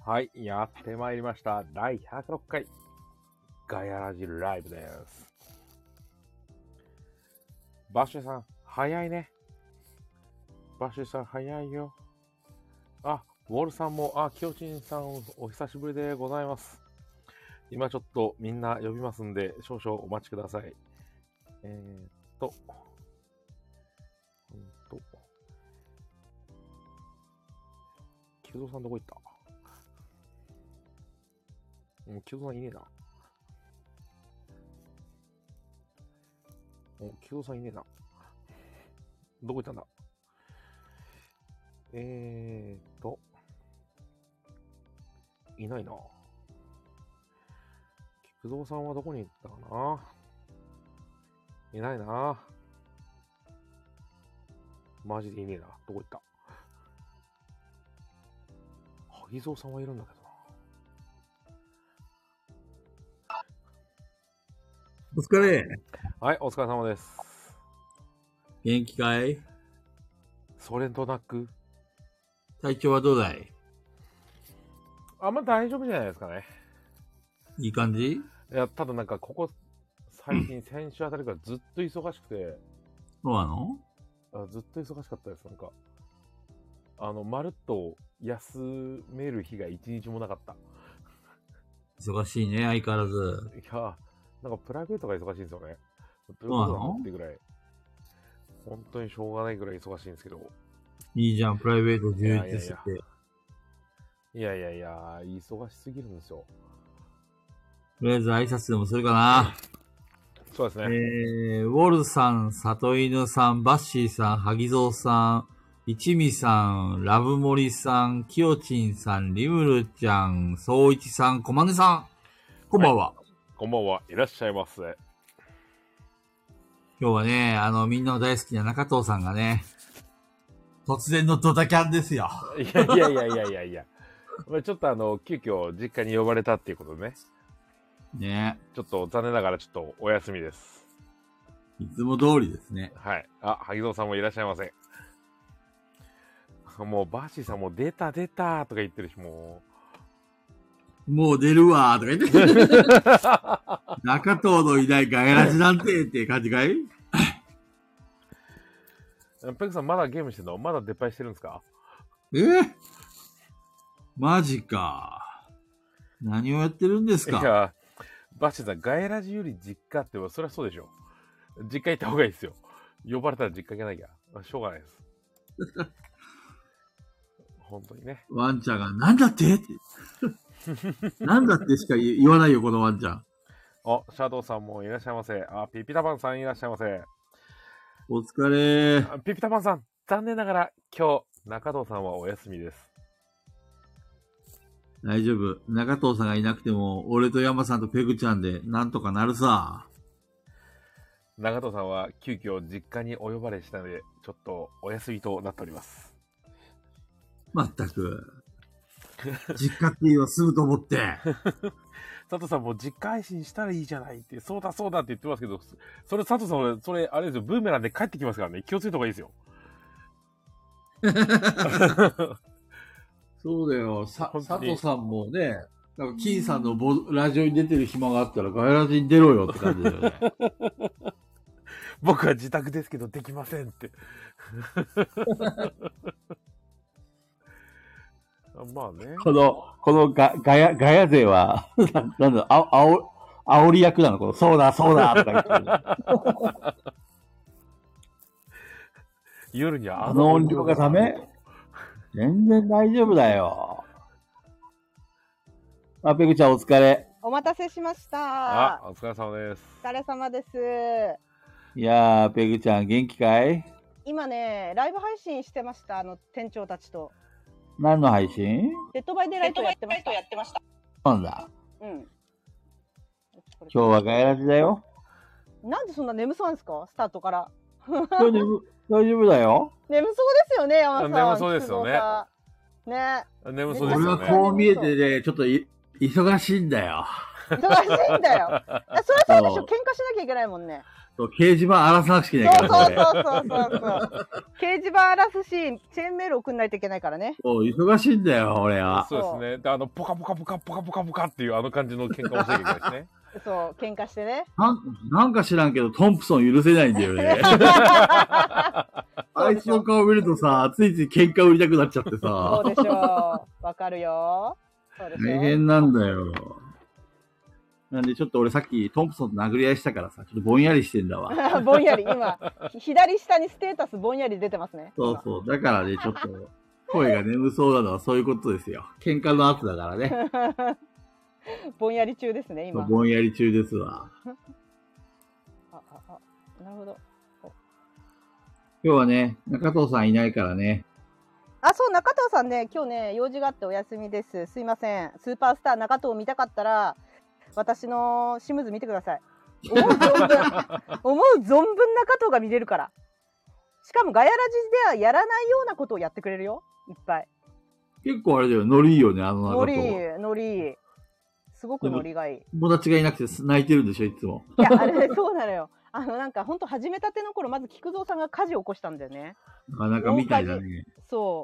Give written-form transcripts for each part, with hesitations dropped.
はい、やってまいりました。第106回、ガヤラジライブです。バッシュさん、早いね。バッシュさん、早いよ。あ、ウォルさんも、キヨチンさん、お久しぶりでございます。今ちょっとみんな呼びますんで、少々お待ちください。キヨゾウさんどこ行った？もうキヨゾウさんいねえな。キヨゾウさんいねえな。どこ行ったんだ？いないな。菊蔵さんはどこに行ったかな？いないな。マジでいねえな。どこ行った？萩蔵さんはいるんだけどな。 お疲れ。 はい、お疲れ様です。 元気かい？ それとなく、 体調はどうだい？ 大丈夫じゃないですかね。 いい感じ？ いや、ただなんかここ最近、先週あたりからずっと忙しくて、 そうなの？ ずっと忙しかったです。なんか、まるっと休める日が一日もなかった。 忙しいね、相変わらず。 いや、なんかプライベートが忙しいんですよね。どういうそうなことなのの？ ってぐらい。本当にしょうがないぐらい忙しいんですけど。 いいじゃん、プライベート充実してて。 いや、忙しすぎるんですよ。 とりあえず挨拶でもするかな。 そうですね。 ウォルさん、里犬さん、バッシーさん、萩蔵さん、一味さん、ラブモリさん、キヨチンさん、リムルちゃん、ソウイチさん、コマネさん。こんばんは。 こんばんは。いらっしゃいませ。 今日はね、みんなの大好きな中藤さんがね、突然のドタキャンですよ。 いや。ちょっと急遽実家に呼ばれたっていうことでね。 ね。 ちょっと残念ながらちょっとお休みです。 いつも通りですね。 はい。萩蔵さんもいらっしゃいませ。もうバーシーさんも出たとか言ってるし、もう出るわーとか言って。中藤のいないガヤラジなんてって感じかい？ ペグさんまだゲームしてんの？まだ出敗してるんですか？ マジか。何をやってるんですか？ いや、バッシーさん、ガヤラジより実家って、そりゃそうでしょ。実家行った方がいいですよ。呼ばれたら実家行かなきゃ。しょうがないです。本当にね。 ワンちゃんが、なんだってってなんだってしか言わないよ、このワンちゃん。 シャドウさんもいらっしゃいませ。ピピタパンさんいらっしゃいませ。 お疲れ。 ピピタパンさん、残念ながら今日、中藤さんはお休みです。 大丈夫。中藤さんがいなくても、俺と山さんとペグちゃんでなんとかなるさ。 中藤さんは急遽実家にお呼ばれしたので、ちょっとお休みとなっております。 まったく。実家って言えばすぐと思って。 佐藤さんも実家配信したらいいじゃないって、そうだって言ってますけど、それ佐藤さんは、それあれですよ、ブーメランで帰ってきますからね、気をつけた方がいいですよ。 そうだよ。佐藤さんもね、なんか金さんのラジオに出てる暇があったらガヤラジに出ろよって感じだよね。 僕は自宅ですけどできませんって。まあね。 このガヤ勢は、なんだ、煽り役なのこの、そうだとか言って。 夜には音量がダメ？全然大丈夫だよ。ペグちゃんお疲れ。 お待たせしました。 お疲れ様です。 お疲れ様です。 いやー、ペグちゃん元気かい？ 今ね、ライブ配信してました。店長たちと。 何の配信？ デッドバイデイライトやってました。 なんだ。 うん。 今日はガヤラジだよ。 なんでそんな眠そうなんですか？スタートから。 大丈夫だよ。 眠そうですよね、山さん。 眠そうですよね。 ね。 眠そうですよね。 俺はこう見えてね、ちょっと忙しいんだよ。 忙しいんだよ。そりゃそうでしょ。喧嘩しなきゃいけないもんね。 そう、掲示板荒らさなくちゃいけないからね。 そう。掲示板荒らすし、チェーンメール送んないといけないからね。 そう、忙しいんだよ、俺は。 そうですね。で、ポカポカっていうあの感じの喧嘩をしなきゃいけないですね。 そう、喧嘩してね。 なんか知らんけど、トンプソン許せないんだよね。あいつの顔見るとさ、ついつい喧嘩売りたくなっちゃってさ。 そうでしょう。わかるよ。そうでしょ。 大変なんだよ。なんでちょっと俺さっきトンプソンと殴り合いしたからさ、ちょっとぼんやりしてんだわ。 ぼんやり、今、左下にステータスぼんやり出てますね。 そうそう。だからね、ちょっと、声が眠そうなのはそういうことですよ。喧嘩の後だからね。 ぼんやり中ですね、今。 ぼんやり中ですわ。 なるほど。 今日はね、中藤さんいないからね。 そう、中藤さんね、今日ね、用事があってお休みです。すいません。スーパースター中藤見たかったら、私のシムズ見てください。思う存分中藤が見れるから。しかもガヤラジではやらないようなことをやってくれるよ。いっぱい。 結構あれだよ、ノリいいよね、あの中藤。 ノリいい。すごくノリがいい。 友達がいなくて泣いてるんでしょ、いつも。 いや、あれ、そうなのよ。なんか、ほんと始めたての頃、まず菊蔵さんが火事を起こしたんだよね。 なかなかみたいだね。 そう。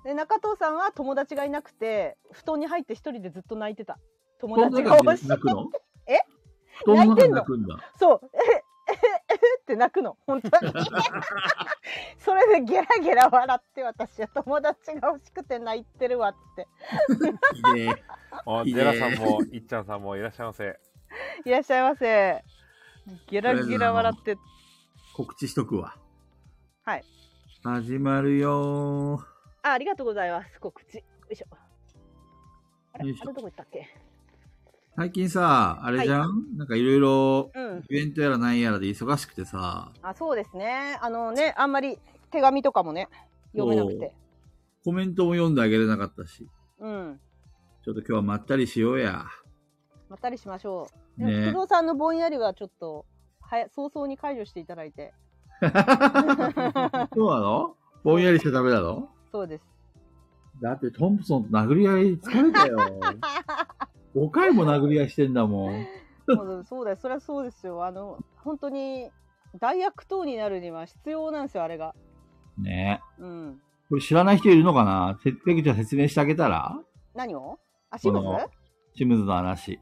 で、中藤さんは友達がいなくて、布団に入って一人でずっと泣いてた。友達が欲しい。 泣くの？ え？ 布団の中で泣くんだ。 そう。って泣くの。本当に。それでゲラゲラ笑って、私は友達が欲しくて泣いてるわって。 いいね。 ゼラさんも、いっちゃんさんもいらっしゃいませ。 いらっしゃいませ。ゲラゲラ笑って。 告知しとくわ。 はい。 始まるよー。 ありがとうございます。告知。よいしょ。あれどこ行ったっけ？ 最近さ、あれじゃん、はい、なんかいろいろ、イベントやらなんやらで忙しくてさ。 そうですね。あんまり手紙とかもね、読めなくて。 コメントも読んであげれなかったし。 うん。 ちょっと今日はまったりしようや。 まったりしましょう。ね、福蔵さんのぼんやりはちょっと、早々に解除していただいて。 そうなの？ぼんやりしちゃダメなの？ そうです。 だってトンプソンと殴り合い疲れたよ。5回も殴り合いしてんだもん。 そうだよ。そりゃそうですよ。本当に大悪党になるには必要なんですよ、あれが。 ねえ。うん。 これ知らない人いるのかな？ペグちゃん説明してあげたら？ 何を？シムズ？ シムズの話。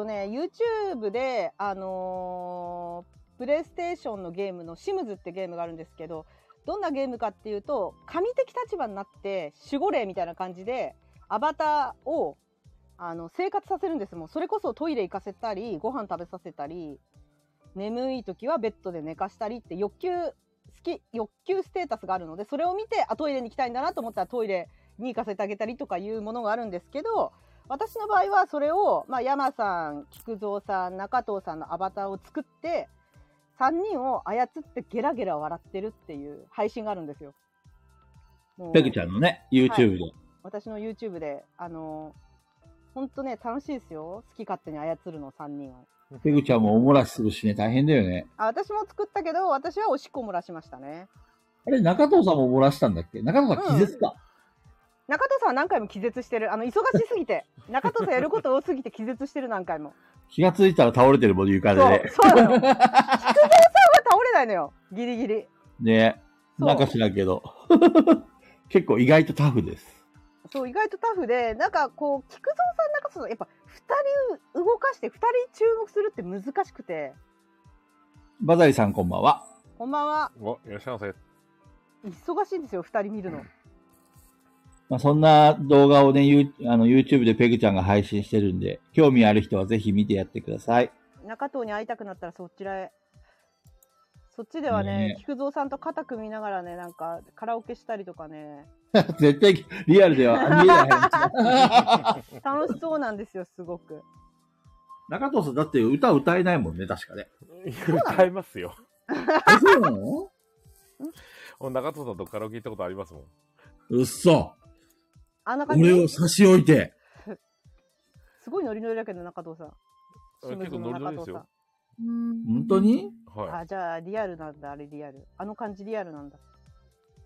YouTube で、プレイステーションのゲームのシムズってゲームがあるんですけど、どんなゲームかっていうと、神的立場になって守護霊みたいな感じでアバターを生活させるんです。もうそれこそトイレ行かせたり、ご飯食べさせたり、眠い時はベッドで寝かしたりって欲求ステータスがあるので、それを見てトイレに行きたいんだなと思ったらトイレに行かせてあげたりとかいうものがあるんですけど、私の場合はそれを、山さん、菊蔵さん、中藤さんのアバターを作って3人を操ってゲラゲラ笑ってるっていう配信があるんですよ。 ペグちゃんのね YouTube で、 はい、私の YouTube でほんとね楽しいですよ。好き勝手に操るの3人を。 ペグちゃんもおもらしするしね、大変だよね。 私も作ったけど、私はおしっこ漏らしましたね。 あれ、中藤さんも漏らしたんだっけ？中藤さん気絶か、 中藤さんは何回も気絶してる。忙しすぎて。中藤さんやること多すぎて気絶してる、何回も。 気がついたら倒れてるもん、床でね。 そうなの。菊蔵さんは倒れないのよ。ギリギリ。 ね。なんか知らんけど。結構意外とタフです。 そう、意外とタフで、なんかこう、菊蔵さん、中藤さん、やっぱ2人動かして2人注目するって難しくて。 バザリさんこんばんは。 こんばんは。 いらっしゃいませ。 忙しいんですよ、2人見るの。 そんな動画をね、YouTube でペグちゃんが配信してるんで、興味ある人はぜひ見てやってください。 中藤に会いたくなったらそちらへ。そっちではね、菊蔵さんと肩組みながらね、なんかカラオケしたりとかね。 絶対リアルでは見えない楽しそうなんですよ、すごく。 中藤さんだって歌歌えないもんね、確かね。 歌えますよ。 そうなの？ 中藤さんとカラオケ行ったことありますもん。 うっそ。 あんな感じ。 俺を差し置いて。 すごいノリノリだけど、中藤さん。 結構ノリノリですよ。 本当に？ はい。 じゃあリアルなんだ、あれリアル。あの感じリアルなんだ。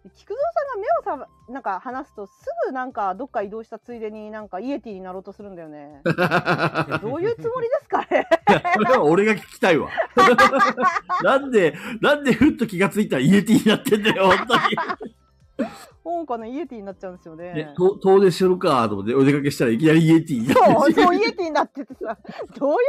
菊蔵さんが目をなんか離すと、すぐなんかどっか移動したついでになんかイエティになろうとするんだよね。どういうつもりですかね。 これは俺が聞きたいわ。なんでふっと気がついたらイエティになってんだよ、本当に。 なんかね、イエティになっちゃうんですよね。 ね、遠出しよるかと思ってお出かけしたらいきなりイエティになってそう、そう、イエティになっててさ、どういう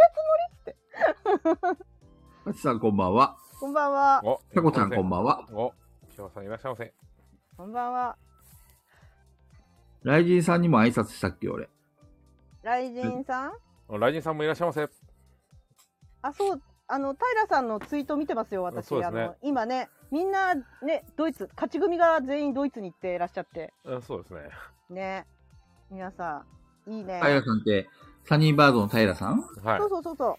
あちさんこんばんは。 こんばんは。 お、 タコちゃんこんばんは。 お、木山さんいらっしゃいませ。 こんばんは。 ライジンさんにも挨拶したっけ、俺。 ライジンさんライジンさんもいらっしゃいませ。 あ、そう、平さんのツイート見てますよ、私。 そうですね今ね、みんなね、ドイツ、勝ち組が全員ドイツに行っていらっしゃって。 そうですね。 ね。皆さん、いいね。 平さんって、サニーバードの平さん？ はいそう。そうそうそう。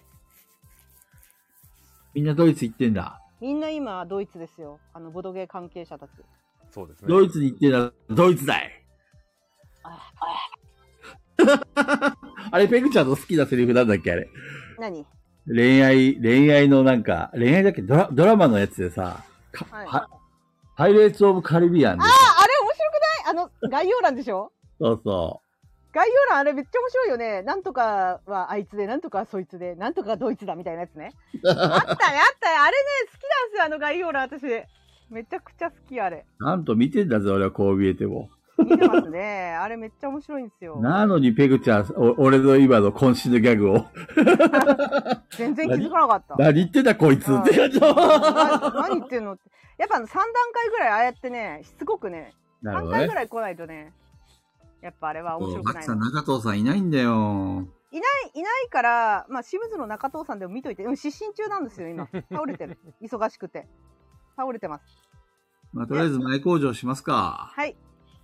みんなドイツ行ってんだ。 みんな今、ドイツですよ。ボドゲー関係者たち。 そうですね。 ドイツに行ってんだ。ドイツだい。あれ、ペグちゃんの好きなセリフなんだっけ、あれ。 何恋愛のなんか、恋愛だっけドラマのやつでさ、 はいパイレーツ・オブ・カリビアンで。 あれ面白くない概要欄でしょそうそ概要欄あれめっちゃ面白いよね。なんとかはあいつで、なんとかはそいつで、なんとかがドイツだみたいなやつね。あったね、あったね。あれね、好きなんですよ、概要欄私。めちゃくちゃ好き、あれ。 う。なんと見てんだぜ、俺はこう見えても。 見てますね。あれめっちゃ面白いんですよ。 なのにペグちゃん、俺の今の渾身のギャグを。 全然気づかなかった。 何言ってんだこいつってやつを。 何言ってんのって。やっぱ3段階ぐらいああやってね、しつこくね、3 なるほどね回ぐ。らい来ないとね、やっぱあれは面白くないの。 マキさん、中藤さんいないんだよ。 いないから、まあ、清水の中藤さんでも見といて、失神中なんですよ、今。倒れてる。忙しくて。倒れてます。 まあ、とりあえず前工場しますか。 はい。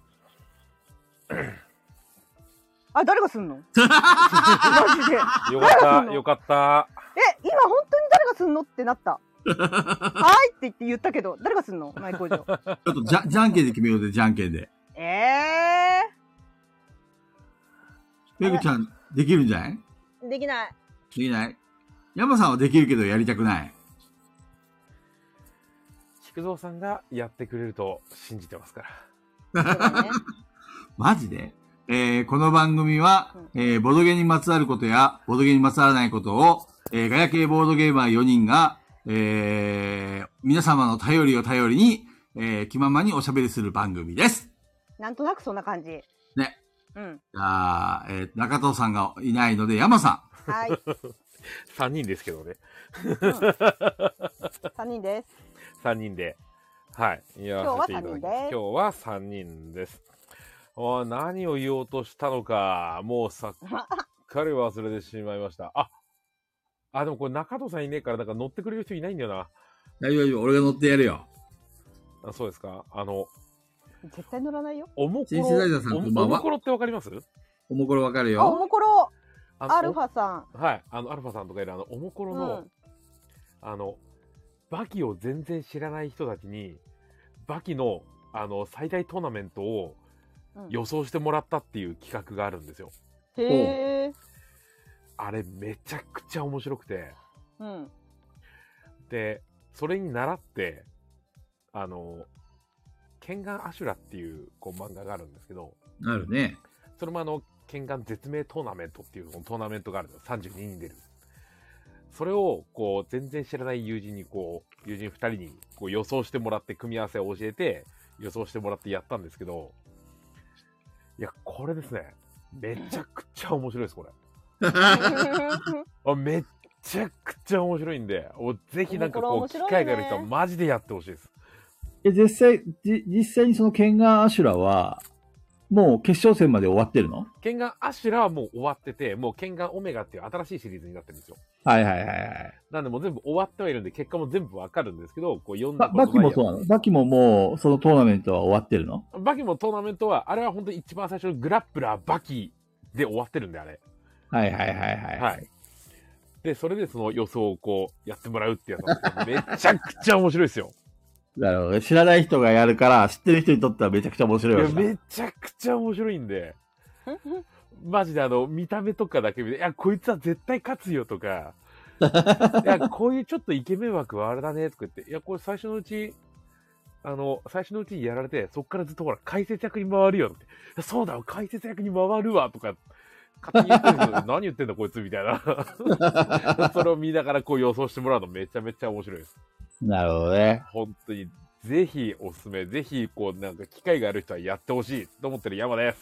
あ、誰がすんのマジで。 よかった、よかった。 今本当に誰がすんのってなった。はいって言ったけど、誰がすんの前工場。 ちょっとじゃんけんで決めようぜ、じゃんけんで。ペグちゃん、できるんじゃない？ できない。 できない？山さんはできるけどやりたくない。 菊蔵さんがやってくれると信じてますから。 そうだね。 マジで？この番組は、ボドゲにまつわることや、ボドゲにまつわらないことを、ガヤ系ボードゲーマー4人が、皆様の頼りを頼りに、気ままにおしゃべりする番組です。 なんとなくそんな感じ。 ね。 うん。 じゃあ、中藤さんがいないので、山さん。 はい。 3人ですけどね。 3人です。 3人で。はい。今日は3人です今日は3人です。何を言おうとしたのか、もうさっかり忘れてしまいました。でもこれ中藤さんいねえから、なんか乗ってくれる人いないんだよな。 大丈夫、俺が乗ってやるよ。 そうですか。 絶対乗らないよ。 おもこ新世代さんこんばんはおもころってわかります？ おもころわかるあ、およ。 もころ、 アアルファさん。 はい。アルファさんとかいるおもころの、バキを全然知らない人たちに、バキの、最大トーナメントを予想してもらったっていう企画があるんですよ。 へえ。 あれ、めちゃくちゃ面白くて。 うん。 で、それに倣って、ケンガンアシュラっていう漫画があるんですけど、 なるね。 それもケンガン絶命トーナメントっていうトーナメントがあるんですよ。32人出る。それを、全然知らない友人に、友人2人に、予想してもらって、組み合わせを教えて、予想してもらってやったんですけど、いや、これですね、めちゃくちゃ面白いです、これ。めっちゃくちゃ面白いんで、ぜひなんか機会がある人はマジでやってほしいです。 実際にそのケンガンアシュラは、もう決勝戦まで終わってるの？ ケンガンアシュラはもう終わってて、もうケンガンオメガっていう新しいシリーズになってるんですよ。 はいはいはいはい。 なんでもう全部終わってはいるんで、結果も全部わかるんですけど、読んだバキもそうなの？バキももうそのトーナメントは終わってるの？ バキもトーナメントは、あれは本当に一番最初のグラップラーバキで終わってるんで、あれ。 はいはいはいはい。 はい。で、それでその予想をやってもらうってやつなんですけど、めちゃくちゃ面白いですよ。 なるほどね。知らない人がやるから、知ってる人にとってはめちゃくちゃ面白いわけだ。 いや、めちゃくちゃ面白いんで、マジで見た目とかだけ見て、いや、こいつは絶対勝つよとか、いや、こういうちょっとイケメン枠はあれだねとか言って、いや、これ最初のうち、 最初のうちにやられて、そっからずっとほら、解説役に回るよって。そうだ、解説役に回るわ、とか、勝手に言ってるんですけど、何言ってんだこいつ、みたいな。それを見ながらこう予想してもらうのめちゃめちゃ面白いです。 なるほどね。 本当に、ぜひおすすめ、ぜひ、こう、なんか機会がある人はやってほしいと思ってる山です。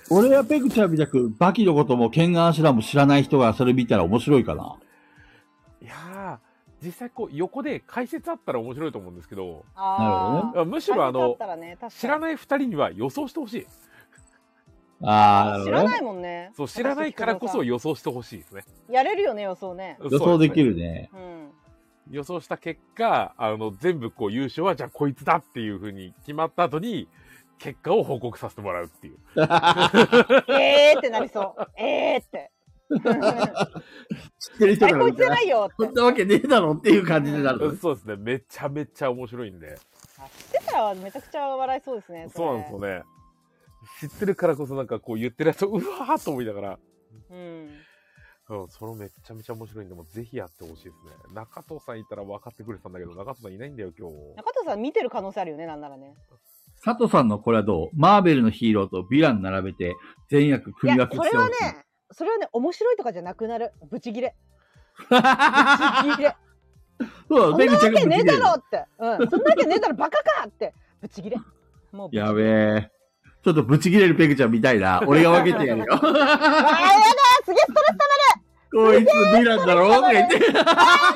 俺はペグちゃんみたく、バキのこともケンガンアシュラも知らない人がそれ見たら面白いかな。 いやー、実際こう、横で解説あったら面白いと思うんですけど、 あむしろ知らい。 ない二人には予想してほしい。 ああ、 知らないもんね。 そう、知らないからこそ予想してほしいですね。 やれるよね、予想ね。 予想できるね。 うん。 予想した結果、全部こう優勝はじゃあこいつだっていう風に決まった後に、結果を報告させてもらうっていう。 ってなりそう。って。 知ってる人がこいつじゃないよって。 そんなわけねえだろっていう感じになる。 そうですね。めちゃめちゃ面白いんで。 知ってたらめちゃくちゃ笑いそうですね。 そうなんですよね。知ってるからこそなんかこう言ってるやつをうわーっと思いながら。 うん。 それめちゃめちゃ面白いんで、もうぜひやってほしいですね。中藤さんいたら分かってくれてたんだけど、中藤さんいないんだよ、今日。 中藤さん見てる可能性あるよね、なんならね。 佐藤さんのこれはどう？マーベルのヒーローとヴィラン並べて全役組み分けしてほしい。 それはね、面白いとかじゃなくなる。ブチギレ。ブチギレ。 そう、 そんなわけねえだろって。うん。そんなわけねえだろ、バカかって。ブチギレ。もうやべえ。ちょっとブチギレるペグちゃん見たいな。俺が分けてやるよ。 やだすげえストレス溜こいつヴィランだろとか言って。 すげえ切れ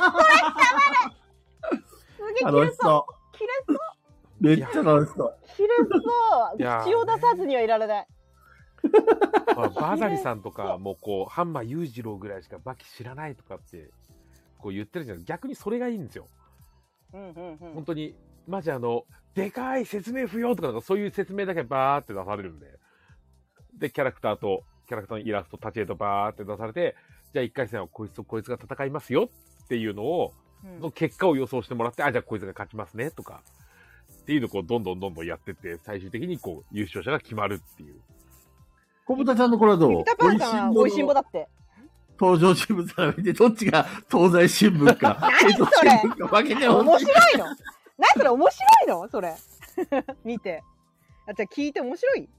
楽しそう。 切れそう。 めっちゃ楽しそう。 切れそう。口を出さずにはいられない。 バザリさんとかもこう、ハンマー裕次郎ぐらいしかバキ知らないとかってこう言ってるじゃん。逆にそれがいいんですよ。本当に、マジでかい説明不要とか、そういう説明だけバーって出されるんで。で、キャラクターのイラスト、立ち絵とバーって出されて、じゃあ1回戦はこいつとこいつが戦いますよっていうのを、の結果を予想してもらって、じゃあこいつが勝ちますねとか、っていうのをこう、どんどんやってって、最終的にこう、優勝者が決まるっていう。 小豚ちゃんのこれはどう？ ピタパンさんは美味しんぼだって。 登場人物並べて、どっちが東西新聞か、 何それ分けてほしい。 面白いの何それ面白いのそれ。見て。じゃあ聞いて面白い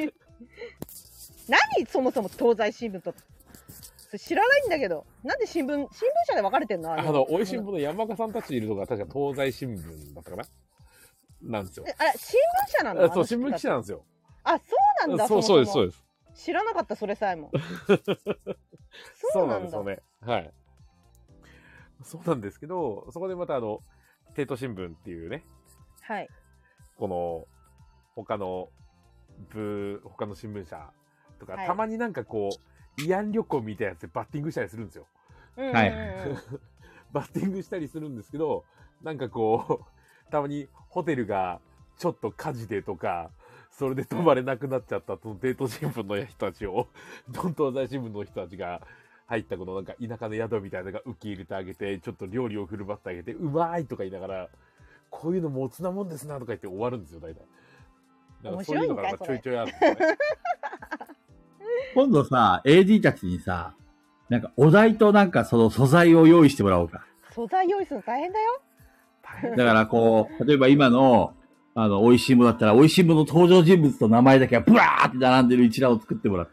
何そもそも東西新聞と。知らないんだけど。なんで新聞社で分かれてんの美味しんぼの山岡さんたちいるのが確か東西新聞だったかななんですよ。 あれ、新聞社なの？ そう、新聞記者なんですよ。 あ、そうなんだ。 そうです、そうです。 知らなかった、それさえも。 そうなんですよね。はい。そうなんですけど、そこでまた帝都新聞っていうね。 はい。 この、他の新聞社とか、 はい、 たまになんかこう、慰安旅行みたいなやつでバッティングしたりするんですよ。 はい。 バッティングしたりするんですけど、なんかこう、たまにホテルがちょっと火事でとか、それで泊まれなくなっちゃったその帝都新聞の人たちを、東西新聞の人たちが入ったこのなんか田舎の宿みたいなのが受け入れてあげて、ちょっと料理を振る舞ってあげて、うまいとか言いながら、こういうのもつなもんですなとか言って終わるんですよ、大体。だからそういうのがちょいちょいあるんですよね。 今度さ、AD たちにさ、なんかお題となんかその素材を用意してもらおうか。 素材用意するの大変だよ。 だからこう、例えば今の、美味しいものだったら、美味しいもの登場人物と名前だけがブワーって並んでる一覧を作ってもらって、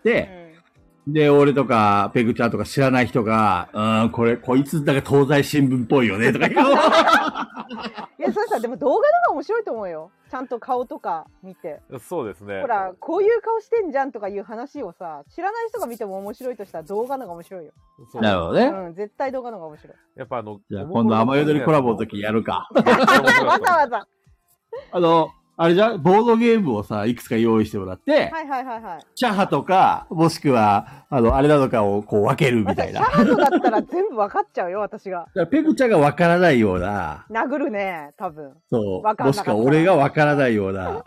で、俺とか、ペグちゃんとか知らない人が、こいつだけ東西新聞っぽいよね、とか言う。 いや、そうさ、でも動画の方が面白いと思うよ。ちゃんと顔とか見て。 そうですね。 ほら、こういう顔してんじゃんとかいう話をさ、知らない人が見ても面白いとしたら動画の方が面白いよ。 なるほどね。 うん、絶対動画の方が面白い。 やっぱじゃあ今度雨宿りコラボの時やるか。 わざわざ。 あれじゃボードゲームをさ、いくつか用意してもらって、シャハとか、もしくは、あれなのかをこう分けるみたいな。 シャハとだったら全部分かっちゃうよ、私が。 ペグちゃんが分からないような。 殴るね、多分。 そう。もしくは俺が分からないような。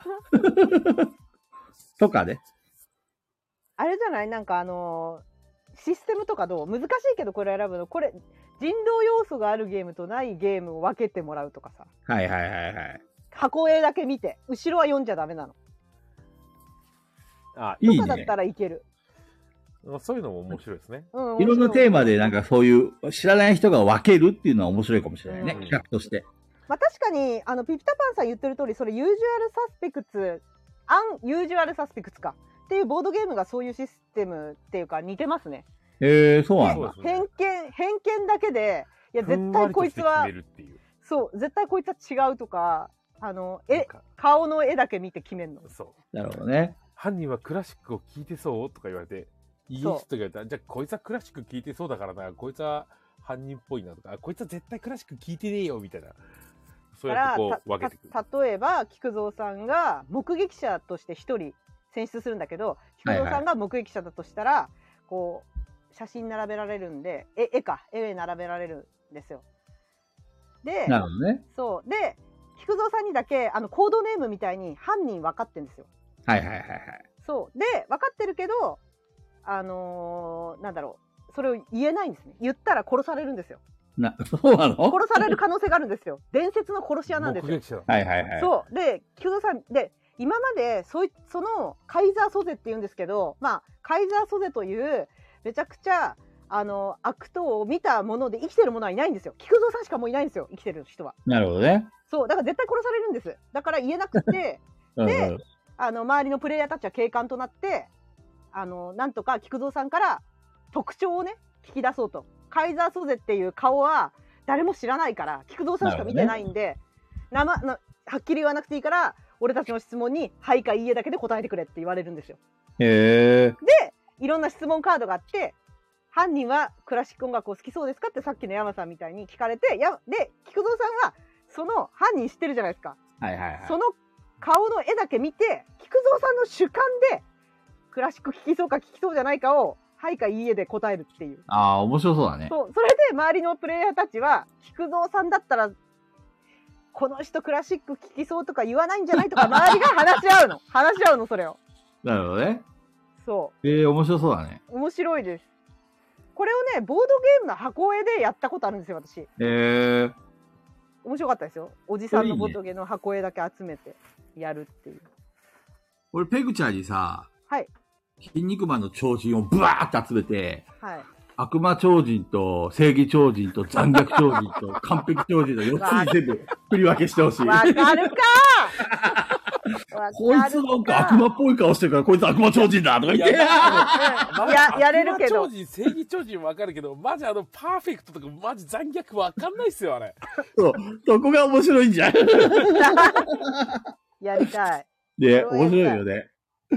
とかね。 あれじゃないなんかシステムとかどう？難しいけどこれ選ぶの。これ、人道要素があるゲームとないゲームを分けてもらうとかさ。 はいはい。 箱絵だけ見て、後ろは読んじゃダメなの。 いいね。 とかだったらいける。 そういうのも面白いですね。 いろんなテーマでなんかそういう知らない人が分けるっていうのは面白いかもしれないね。企画として。 まあ確かに、ピピタパンさん言ってる通り、それユージュアルサスペクツ、ユージュアルサスペクツか。っていうボードゲームがそういうシステムっていうか似てますね。 そうなんだ。 偏見だけで、いや、絶対こいつは、そう、絶対こいつは違うとか、顔の絵だけ見て決めるの。 そう。 なるほどね。 犯人はクラシックを聴いてそうとか言われて、イエスとか言われたら、じゃあこいつはクラシック聴いてそうだからな、こいつは犯人っぽいなとか、こいつは絶対クラシック聴いてねえよみたいな。そうやってこう分けてくる。 例えば、菊蔵さんが目撃者として一人選出するんだけど、菊蔵さんが目撃者だとしたら、こう、写真並べられるんで、絵並べられるんですよ。で、 なるほどね。 そう。で、菊蔵さんにだけ、コードネームみたいに犯人分かってんですよ。 はいはいはいはい。 そう。で、分かってるけど、なんだろう。それを言えないんですね。言ったら殺されるんですよ。 そうなの？ 殺される可能性があるんですよ。伝説の殺し屋なんですよ。 はいはいはい。 そう。で、菊蔵さん、で、今まで、その、カイザー・ソゼって言うんですけど、まあ、カイザー・ソゼという、めちゃくちゃ、悪党を見たもので生きてるものはいないんですよ。菊蔵さんしかもういないんですよ。生きてる人は。 なるほどね。 そう。だから絶対殺されるんです。だから言えなくて、で、周りのプレイヤーたちは警官となって、なんとか菊蔵さんから特徴をね、聞き出そうと。カイザー・ソゼっていう顔は誰も知らないから、菊蔵さんしか見てないんで、はっきり言わなくていいから、俺たちの質問に、はいかいいえだけで答えてくれって言われるんですよ。で、いろんな質問カードがあって、犯人はクラシック音楽を好きそうですかってさっきの山さんみたいに聞かれて、で、菊蔵さんは、その犯人知ってるじゃないですか。 はいはいはい。 その顔の絵だけ見て、菊蔵さんの主観で、クラシック聴きそうか聴きそうじゃないかを、はいかいいえで答えるっていう。 ああ、面白そうだね。 そう。それで周りのプレイヤーたちは、菊蔵さんだったら、この人クラシック聴きそうとか言わないんじゃないとか、周りが話し合うの、それを。 なるほどね。 そう。 面白そうだね。 面白いです。これをね、ボードゲームの箱絵でやったことあるんですよ、私。面白かったですよ。おじさんのボードゲームの箱絵だけ集めてやるっていう。 俺、ペグちゃんにさ、 はい。 筋肉マンの超人をブワーって集めて、 はい。 悪魔超人と正義超人と残虐超人と完璧超人の4つに全部振り分けしてほしい。 わかるかこいつなんか悪魔っぽい顔してるから、こいつ悪魔超人だとか言って。 やれるけど。 悪魔超人、正義超人わかるけど、マジパーフェクトとかマジ残虐わかんないっすよ、あれ。 そう。そこが面白いんじゃん。 やりたい。 で、面白いよね。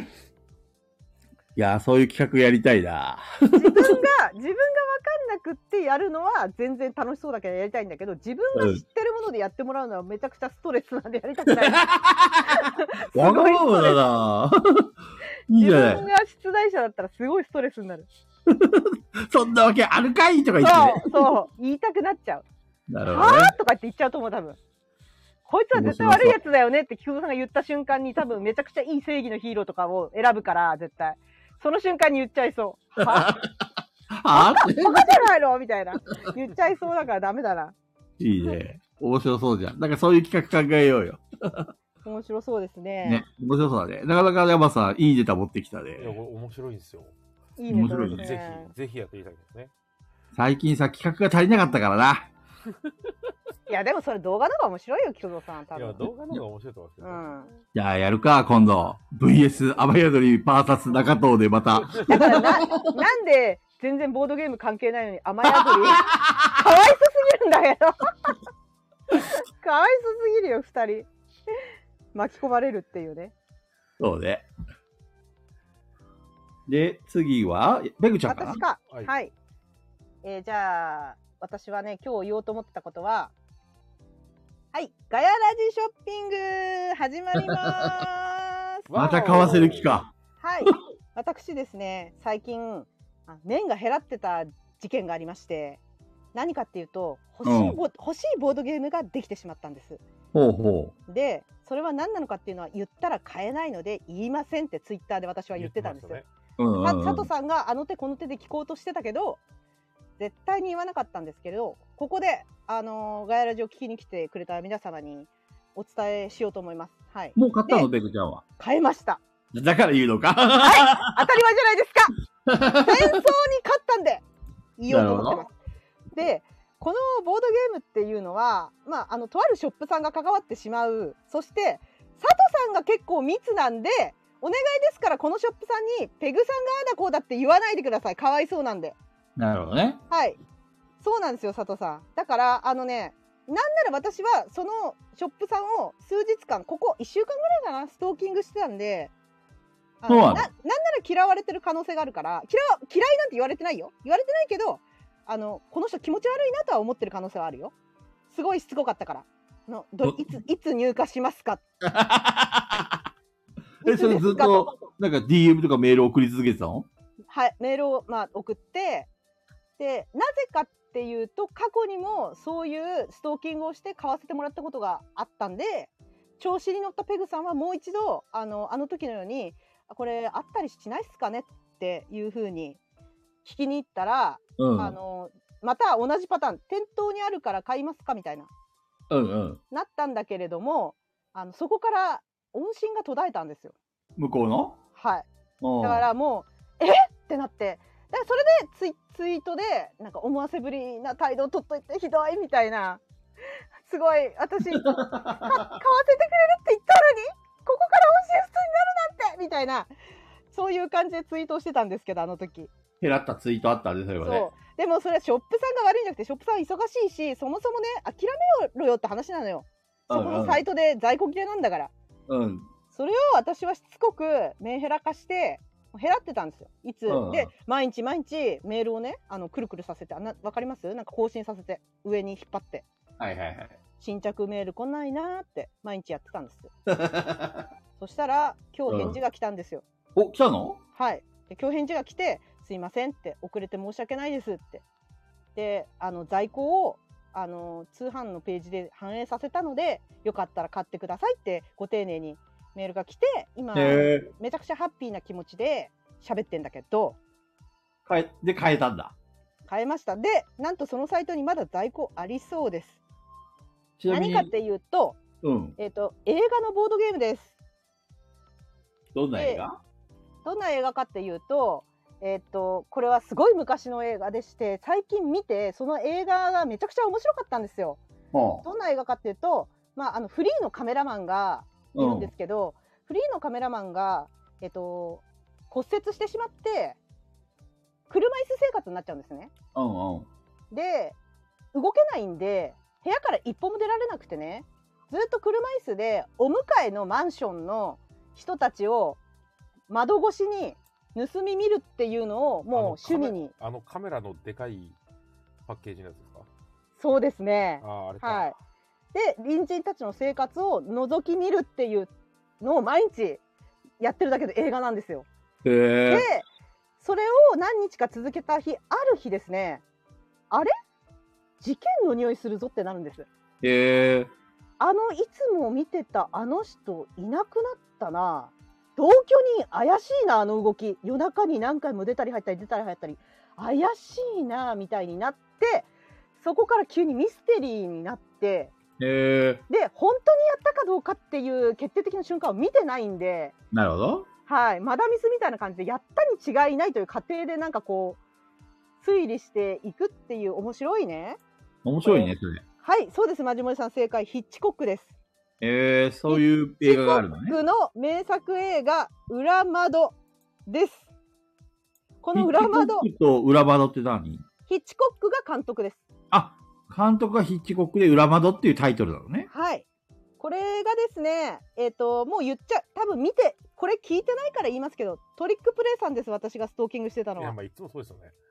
いや、そういう企画やりたいな。 自分が分かんなくってやるのは全然楽しそうだけどやりたいんだけど、自分が知ってるものでやってもらうのはめちゃくちゃストレスなんでやりたくない。 わがままだな。いいじゃない。 自分が出題者だったらすごいストレスになる。 そんなわけあるかいとか言ってね。 そう、言いたくなっちゃう。 なるほどね。 はぁとかって言っちゃうと思う、多分。こいつは絶対悪いやつだよねって菊蔵さんが言った瞬間に多分めちゃくちゃいい正義のヒーローとかを選ぶから、絶対。その瞬間に言っちゃいそう。はぁバカじゃないのみたいな。言っちゃいそうだからダメだな。 いいね。面白そうじゃん。なんかそういう企画考えようよ。 面白そうですね。 ね、面白そうだね。なかなか山さん、いいネタ持ってきたね。 いや、面白いんですよ。 いいね。 面白いね。 ぜひやってみたいですね。 最近さ、企画が足りなかったからな。 いや、でもそれ動画の方が面白いよ、菊蔵さん。多分。 いや、動画の方が面白いと思いますよ。うん。 じゃあ、やるか、今度。VS、雨宿り、パーサス、中藤でまた。 だからなんで、全然ボードゲーム関係ないのに雨宿りかわいそすぎるんだけど。かわいそすぎるよ、二人。巻き込まれるっていうね。 そうね。で、次は、ペグちゃんかな？ 私か。はい。じゃあ、私はね、今日言おうと思ってたことは、はい、ガヤラジショッピング始まりまーす。 また買わせる気か。 はい。私ですね、最近、麺が減らってた事件がありまして、何かっていうと、欲しいボードゲームができてしまったんです。 ほうほう。で、それは何なのかっていうのは言ったら買えないので言いませんってツイッターで私は言ってたんですよ。佐藤さんがあの手この手で聞こうとしてたけど、絶対に言わなかったんですけれど、ここで、ガヤラジを聞きに来てくれた皆様にお伝えしようと思います。はい。 もう買ったの、ペグちゃんは。 買えました。 だから言うのか。 はい、当たり前じゃないですか。戦争に勝ったんで言おうと思ってます。で、 このボードゲームっていうのは、とあるショップさんが関わってしまう。そして、佐藤さんが結構密なんで、お願いですからこのショップさんにペグさんがああだこうだって言わないでください。かわいそうなんで。 なるほどね。 はい。そうなんですよ、佐藤さん。だから、なんなら私はそのショップさんを数日間、ここ1週間ぐらいかな、ストーキングしてたんで、 そうなの？ なんなら嫌われてる可能性があるから、嫌いなんて言われてないよ。言われてないけど、この人気持ち悪いなとは思ってる可能性はあるよ。すごいしつこかったから。いつ入荷しますかそれずっと、なんか DM とかメール送り続けてたの？ はい、メールを送って、で、なぜかっていうと、過去にもそういうストーキングをして買わせてもらったことがあったんで、調子に乗ったペグさんはもう一度、あの時のように、これあったりしないっすかねっていう風に聞きに行ったら、また同じパターン、店頭にあるから買いますかみたいな、なったんだけれども、そこから音信が途絶えたんですよ。 向こうの？ はい。だからもう、ってなって、だからそれでツイートで、なんか思わせぶりな態度を取っといてひどいみたいな、すごい、私、買わせてくれるって言ったのに、ここから音信不通になるなんてみたいな、そういう感じでツイートをしてたんですけど、あの時。 減らったツイートあったんで、それはね。 そう。でもそれはショップさんが悪いんじゃなくて、ショップさん忙しいし、そもそもね、諦めろよって話なのよ。そこのサイトで在庫切れなんだから。それを私はしつこくメンヘラ化して、減らってたんですよ。いつ、で、毎日メールをね、くるくるさせて、わかります？なんか更新させて、上に引っ張って。新着メール来ないなーって毎日やってたんですよ。そしたら今日返事が来たんですよ。 お、来たの？ はい。で今日返事が来て、すいませんって、遅れて申し訳ないですって。で、在庫を通販のページで反映させたので、よかったら買ってくださいってご丁寧にメールが来て、今めちゃくちゃハッピーな気持ちで喋ってんだけど。 で買えたんだ。 買えました。で、なんとそのサイトにまだ在庫ありそうです。何かっていうと、映画のボードゲームです。 どんな映画？ どんな映画かっていうと、これはすごい昔の映画でして、最近見て、その映画がめちゃくちゃ面白かったんですよ。どんな映画かっていうと、フリーのカメラマンがいるんですけど、フリーのカメラマンが、骨折してしまって、車椅子生活になっちゃうんですね。で、動けないんで、部屋から一歩も出られなくてね、ずっと車椅子でお迎えのマンションの人たちを窓越しに盗み見るっていうのをもう趣味に。 カメラのでかいパッケージのやつですか？ そうですね。 あれか。 はい。で、隣人たちの生活を覗き見るっていうのを毎日やってるだけで映画なんですよ。で、それを何日か続けた日、ある日ですね、あれ？事件の匂いするぞってなるんです。いつも見てたあの人いなくなったな。同居人怪しいな、あの動き。夜中に何回も出たり入ったり出たり入ったり。怪しいな、みたいになって、そこから急にミステリーになって、で、本当にやったかどうかっていう決定的な瞬間を見てないんで。 なるほど。 はい。マダミスみたいな感じで、やったに違いないという過程でなんかこう、推理していくっていう面白いね。 面白いね、それ。 はい、そうです。マジモリさん正解。ヒッチコックです。 そういう映画があるのね。 ヒッチコックの名作映画、裏窓です。この裏窓。 ヒッチコックと裏窓って何？ ヒッチコックが監督です。 あ、監督がヒッチコックで裏窓っていうタイトルなのね。 はい。これがですね、もう言っちゃ、多分見て、これ聞いてないから言いますけど、トリックプレイさんです。私がストーキングしてたのは。 いつもそうですよね。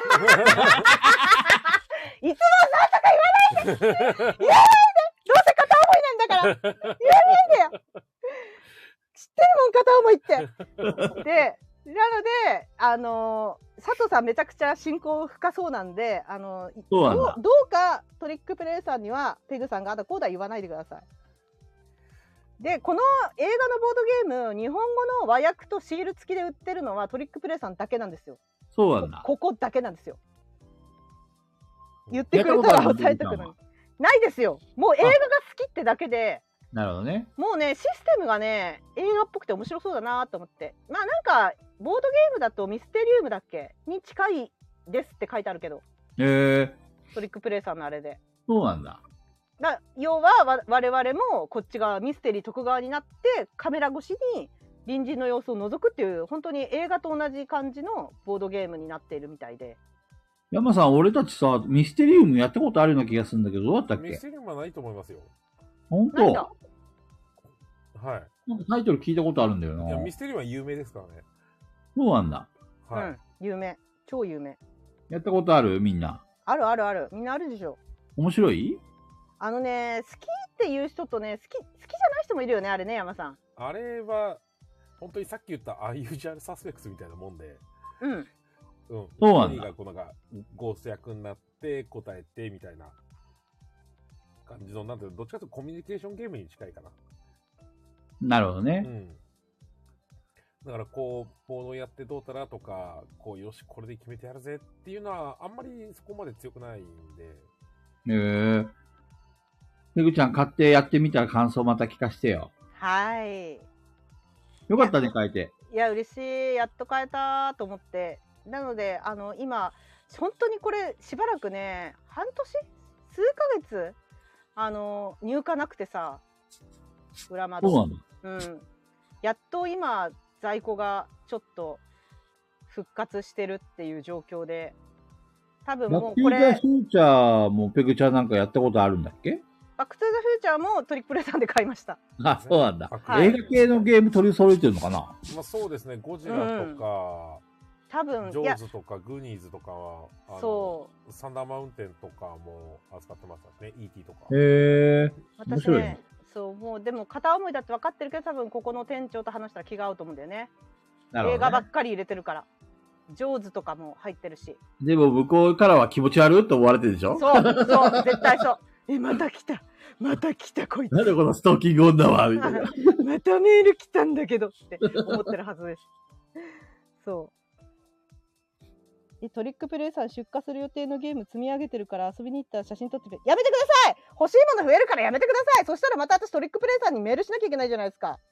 いつもなんとか言わないで言わないで、どうせ片思いなんだから言わないでよ。知ってるもん、片思いって。で、なので、佐藤さんめちゃくちゃ親交深そうなんで、どうかトリックプレイさんにはペグさんがあだこうだ言わないでください。で、この映画のボードゲーム、日本語の和訳とシール付きで売ってるのはトリックプレイさんだけなんですよ。 そうなんだ。 ここだけなんですよ。言ってくれたら抑えてくるのに。ないですよ。もう映画が好きってだけで。 なるほどね。 もうね、システムがね、映画っぽくて面白そうだなと思って。まあなんか、ボードゲームだとミステリウムだっけに近いですって書いてあるけど。 トリックプレイさんのあれで。 そうなんだ。 要は我々もこっち側ミステリー徳側になってカメラ越しに隣人の様子を覗くっていう本当に映画と同じ感じのボードゲームになっているみたいで。 山さん、俺たちさ、ミステリウムやったことあるような気がするんだけど、どうだったっけ？ ミステリウムはないと思いますよ。 ほんと？ 何だ？ はい。 なんかタイトル聞いたことあるんだよな。 いや、ミステリウムは有名ですからね。 そうなんだ。 はい。 うん、有名。超有名。 やったことある？みんな。 あるあるある。みんなあるでしょ。 面白い？ 好きっていう人とね、好きじゃない人もいるよね、あれね、山さん。 あれは、本当にさっき言ったアユージュアルサスペクツみたいなもんで、 うん。 うん。 そうなんだ一人がこうなんか、ゴースト役になって答えてみたいな感じの、なんていうの、どっちかというとコミュニケーションゲームに近いかな。 なるほどね。 うん。だからこう、ボードやってどうたらとか、こう、よし、これで決めてやるぜっていうのは、あんまりそこまで強くないんで。 へえ。ペグちゃん買ってやってみたら感想また聞かせてよ。 はい。 よかったね、変えて。 いや、嬉しい。やっと変えたと思って。なので、今、本当にこれ、しばらくね、半年数ヶ月、入荷なくてさ、裏窓。 そうなんだ。 うん。やっと今、在庫がちょっと復活してるっていう状況で、多分バッもうこれ、 ク・トゥ・ザ・フューチャーもペグちゃんなんかやったことあるんだっけ？ バックトゥザフューチャーもトリックプレイさんで買いました。 あ、そうなんだ。 はい映画系のゲーム取り揃えてるのかな？ まあそうですね、ゴジラとか、 多分、 ジョーズとかグーニーズとかは、サンダーマウンテンとかも扱ってましたね、ET とか。 へえ。面私白いねね、そうもうでも片思いだって分かってるけど、多分ここの店長と話したら気が合うと思うんだよね。映なるほど、ね。 画ばっかり入れてるから。ジョーズとかも入ってるし。 でも向こうからは気持ち悪いと思われてるでしょ？ そうそう絶対そう。また来たこいつ。 なんでこのストーキング女はみたいな。 またメール来たんだけどって思ってるはずです。そうトリックプレイさん出荷する予定のゲーム積み上げてるから遊びに行ったら写真撮ってくれ。やめてください。欲しいもの増えるからやめてください。そしたらまた私トリックプレイさんにメールしなきゃいけないじゃないですか。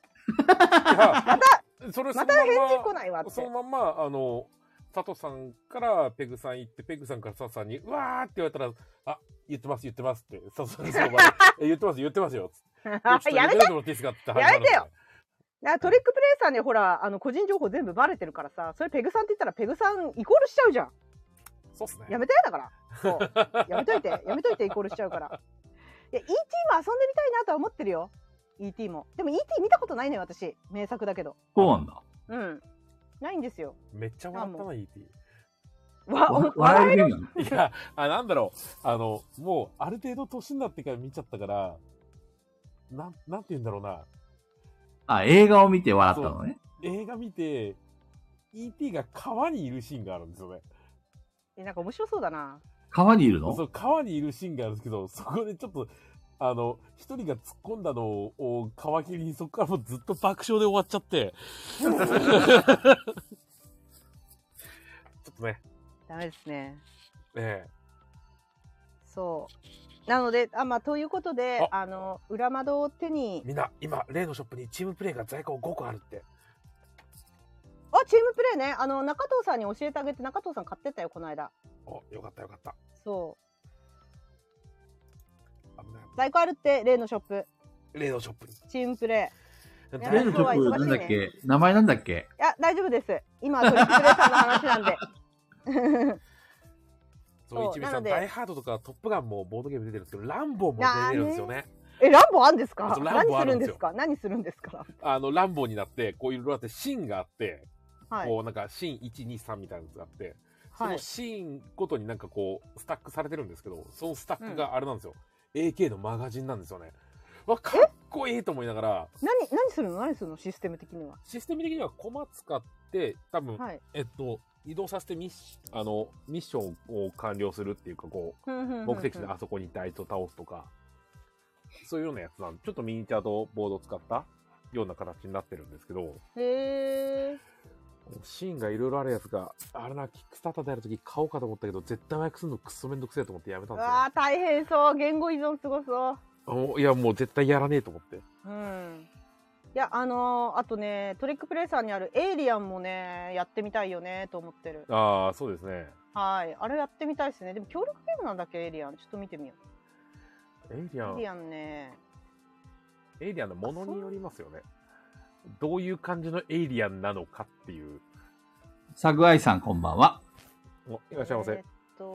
また返事来ないわって。 そのまんま、佐藤さんからペグさん行って、ペグさんから佐藤さんに、うわーって言われたら、あ、言ってますって、佐藤さんその場で、言ってますよ、つって。 やめてもらっていいですかってやめてよ。トリックプレイさんにほら個人情報全部バレてるからさ、それペグさんって言ったらペグさんイコールしちゃうじゃん。 そうっすね。 やめてだから。そうやめといてイコールしちゃうから。いや ET も遊んでみたいなとは思ってるよ。ET も。でも ET 見たことないね私。名作だけど。 そうなんだ。 うん。ないんですよ。 めっちゃ笑ったな ET。 笑えるんいや、なんだろう。もう、ある程度年になってから見ちゃったから、なんて言うんだろうな。 あ、映画を見て笑ったのね。 映画見て、ET が川にいるシーンがあるんですよね。 なんか面白そうだな。 川にいるの？ そう、川にいるシーンがあるんですけど、そこでちょっと、一人が突っ込んだのを皮切りにそこからもうずっと爆笑で終わっちゃって。ちょっとね。 ダメですね。 ええ。 そう。なので、ということで、裏窓を手に。 みんな、今、例のショップにチームプレイが在庫5個あるって。 チームプレイね。中藤さんに教えてあげて、中藤さん買ってたよ、この間。 よかったよかった。 そう。 危ない。 在庫あるって、例のショップ。 例のショップに。 チームプレイ。 例のショップなんだっけ？名前なんだっけ？ いや、大丈夫です。今、トリックプレイさんの話なんで。 そう、一味さん、ダイハードとかトップガンもボードゲーム出てるんですけど、ランボーも出てるんですよね。 ランボーあるんですか？ 何するんですか？何するんですか？ ランボーになって、こういろいろあって、シーンがあって、 はい、 こうなんかシーン1、2、3みたいなやつがあって、そのシーンごとになんかこう、スタックされてるんですけど、そのスタックがあれなんですよ。AK のマガジンなんですよね。かっこいいと思いながら。 何するのシステム的には。 システム的にはコマ使って、多分、移動させてミッションを完了するっていうか、こう、目的地であそこにいたあいつを倒すとか、そういうようなやつなんで、ちょっとミニチュアとボードを使ったような形になってるんですけど、シーンがいろいろあるやつが、あれな、キックスターターでやるとき買おうかと思ったけど、絶対和訳するのクソめんどくせえと思ってやめたんですよ。 大変そう。言語依存すごそう。 いや、もう絶対やらねえと思って。 いや、あとね、トリックプレイさんにあるエイリアンもね、やってみたいよねと思ってる。 ああ、そうですね。 はい。あれやってみたいですね。でも協力ゲームなんだっけ、エイリアン。ちょっと見てみよエイリアう。エイン、 リアンね。 エイリアンのものによりますよね。どういう感じのエイリアンなのかっていう。 サグアイさんこんばんは。 お、いらっしゃいませ。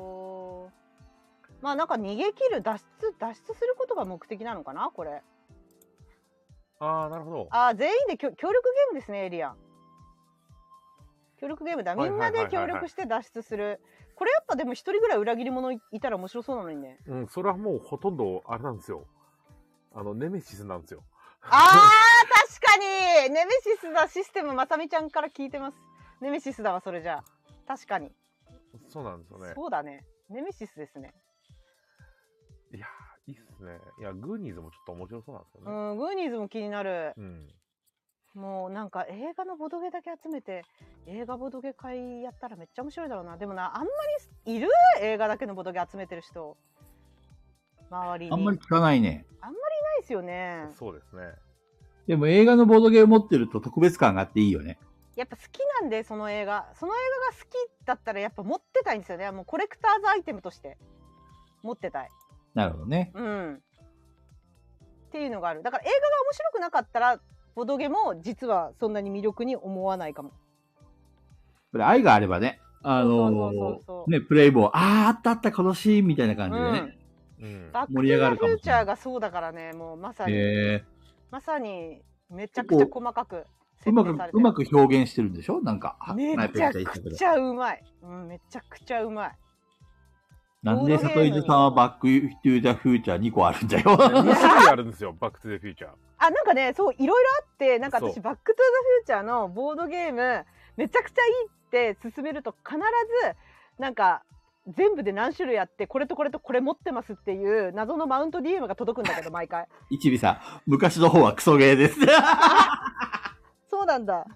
まあなんか逃げ切る、脱出することが目的なのかな、これ。 ああ、なるほど。 ああ、全員で協力ゲームですね、エイリアン。協力ゲームだ。みんなで協力して脱出する。これやっぱでも一人ぐらい裏切り者いたら面白そうなのにね。 うん、それはもうほとんどあれなんですよ。ネメシスなんですよ。 ああ、確かにネメシスだ、システムまさみちゃんから聞いてます。ネメシスだわ、それじゃあ。確かに。 そうなんですよね。 そうだね。ネメシスですね。 いやー、いいっすね。いや、グーニーズもちょっと面白そうなんですよね。 うん、グーニーズも気になる。 うん。 もうなんか映画のボドゲだけ集めて映画ボドゲ会やったらめっちゃ面白いだろうな。でもな、あんまりいる映画だけのボドゲ集めてる人周りにあんまり聞かないね。 あんまりいないですよね。 そうですね。 でも映画のボードゲーム持ってると特別感があっていいよね。 やっぱ好きなんで、その映画が好きだったらやっぱ持ってたいんですよね。もうコレクターズアイテムとして持ってたい。 なるほどね。 うんっていうのがある。だから映画が面白くなかったらボドゲも実はそんなに魅力に思わないかも。 これ愛があればね、ね、プレイボー、あったあった、このシーンみたいな感じでね。 うん。バックトゥザフューチャーがそうだからね、もうまさにめちゃくちゃ細かく設定されてる。 うまく表現してるんでしょなんか。 めちゃくちゃうまい。うん、めちゃくちゃうまい。 なんで里井さんはバックトゥザフューチャー2個あるんだよ。 2種類あるんですよ、バックトゥザフューチャー。 あ、なんかね、そう、いろいろあって、なんか私、バックトゥザフューチャーのボードゲーム、めちゃくちゃいいって勧めると必ず、なんか、全部で何種類あって、これとこれとこれ持ってますっていう謎のマウント DM が届くんだけど、毎回。 一尾さん、昔の方はクソゲーです。 そうなんだ。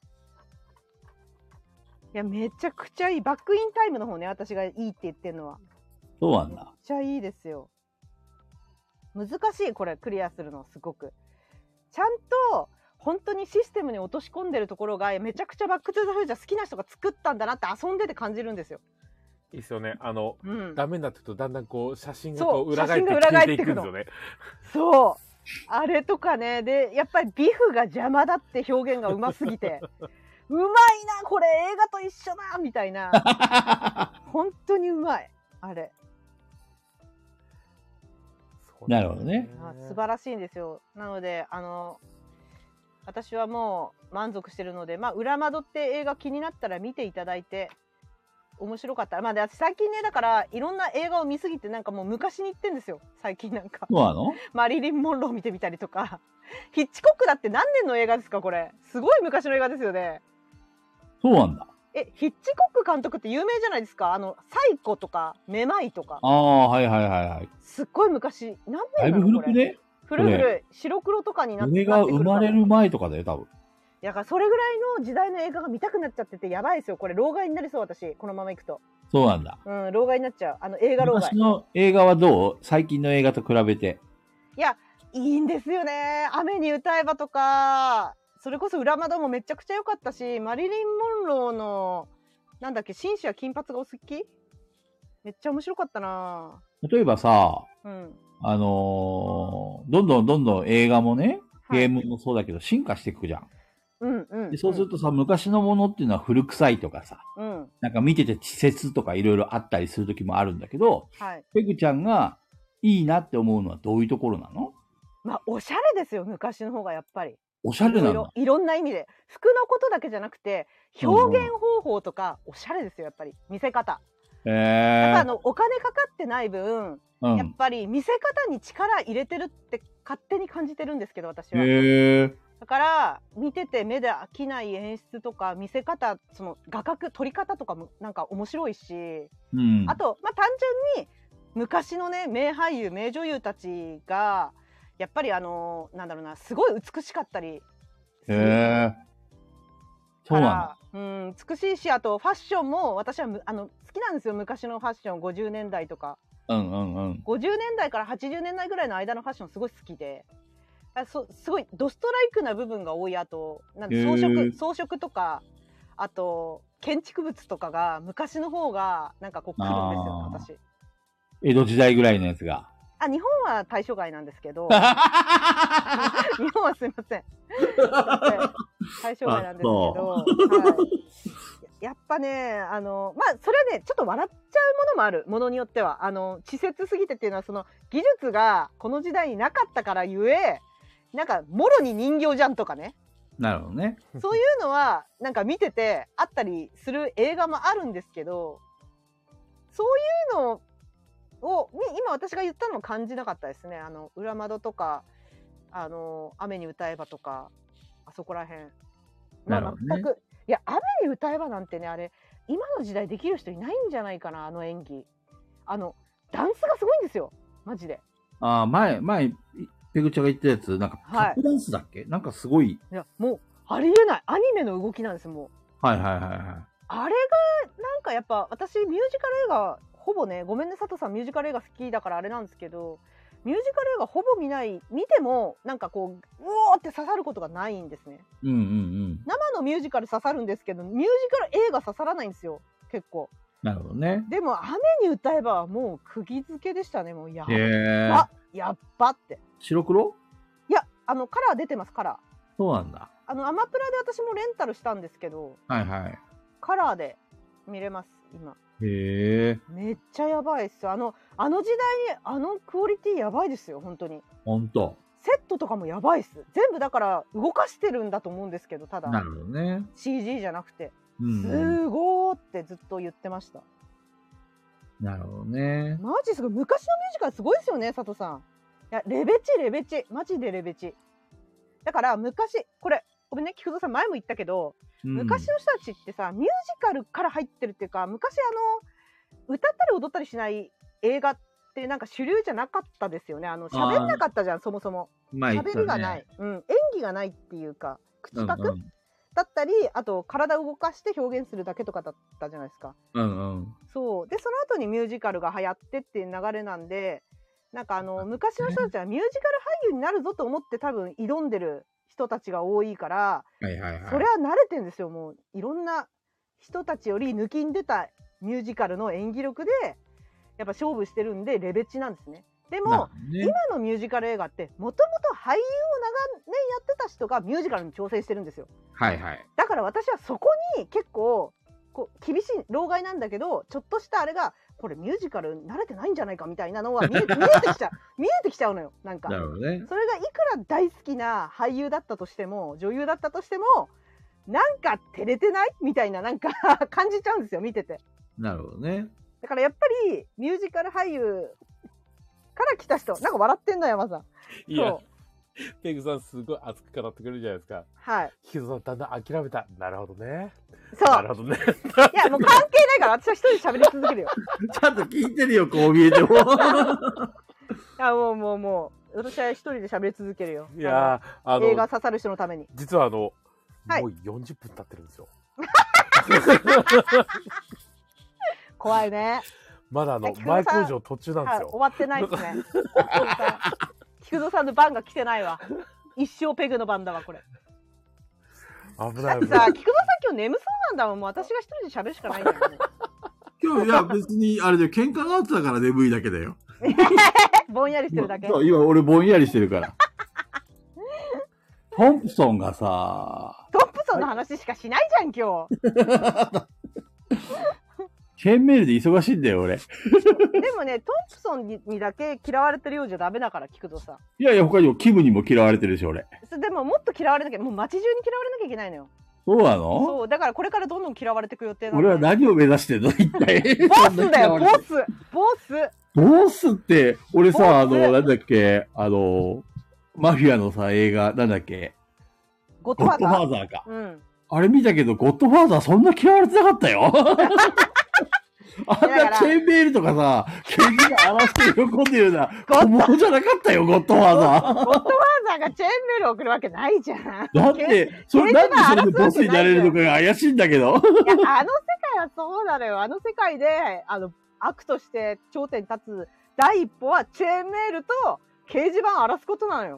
いや、めちゃくちゃいい。バックインタイムの方ね、私がいいって言ってるのは。 そうなんだ。 めっちゃいいですよ。難しい、これ、クリアするの、すごく。ちゃんと、本当にシステムに落とし込んでるところが、めちゃくちゃバックトゥザフューチャー好きな人が作ったんだなって遊んでて感じるんですよ。 いいっすよね。 うん、 ダメになってるとだんだんこう写真がこう裏返って消えていくんですよね。 そう。あれとかね。で、やっぱりビフが邪魔だって表現がうますぎて、うまいな、これ映画と一緒だみたいな。本当にうまい。あれ。 なるほどね。 素晴らしいんですよ。なので、私はもう満足してるので、まあ、裏窓って映画気になったら見ていただいて、面白かったら、まあ、で、私最近ね、だから、いろんな映画を見すぎて、なんかもう昔に行ってんですよ。最近なんか。 そうなの？ マリリン・モンロー見てみたりとか。ヒッチコックだって何年の映画ですか、これ。すごい昔の映画ですよね。 そうなんだ。 ヒッチコック監督って有名じゃないですか。サイコとか、めまいとか。 ああ、はいはいはいはい。 すっごい昔。何だい年なのぶ古くね？ 古い。白黒とかになってくるから。 俺が生まれる前とかだよ、多分。 だからそれぐらいの時代の映画が見たくなっちゃっててやばいですよ。これ老害になりそう、私。このまま行くと。 そうなんだ。 うん、老害になっちゃう。映画老害。 昔の映画はどう？最近の映画と比べて。 いや、いいんですよね。雨に歌えばとか、それこそ裏窓もめちゃくちゃ良かったし、マリリン・モンローの、なんだっけ、紳士は金髪がお好き？めっちゃ面白かったな。 例えばさ、 うん。 どんどん映画もね、ゲームもそうだけど進化していくじゃん。でそうするとさ、昔のものっていうのは古臭いとかさ、なんか見てて稚拙とかいろいろあったりする時もあるんだけど、ペグちゃんがいいなって思うのはどういうところなの？ まあ、おしゃれですよ、昔の方がやっぱり。 おしゃれなの？ いろんな意味で。服のことだけじゃなくて、表現方法とか、おしゃれですよ、やっぱり。見せ方。やっぱお金かかってない分、やっぱり見せ方に力入れてるって勝手に感じてるんですけど、私は。だから見てて目で飽きない演出とか見せ方、その画角撮り方とかもなんか面白いし、あと、まあ、単純に昔のね名俳優名女優たちがやっぱりなんだろうな、すごい美しかったりするそうなの。美しいし、あとファッションも私は好きなんですよ。昔のファッション、50年代とか、50年代から80年代ぐらいの間のファッションすごい好きで、 すごいドストライクな部分が多い。あとなんで装飾とか、あと建築物とかが昔の方がなんかこう来るんですよ、私。 江戸時代ぐらいのやつが。 日本は対象外なんですけど日本はすいません対象外なんですけど、はい、やっぱねまあそれはねちょっと笑っちゃうものもある。ものによっては稚拙すぎてっていうのはその技術がこの時代になかったからゆえなんかもろに人形じゃんとかね。 なるほどね。 そういうのはなんか見ててあったりする映画もあるんですけど、そういうのを今私が言ったのも感じなかったですね。裏窓とか雨に歌えばとかあそこら辺、まあ、全く、いや雨に歌えばなんてねあれ今の時代できる人いないんじゃないかな。あの演技ダンスがすごいんですよマジで。 前ペグちゃんが言ったやつなんかタップダンスだっけ、なんかすごい。 いやもうありえないアニメの動きなんですもう。はいはいはいはい。 あれがなんかやっぱ私ミュージカル映画ほぼね、ごめんね佐藤さんミュージカル映画好きだからあれなんですけど、ミュージカル映画ほぼ見てもなんかこううおーって刺さることがないんですね。 うんうんうん。 生のミュージカル刺さるんですけどミュージカル映画刺さらないんですよ結構。 なるほどね。 でも雨に歌えばはもう釘付けでしたね。もうやっばって。 白黒？ いやカラー出てます。カラー。 そうなんだ。 アマプラで私もレンタルしたんですけど、 はいはい。 カラーで見れます今。 へえ。 めっちゃやばいっすよ。あの時代にクオリティやばいですよ本当に。 本当。 セットとかもやばいっす。全部だから動かしてるんだと思うんですけど、ただ。 なるほどね。 CG じゃなくて、 すごーってずっと言ってました。 なるほどね。 マジすごい。昔のミュージカルすごいですよね佐藤さん。いやレベチマジでレベチ。だから昔これごめんね菊蔵さん前も言ったけど、昔の人たちってさミュージカルから入ってるっていうか、昔歌ったり踊ったりしない映画ってなんか主流じゃなかったですよね。喋んなかったじゃんそもそも。喋りがない、演技がないっていうか口パク、だったりあと体を動かして表現するだけとかだったじゃないですか。そうでその後にミュージカルが流行ってっていう流れなんで、なんか昔の人たちはミュージカル俳優になるぞと思って多分挑んでる人たちが多いから、それは慣れてるんですよ。もういろんな人たちより抜きん出たミュージカルの演技力でやっぱ勝負してるんでレベチなんですね。でも、今のミュージカル映画ってもともと俳優を長年やってた人がミュージカルに挑戦してるんですよ。だから私はそこに結構厳しい老害なんだけど、ちょっとしたあれがこれミュージカル慣れてないんじゃないかみたいなのは見えてきちゃうのよ。なんか、それがいくら大好きな俳優だったとしても女優だったとしてもなんか照れてないみたいななんか感じちゃうんですよ見てて。 なるほどね。だからやっぱりミュージカル俳優から来た人なんか笑ってんの山さん。 いやペグさんすごい熱く語ってくれるじゃないですか。 はい。 菊蔵さんだんだん諦めた。なるほどね。 そう。 なるほどね。 いやもう関係ないから私は一人で喋り続けるよ。 ちゃんと聞いてるよこう見えても。いやもう私は一人で喋り続けるよ。 いや映画刺さる人のために。 実はもう40分経ってるんですよ。 怖いね。 まだ前工場途中なんですよ。 終わってないですね。菊蔵さんの番が来てないわ。一生ペグの番だわこれ。 危ない。 だってさ菊蔵さん今日眠そうなんだもん。もう私が一人で喋るしかないんだよね。 今日いや別にあれで喧嘩があってたから眠いだけだよ。 ぼんやりしてるだけ。 そう今俺ぼんやりしてるから。トンプソンがさ。 トンプソンの話しかしないじゃん今日。 チェーンメールで忙しいんだよ俺。 でもねトンプソンにだけ嫌われてるようじゃダメだから菊蔵さん。 いや他にもキムにも嫌われてるし俺。 でももっと嫌われなきゃもう街中に嫌われなきゃいけないのよ。 そうなの？ そうだからこれからどんどん嫌われていく予定なの。 俺は何を目指してんの一体。 ボスだよボス。 ボスって俺さなんだっけマフィアのさ映画なんだっけ。 ゴッドファーザーか。あれ見たけどゴッドファーザーそんな嫌われてなかったよ。あんなチェーンメールとかさ、ケンジが荒らして喜んでるような小物じゃなかったよ、ゴッドファーザー。 ゴッドファーザーがチェーンメール送るわけないじゃん。 だって、なんでそれでボスになれるのかが怪しいんだけど。いや、 あの世界はそうなのよ。あの世界で、悪として頂点に立つ第一歩はチェーンメールと掲示板荒らすことなのよ。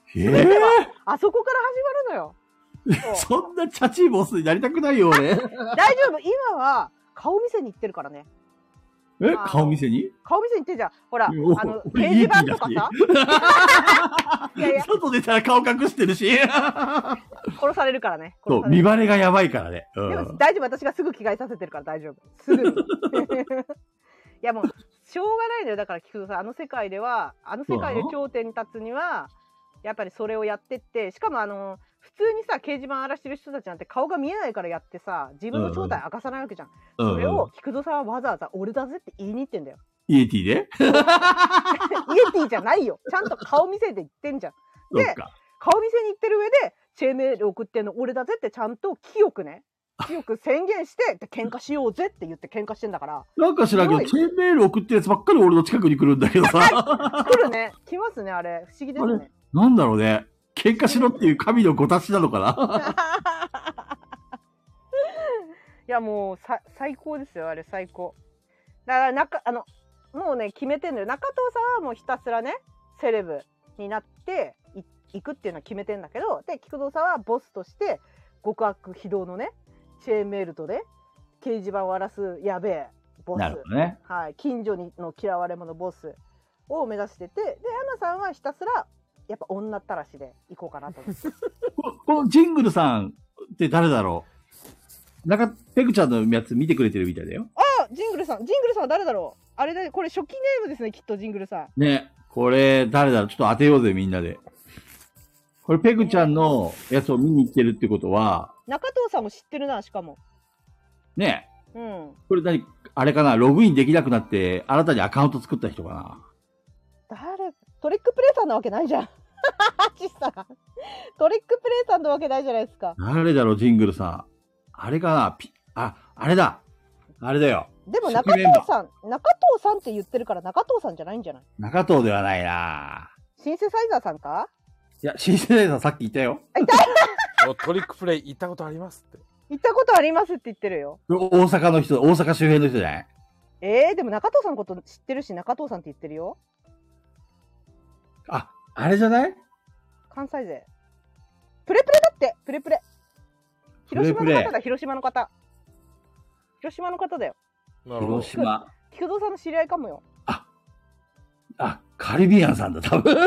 あそこから始まるのよ。 そんなチャチーボスになりたくないよ、俺。 大丈夫、今は顔見せに行ってるからね。 顔見せに顔見せに行ってんじゃん。ほら、 お掲示板とかさ。いやいや、 外出たら顔隠してるし。 殺されるからね。 そう、見バレがやばいからね。 でも大丈夫、私がすぐ着替えさせてるから大丈夫。すぐに。いやもう、しょうがないんだよ。だから菊蔵さん、あの世界で頂点に立つには、やっぱりそれをやってって、しかも普通にさ、掲示板荒らしてる人たちなんて顔が見えないからやってさ、自分の正体明かさないわけじゃん。それを菊蔵さんはわざわざ俺だぜって言いに行ってんだよ。 イエティでイエティじゃないよ。ちゃんと顔見せて言ってんじゃん。で、顔見せに行ってる上で、チェーンメール送ってんの俺だぜってちゃんと清く宣言して、喧嘩しようぜって言って喧嘩してんだから。 なんか知らんけど、チェーンメール送ってるやつばっかり俺の近くに来るんだけどさ。 来るね。来ますね、あれ。不思議ですね。 なんだろうね。喧嘩しろっていう神のご達しなのかな。 いや、もう、最高ですよ、あれ、最高。だからもうね、決めてんのよ。中藤さんはもうひたすらね、セレブになっていくっていうのは決めてんだけど、で、菊蔵さんはボスとして、極悪非道のね、チェーンメールとで、掲示板を荒らすやべえボス。 なるほどね。 はい。近所の嫌われ者ボスを目指してて、で、山さんはひたすら、やっぱ女ったらしで行こうかなと思って。 このジングルさんって誰だろう？ペグちゃんのやつ見てくれてるみたいだよ。 あ、ジングルさんは誰だろう？あれで、これ初期ネームですね、きっとジングルさん。 ね、これ誰だろう？ちょっと当てようぜ、みんなで。これペグちゃんのやつを見に行ってるってことは、 中藤さんも知ってるな、しかも。 ね。 うん。 これあれかな、ログインできなくなって、新たにアカウント作った人かな。 トリックプレイさんなわけないじゃん。ちさん。トリックプレイさんなわけないじゃないですか。 誰だろう、ジングルさん。あれかな、あれだ。あれだよ。 でも中藤さんって言ってるから中藤さんじゃないんじゃない？ 中藤ではないな。 シンセサイザーさんか？ いや、シンセサイザーさっき言ったよ。 トリックプレイ行ったことありますって。 行ったことありますって言ってるよ。 大阪周辺の人じゃない？ でも中藤さんのこと知ってるし、中藤さんって言ってるよ。 あれじゃない？ 関西勢。プレプレだって、プレプレ。広島の方だ、広島の方。広島の方だよ。 広島。 菊蔵さんの知り合いかもよ。 カリビアンさんだ、多分。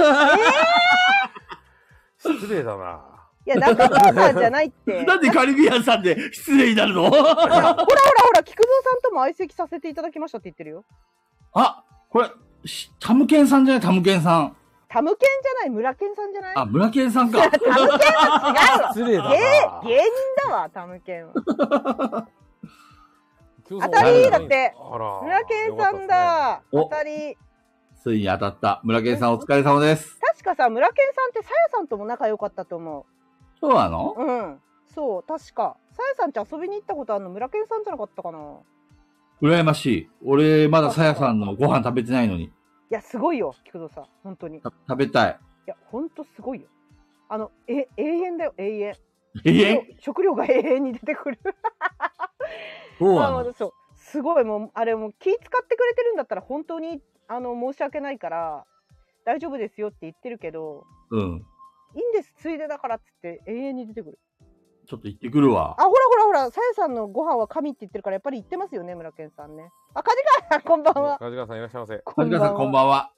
失礼だな。 いや、中藤さんじゃないって。 なんでカリビアンさんで失礼になるの？ほら、 菊蔵さんとも相席させていただきましたって言ってるよ。 これ、タムケンさんじゃない？タムケンさん。 タムケンじゃない、村ケンさんじゃない？ 村ケンさんか。 タムケンは違うわ。 失礼だな。 芸人だわ、タムケンは。当たりだって。村ケンさんだ。当たり。 ついに当たった。村ケンさんお疲れ様です。 確かさ、村ケンさんってさやさんとも仲良かったと思う。 そうなの？ うん。そう、確か。さやさんち遊びに行ったことあるの村ケンさんじゃなかったかな。 羨ましい。俺、まださやさんのご飯食べてないのに。 いや、すごいよ、菊蔵さん。本当に。 食べたい。 いや、本当すごいよ。永遠だよ、永遠。 永遠？ 食料が永遠に出てくる。 そうなの？ そう。すごい、もう、あれも気使ってくれてるんだったら本当に、申し訳ないから、大丈夫ですよって言ってるけど、 うん。 いいんです、ついでだからっつって永遠に出てくる。 ちょっと行ってくるわ。 ほら、さやさんのご飯は神って言ってるから、やっぱり言ってますよね、村健さんね。梶川さん、こんばんは。 梶川さんいらっしゃいませ。 梶川さん、こんばんは。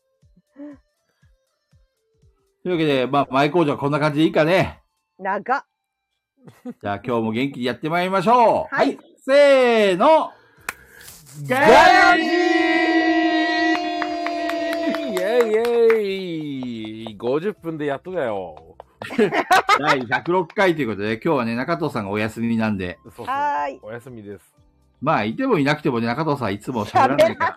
というわけで、前工場はこんな感じでいいかね。 長っ。 じゃあ今日も元気にやってまいりましょう。はい。せーの。ガヤジーイェイイェイ50分でやっとだよ。 第106回ということで、今日はね、中藤さんがお休みなんで。 そうお休みです。 いてもいなくてもね、中藤さんいつも喋らないから。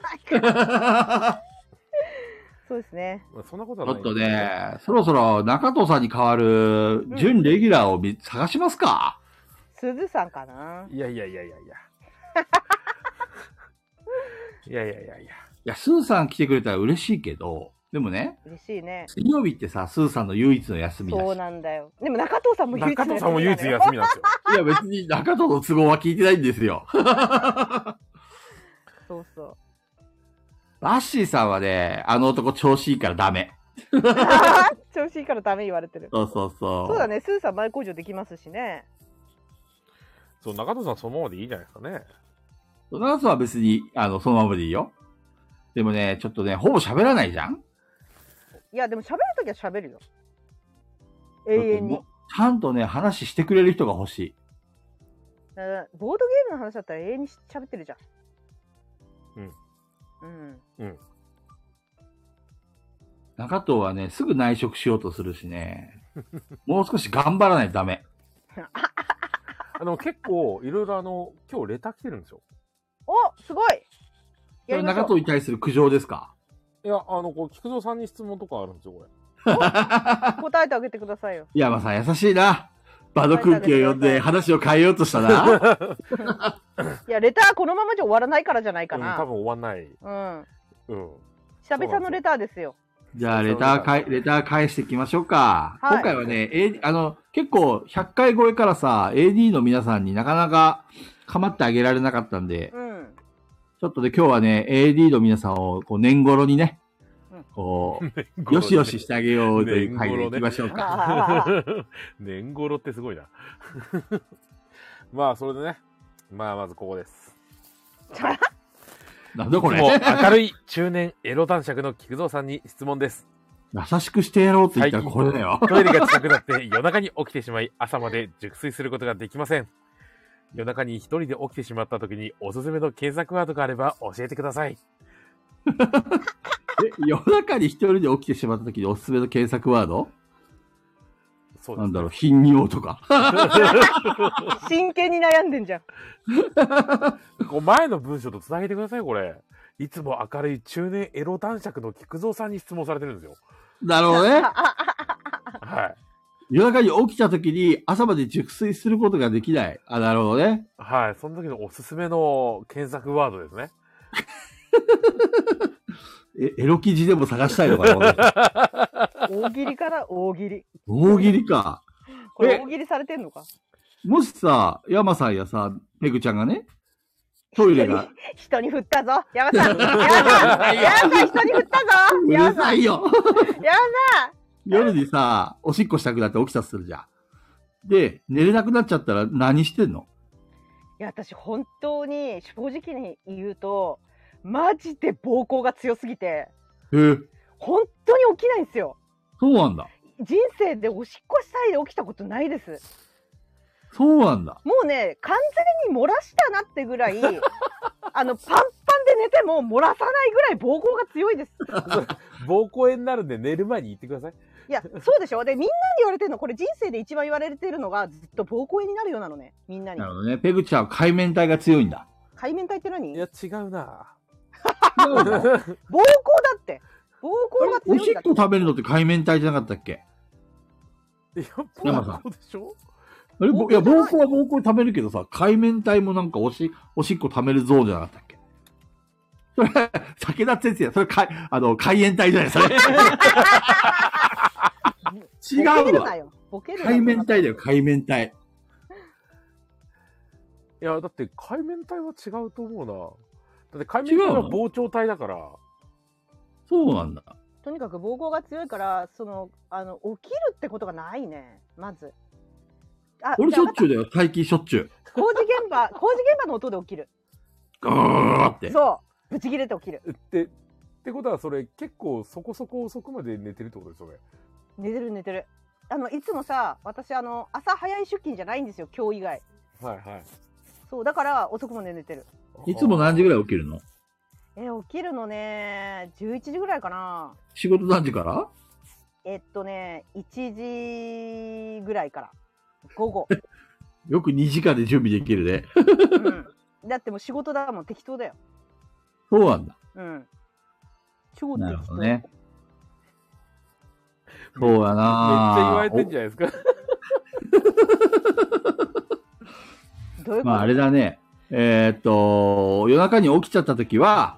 そうですね。 そんなことはない。 ちょっとね、そろそろ中藤さんに代わる準レギュラーを探しますか？ 鈴さんかな？ いや。いや、スーさん来てくれたら嬉しいけど、でもね。 嬉しいね。 水曜日ってさ、スーさんの唯一の休みだし。 そうなんだよ。でも中藤さんも唯一の休み。 中藤さんも唯一の休みなんですよ。 いや、別に中藤の都合は聞いてないんですよ。 そうそう。 バッシーさんはね、あの男調子いいからダメ。 調子いいからダメ言われてる。 そうそうそう。 そうだね、スーさん前工場できますしね。 そう、中藤さんそのままでいいじゃないですかね。 長瀬は別に、そのままでいいよ。でもね、ちょっとね、ほぼ喋らないじゃん。 いや、でも喋るときは喋るよ。永遠に。 ちゃんとね、話してくれる人が欲しい。 ボードゲームの話だったら永遠に喋ってるじゃん。うん。 中藤はね、すぐ内職しようとするしね。もう少し頑張らないとダメ。 結構、いろいろ今日レター来てるんですよ。 お、すごい。 それ中藤に対する苦情ですか？ いや、菊蔵さんに質問とかあるんですよ、これ。 答えてあげてくださいよ。 山さん優しいな。バド空気を読んで話を変えようとしたな。 いや、レターこのままじゃ終わらないからじゃないかな。 多分終わんない。 久々のレターですよ。 じゃあ、レター返していきましょうか。 はい、 今回はね、結構100回超えからさ、AD の皆さんになかなか構ってあげられなかったんで、ちょっとで今日はね、AD の皆さんをこう年頃にね、こう、よしよししてあげようという回でいきましょうか。 年頃ってすごいな。まあ、それでね、まずここです。 なんだこれ。 もう明るい中年エロ男爵の菊蔵さんに質問です。 優しくしてやろうって言ったらこれだよ。 トイレが近くなって夜中に起きてしまい、朝まで熟睡することができません。夜中に一人で起きてしまった時におすすめの検索ワードがあれば教えてください。 夜中に一人で起きてしまった時におすすめの検索ワード？そうですね、なんだろう、頻尿とか。 真剣に悩んでんじゃん。 前の文章とつなげてください、これ。いつも明るい中年エロ男爵の菊蔵さんに質問されてるんですよ。 なるほどね。 はい。 夜中に起きた時に朝まで熟睡することができない。あ、なるほどね。 はい。その時のおすすめの検索ワードですね。 エロ記事でも探したいのかな。 大喜利から大喜利。 大喜利か。 これ大喜利されてんのか。 もしさ、山さんやさ、ペグちゃんがね、トイレが。 人に振ったぞ。山さん。山さん人に振ったぞ。 うるさいよ。 山さん。 夜にさ、おしっこしたくなって起きたとするじゃん。で、寝れなくなっちゃったら何してんの？ いや、私本当に正直に言うと、マジで膀胱が強すぎて、本当に起きないんですよ。 そうなんだ。 人生でおしっこしたいで起きたことないです。 そうなんだ。 もうね、完全に漏らしたなってぐらい、パンパンで寝ても漏らさないぐらい膀胱が強いです。 膀胱炎になるんで寝る前に言ってください。 いや、そうでしょ。で、みんなに言われてるの、これ人生で一番言われてるのが、ずっと膀胱炎になるようなのね、みんなに。 なるほどね。ペグちゃんは海綿体が強いんだ。 海綿体って何？ いや、違うな。 膀胱だって。膀胱が強いんだって。 おしっこ食べるのって海綿体じゃなかったっけ？ いや、膀胱でしょ？ いや、膀胱は膀胱食べるけどさ、海綿体もなんかおしっこ食べるゾーンじゃなかったっけ？それ、武田鉄矢、それ、海援体じゃない、それ。違うわ。海綿体だよ、海綿体。 いや、だって海綿体は違うと思うな。だって海綿体は膨張体だから。 そうなんだ。 とにかく膀胱が強いから、起きるってことがないね、まず。 俺しょっちゅうだよ、最近しょっちゅう。 工事現場の音で起きる。 ガーって。 そう。ブチ切れて起きる。 ってことはそれ結構そこそこ遅くまで寝てるってことですよね。 寝てる。いつもさ、私朝早い出勤じゃないんですよ、今日以外。 はいはい。 そうだから遅くまで寝てる。 いつも何時ぐらい起きるの？ 起きるのね、11時ぐらいかな。 仕事何時から？ 1時ぐらいから。午後。 よく2時間で準備できるね。 うん。だってもう仕事だもん、適当だよ。 そうなんだ。 うん。超適当。 なるほどね。そうやな。 めっちゃ言われてんじゃないですか。 どういうこと？ まああれだね。夜中に起きちゃった時は、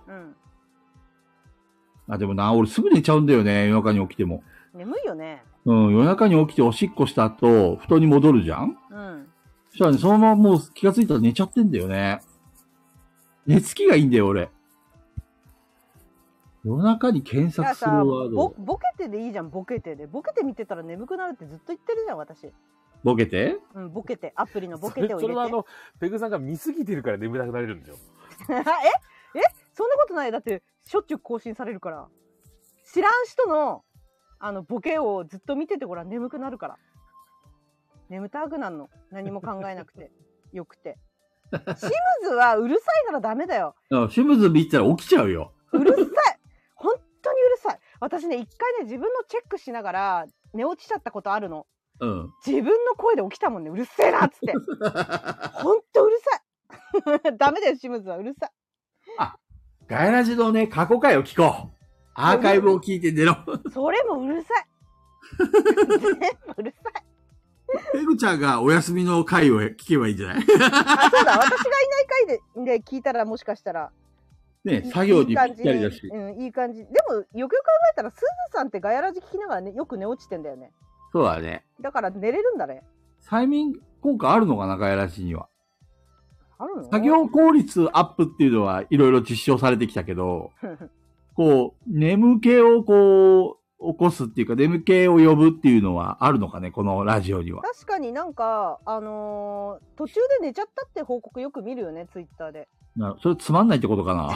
でもな、俺すぐ寝ちゃうんだよね、夜中に起きても。 眠いよね。 夜中に起きておしっこした後、布団に戻るじゃん？そしたらね、そのままもう気がついたら寝ちゃってんだよね。寝つきがいいんだよ、俺。 夜中に検だから索するさ、 ワード。 ボケてでいいじゃん、ボケてで。ボケて見てたら眠くなるってずっと言ってるじゃん、私。 ボケてうん、ボケて。アプリのボケてを入れて。 それはペグさんが見すぎてるから眠たくなれるんですよ。 えそんなことない。だって、しょっちゅう更新されるから。知らん人の、ボケをずっと見ててごらん、眠くなるから。眠たくなるの。何も考えなくて。よくて。シムズはうるさいからダメだよ。 シムズ見てたら起きちゃうよ。 うるさい。本当にうるさい。私ね、一回ね、自分のチェックしながら寝落ちちゃったことあるの。 うん。 自分の声で起きたもんね。うるせえなっつって。ほんとうるさい。ダメだよ、シムズはうるさい。 ガヤラジのね、過去回を聞こう。アーカイブを聞いて寝ろ。 それもうるさい。全部うるさい。 ペグちゃんがお休みの回を聞けばいいんじゃないあ、そうだ。私がいない回で聞いたらもしかしたら。 ね、作業にぴったりだし。 うん、いい感じ。でも、よくよく考えたら、すずさんってガヤラジ聞きながらね、よく寝落ちてんだよね。 そうだね。 だから寝れるんだね。 催眠効果あるのかな、ガヤラジには。 あるの作業効率アップっていうのはいろいろ実証されてきたけど、こう、眠気をこう、起こすっていうか、眠気を呼ぶっていうのはあるのかね、このラジオには。 確かになんか、途中で寝ちゃったって報告よく見るよね、ツイッターで。 それつまんないってことかな。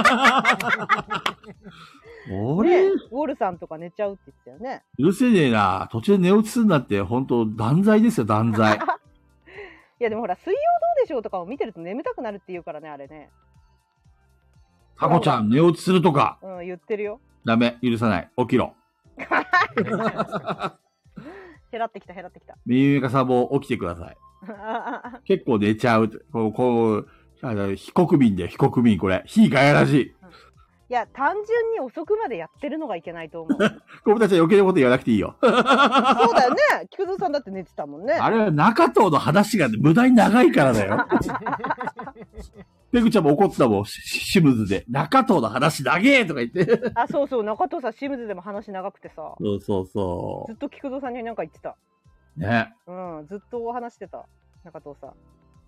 俺、 ね、ウォルさんとか寝ちゃうって言ってたよね。 うるせえねえな。途中で寝落ちするんだって、本当断罪ですよ、断罪。 いやでもほら、水曜どうでしょうとかを見てると眠たくなるって言うからね、あれね。 タコちゃん、寝落ちするとか。 うん、言ってるよ。 ダメ、許さない。起きろ。 減らってきた、減らってきた。 耳めかさんも起きてください。結構寝ちゃう。非国民で、非国民、これ。非ガヤラジ。 いや、単純に遅くまでやってるのがいけないと思う。 僕たちは余計なこと言わなくていいよ。 そうだよね。菊蔵さんだって寝てたもんね。 あれは中藤の話が無駄に長いからだよ。ペグちゃんも怒ったもん、シムズで。中藤の話長えとか言って。 あ、そうそう。中藤さん、シムズでも話長くてさ。 そうそうそずっと菊蔵さんになんか言ってた。 ね。 うん、ずっとお話してた。中藤さん。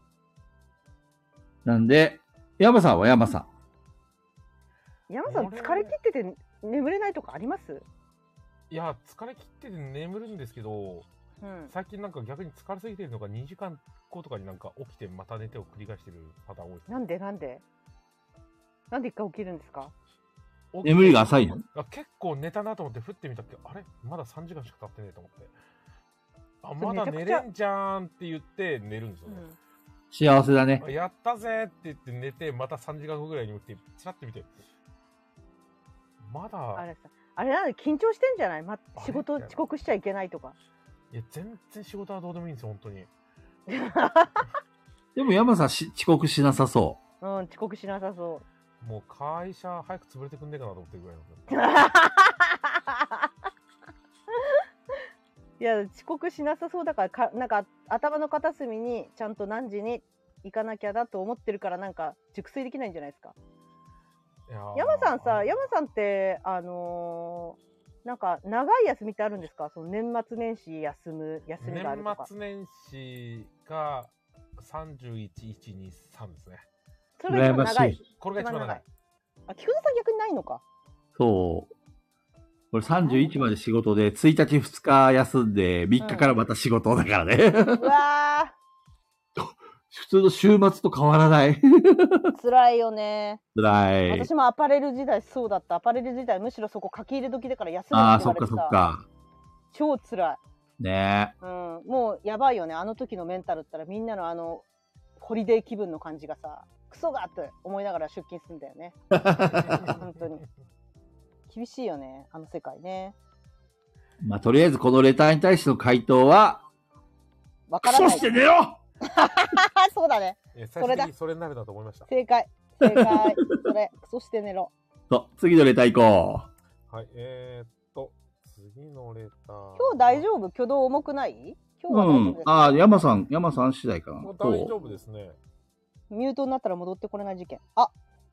なんで、山さんは山さん。 山さん、疲れ切ってて眠れないとかあります？ いや、疲れ切ってて眠るんですけど、 うん。 最近なんか逆に疲れすぎてるのが2時間後とかになんか起きてまた寝てを繰り返してるパターン多いです。 なんで一回起きるんですか？ 眠りが浅いの？ 結構寝たなと思って振ってみたっけ、あれまだ3時間しか経ってねえと思って。あ、まだ寝れんじゃんって言って寝るんですよね。 幸せだね。 やったぜって言って寝て、また3時間後ぐらいに起きて、チラッて見て。まだ。 あれなんで緊張してんじゃない？仕事遅刻しちゃいけないとか。 いや、全然仕事はどうでもいいんですよ、本当に。 でも山さん遅刻しなさそう。 うん、遅刻しなさそう。 もう会社早く潰れてくんねえかなと思ってるぐらいなんですよ。 いや、遅刻しなさそうだからなんか頭の片隅にちゃんと何時に行かなきゃだと思ってるから、なんか熟睡できないんじゃないですか。山さんってなんか長い休みってあるんですか？その年末年始休みがあるとか。 年末年始が31、1、2、3ですね。 それが一番長い。 これが一番長い。 あ、菊田さん逆にないのか。 そう。これ31まで仕事で、1日2日休んで、3日からまた仕事だからね。 うわー。普通の週末と変わらない。 辛いよね。 辛い。 私もアパレル時代そうだった。アパレル時代むしろそこ書き入れ時だから休むって言ああ、 われてさ。 そっかそっか。 超辛い。 ねえ。うん。もうやばいよね。あの時のメンタルったらみんなのホリデー気分の感じがさ、クソがって思いながら出勤するんだよね。本当に。厳しいよね。あの世界ね。 まあ、とりあえずこのレターに対しての回答は、 わからない。 クソして寝ろそうだね。 それだ。それになるなと思いました。 正解。それ、クソして寝ろ。 次のレター行こう。はい、次のレター。 今日大丈夫？挙動重くない？今日は大丈夫ですか？ ああ、山さん次第かな。 もう大丈夫ですね。 ミュートになったら戻ってこれない事件。あ、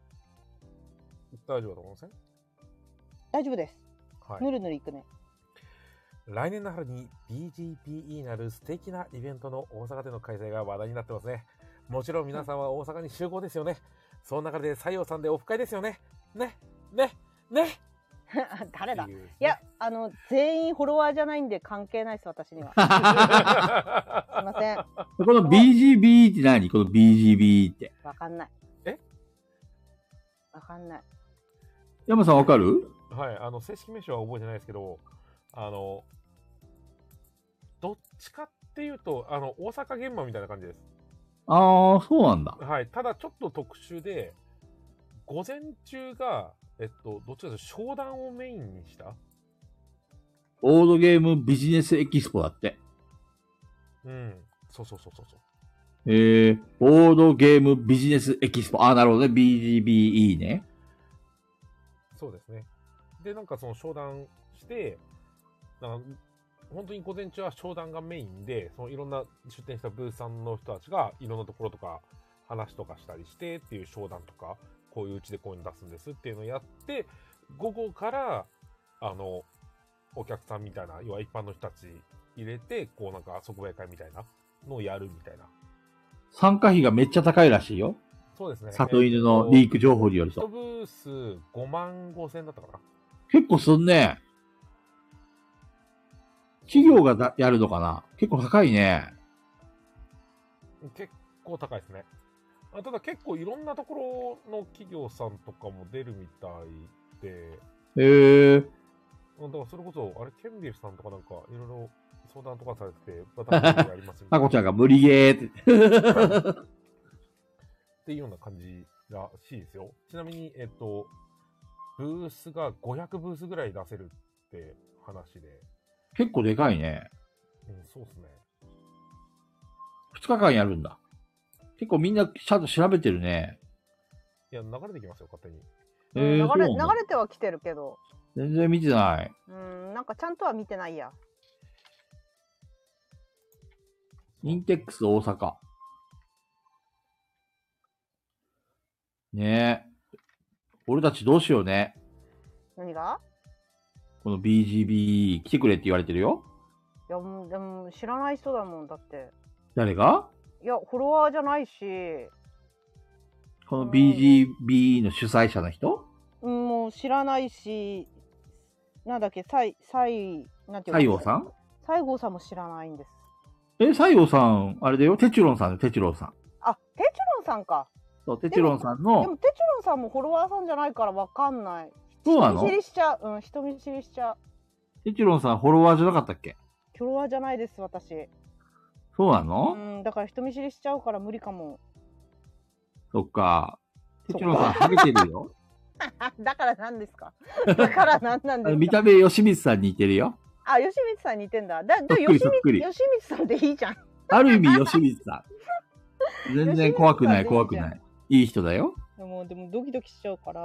大丈夫だと思いません？ 大丈夫です。 はい。 ぬるぬるいくね。 来年の春に BGPE なる素敵なイベントの大阪での開催が話題になってますね。もちろん皆さんは大阪に集合ですよね。その中で西洋さんでオフ会ですよね。ね。 ね誰だっていうねいや、全員フォロワーじゃないんで関係ないです、私には。すいません。 この BGB って何？この BGB って。 わかんない。 え？ わかんない。 山さんわかる？ はい、正式名称は覚えてないですけど、どっちかっていうと、大阪現場みたいな感じです。 ああ、そうなんだ。 はい、ただちょっと特殊で、午前中が、どっちかというと商談をメインにした。 ボードゲームビジネスエキスポだって。 うん、そうそうそうそう。 ボードゲームビジネスエキスポ。ああ、なるほどね。BGBE ね。 そうですね。で、なんかその商談して、なんか本当に午前中は商談がメインで、そのいろんな出店したブースさんの人たちがいろんなところとか話とかしたりしてっていう商談とか、こういううちでこういうの出すんですっていうのをやって、午後からお客さんみたいな、要は一般の人たち入れて、こうなんか即売会みたいなのをやるみたいな。 参加費がめっちゃ高いらしいよ。 そうですね。 里犬のリーク情報によると。 1ブース5万5千だったかな。 結構すんね。企業がやるのかな？結構高いね。 結構高いですね。ただ結構いろんなところの企業さんとかも出るみたいで。だからそれこそ、あれ、ケンビルさんとかなんかいろいろ相談とかされてて、私やりますみたいな。 まこちゃんが無理ゲーって。 っていうような感じらしいですよ。ちなみに、ブースが500ブースぐらい出せるって話で。 結構でかいね。 うん、そうですね。 2日間やるんだ。結構みんなちゃんと調べてるね。 いや、流れてきますよ、勝手に。 流れては来てるけど。 全然見てない。 なんかちゃんとは見てないや。 インテックス大阪。ねえ。俺たちどうしようね。 何が？ この BGB 来てくれって言われてるよ。 いや、でも知らない人だもん、だって。 誰が？ いや、フォロワーじゃないし。 この BGB の主催者の人？ もう知らないし、なんだっけ、なんていうの？ 西郷さん？ 西郷さんも知らないんです。 西郷さん、あれだよ、テチュロンさんだよ、テチュロンさん。 あ、テチュロンさんか。 そう、テチュロンさんの。 でもテチュロンさんもフォロワーさんじゃないからわかんない。 そうなの？ 人見知りしちゃう。人見知りしちゃう。 テチュロンさんフォロワーじゃなかったっけ？ フォロワーじゃないです、私。 そうなの？ だから人見知りしちゃうから無理かも。 そっか。テチュロンさんハゲてるよ。 だから何ですか？だから何なんですか？ 見た目吉光さんに似てるよ。 あ、吉光さんに似てんだ。 吉光さんでいいじゃん。 ある意味吉光さん。全然怖くない、怖くない。いい人だよ。 でもドキドキしちゃうから。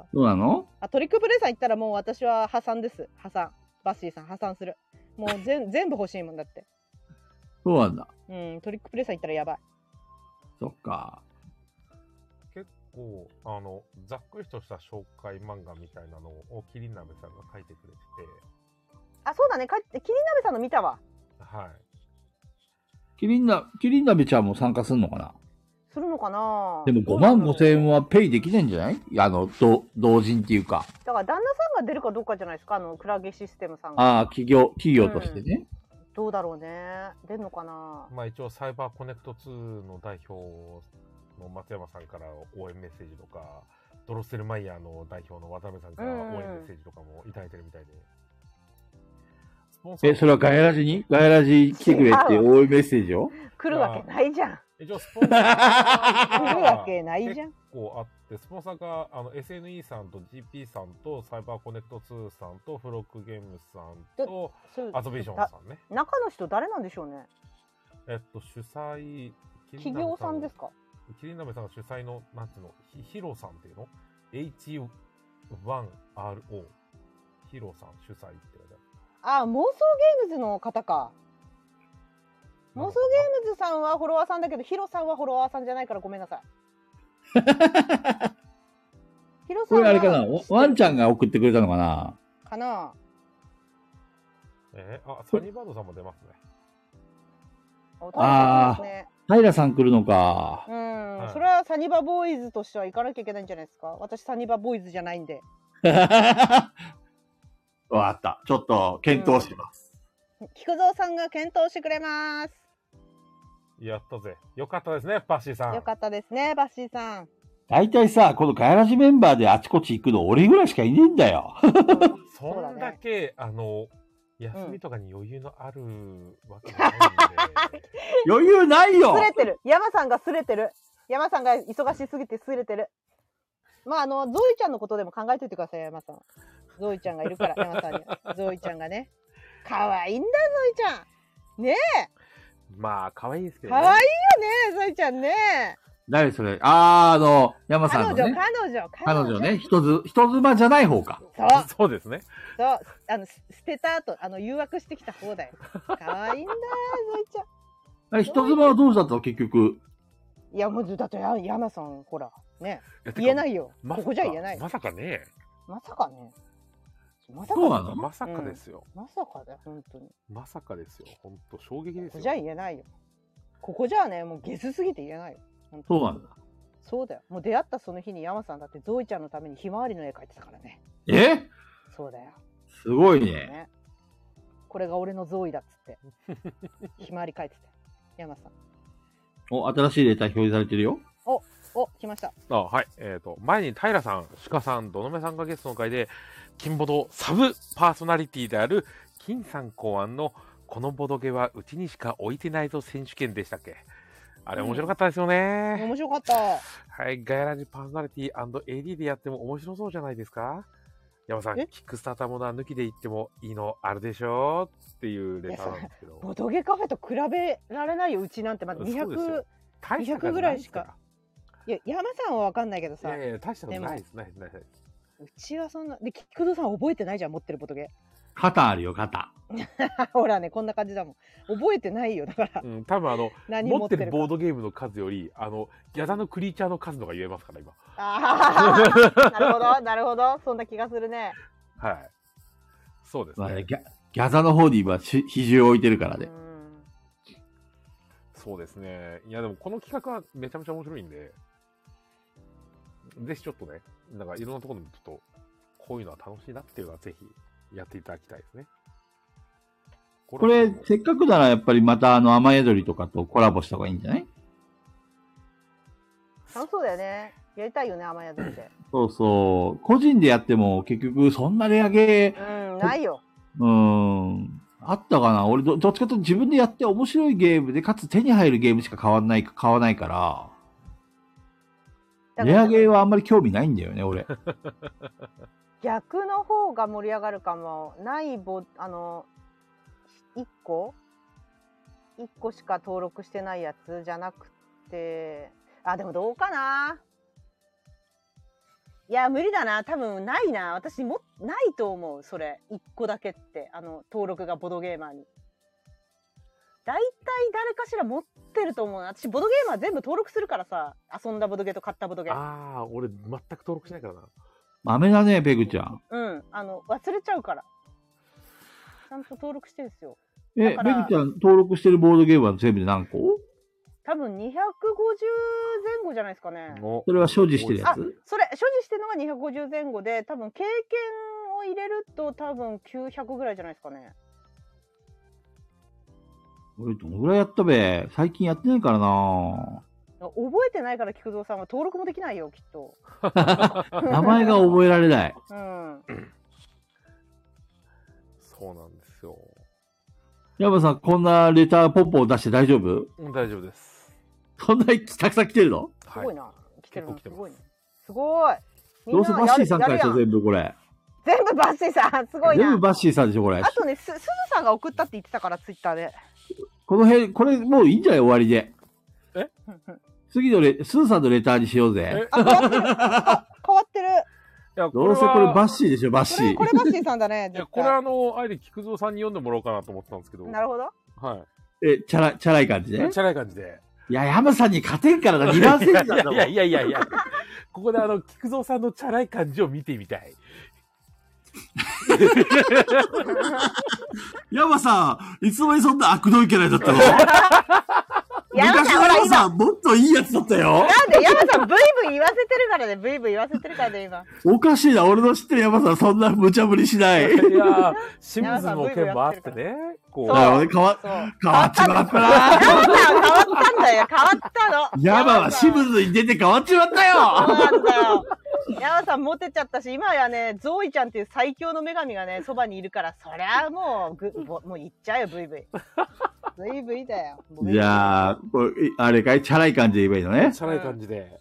そうなの？ トリックプレイさん行ったらもう私は破産です。破産。バッシーさん破産する。もう全部欲しいもんだって。 そうなんだ。 トリックプレイさん行ったらやばい。 そっか。 結構、ざっくりとした紹介漫画みたいなのをキリン鍋さんが書いてくれてて。 あ、そうだね。キリン鍋さんの見たわ。 はい。 キリン鍋ちゃんも参加するのかな？ するのかな？ でも5万5千円はペイできないんじゃない？同人っていうか。 だから旦那さんが出るかどうかじゃないですか、クラゲシステムさんが。 ああ、企業としてね。 どうだろうね。出んのかな？ まあ一応サイバーコネクト2の代表の松山さんから応援メッセージとか、ドロッセルマイヤーの代表の渡辺さんから応援メッセージとかもいただいてるみたいで。 それはガヤラジ来てくれって応援メッセージを来るわけないじゃん。 一応スポンサー来るわけないじゃん。 結構あって、スポンサーがSNE さんと GP さんとサイバーコネクト2さんとフロックゲームさんとアゾビジョンさんね。 中の人誰なんでしょうね。 主催企業さんですか？ キリン鍋さんが主催のなんていうの、ヒロさんっていうの H1RO ヒロさん主催って書いてある。 あ、妄想ゲームズの方か。妄想ゲームズさんはフォロワーさんだけど、ヒロさんはフォロワーさんじゃないからごめんなさい。ヒロさんはこれあれかな？ワンちゃんが送ってくれたのかな？ かな？ サニーバードさんも出ますね。 ああ、平さん来るのか。 それはサニバボーイズとしては行かなきゃいけないんじゃないですか。私サニバボーイズじゃないんで。 わかった。ちょっと検討します。 菊蔵さんが検討してくれます。 やったぜ。よかったですね、バッシーさん。 よかったですね、バッシーさん。 大体さ、このガヤラジメンバーであちこち行くの俺ぐらいしかいねえんだよ。 そんだけ、休みとかに余裕のあるわけじゃないんで。 余裕ないよ。 すれてる。山さんがすれてる。山さんが忙しすぎてすれてる。まあ、ゾイちゃんのことでも考えといてください、山さん。ゾイちゃんがいるから、山さんには。ゾイちゃんがね。可愛いんだ、ゾイちゃん。ねえ。 まあ、可愛いですけどね。 可愛いよね、ゾイちゃんね。 誰それ山さんのね。彼女ね。人妻じゃない方か。 そうですね。 そう。捨てた後、誘惑してきた方だよ。可愛いんだ、ゾイちゃん。 人妻はどうだったの結局。 いや、もう、だって、山さん、ほら、ね。言えないよ。ここじゃ言えない。 まさかね。 まさかね。 そうなの？ まさかですよ。 まさかだよ、本当に。 まさかですよ。本当衝撃ですよ。 ここじゃ言えないよ。ここじゃね、もうゲスすぎて言えないよ。 そうなんだ。 そうだよ。もう出会ったその日に山さんだってゾイちゃんのためにひまわりの絵描いてたからね。そうだよ。 すごいね。 これが俺のゾイだっつって。ひまわり描いてた。山さん。 新しいレター表示されてるよ。 来ました。 はい。前に平さん、鹿さん、どのめさんがゲストの回で、金ボドサブパーソナリティである金さん考案のこのボドゲはうちにしか置いてないぞ選手権でしたっけ？あれ面白かったですよね。 面白かった。 はい。ガヤラジパーソナリティ &AD でやっても面白そうじゃないですか？山さん、キックスターターモナー抜きで言ってもいいのあるでしょっていうレターなんですけど。 ボドゲカフェと比べられないよ、うちなんて。まだ200ぐらいしか。いや、山さんはわかんないけどさ。 いや、大したことないです。ない。 うちはそんな。で、菊蔵さん覚えてないじゃん、持ってるボドゲ。 肩あるよ、肩。 ほらね、こんな感じだもん。覚えてないよ、だから。 多分持ってるボードゲームの数より、ギャザのクリーチャーの数のが言えますから、今。 なるほど。そんな気がするね。 はい。そうですね。 ギャザの方に今、比重を置いてるからね。 そうですね。いや、でもこの企画はめちゃめちゃ面白いんで、ぜひちょっとね、なんかいろんなところでちょっと、こういうのは楽しいなっていうのはぜひやっていただきたいですね。 これ、せっかくならやっぱりまた雨宿りとかとコラボした方がいいんじゃない？ そうだよね。やりたいよね、雨宿りで。 そうそう。個人でやっても結局そんなレアゲー。ないよ。 あったかな？俺どっちかというと自分でやって面白いゲームで、かつ手に入るゲームしか買わないから、レアゲーはあんまり興味ないんだよね、俺。 逆の方が盛り上がるかも。1個しか登録してないやつじゃなくて、でもどうかな。いや、無理だな。多分ないな。私もないと思う。それ1個だけって、登録がボドゲーマーに。大体誰かしら持ってると思うな。私ボドゲーマー全部登録するからさ。遊んだボドゲと買ったボドゲ。 俺全く登録しないからな。 豆だね、ペグちゃん。 忘れちゃうから。ちゃんと登録してるんですよ。 ペグちゃん登録してるボードゲームは全部で何個？ 多分250前後じゃないですかね。 それは所持してるやつ？ それ、所持してるのが250前後で、多分経験を入れると多分900ぐらいじゃないですかね。 俺どのぐらいやったべ？最近やってないからな。 覚えてないから菊蔵さんは登録もできないよ、きっと。 名前が覚えられない。 そうなんですよ。 山さん、こんなレターポンポン出して大丈夫？ 大丈夫です。 そんなにたくさん来てるの？ すごいな。来てるのすごいね。すごい。 どうせバッシーさんからでしょ、全部これ。 全部バッシーさん、すごいな。 全部バッシーさんでしょ、これ。 あとね、すずさんが送ったって言ってたから、ツイッターで。 この辺、これもういいんじゃない？終わりで。次のすずさんのレターにしようぜ。 変わってる。変わってる。 どうせこれバッシーでしょ、バッシー。 これバッシーさんだね。 いや、これあえて菊蔵さんに読んでもらおうかなと思ったんですけど。 なるほど。 はい。 チャラい感じで？ チャラい感じで。 いや、山さんに勝てんからな、2番戦時なんだもん。 いや。ここで菊蔵さんのチャラい感じを見てみたい。 山さん、いつもにそんな悪どいキャラだったの？ 昔の山さん、もっといいやつだったよ。 なんで山さんブイブイ言わせてるからね、ブイブイ言わせてるからね、今。 おかしいな、俺の知ってる山さん、そんな無茶ぶりしない。 いや清水の件もあってね。こう。 変わっちまったな。 山さん変わったんだよ、変わったの。 山は清水に出て変わっちまったよ。 そうなんだよ。山さんモテちゃったし、今やね、ゾーイちゃんっていう最強の女神がね、そばにいるから、そりゃもう行っちゃうよ、ブイブイ。ブイブイだよ。 じゃあ、これあれかいチャラい感じで言えばいいのね。 チャラい感じで。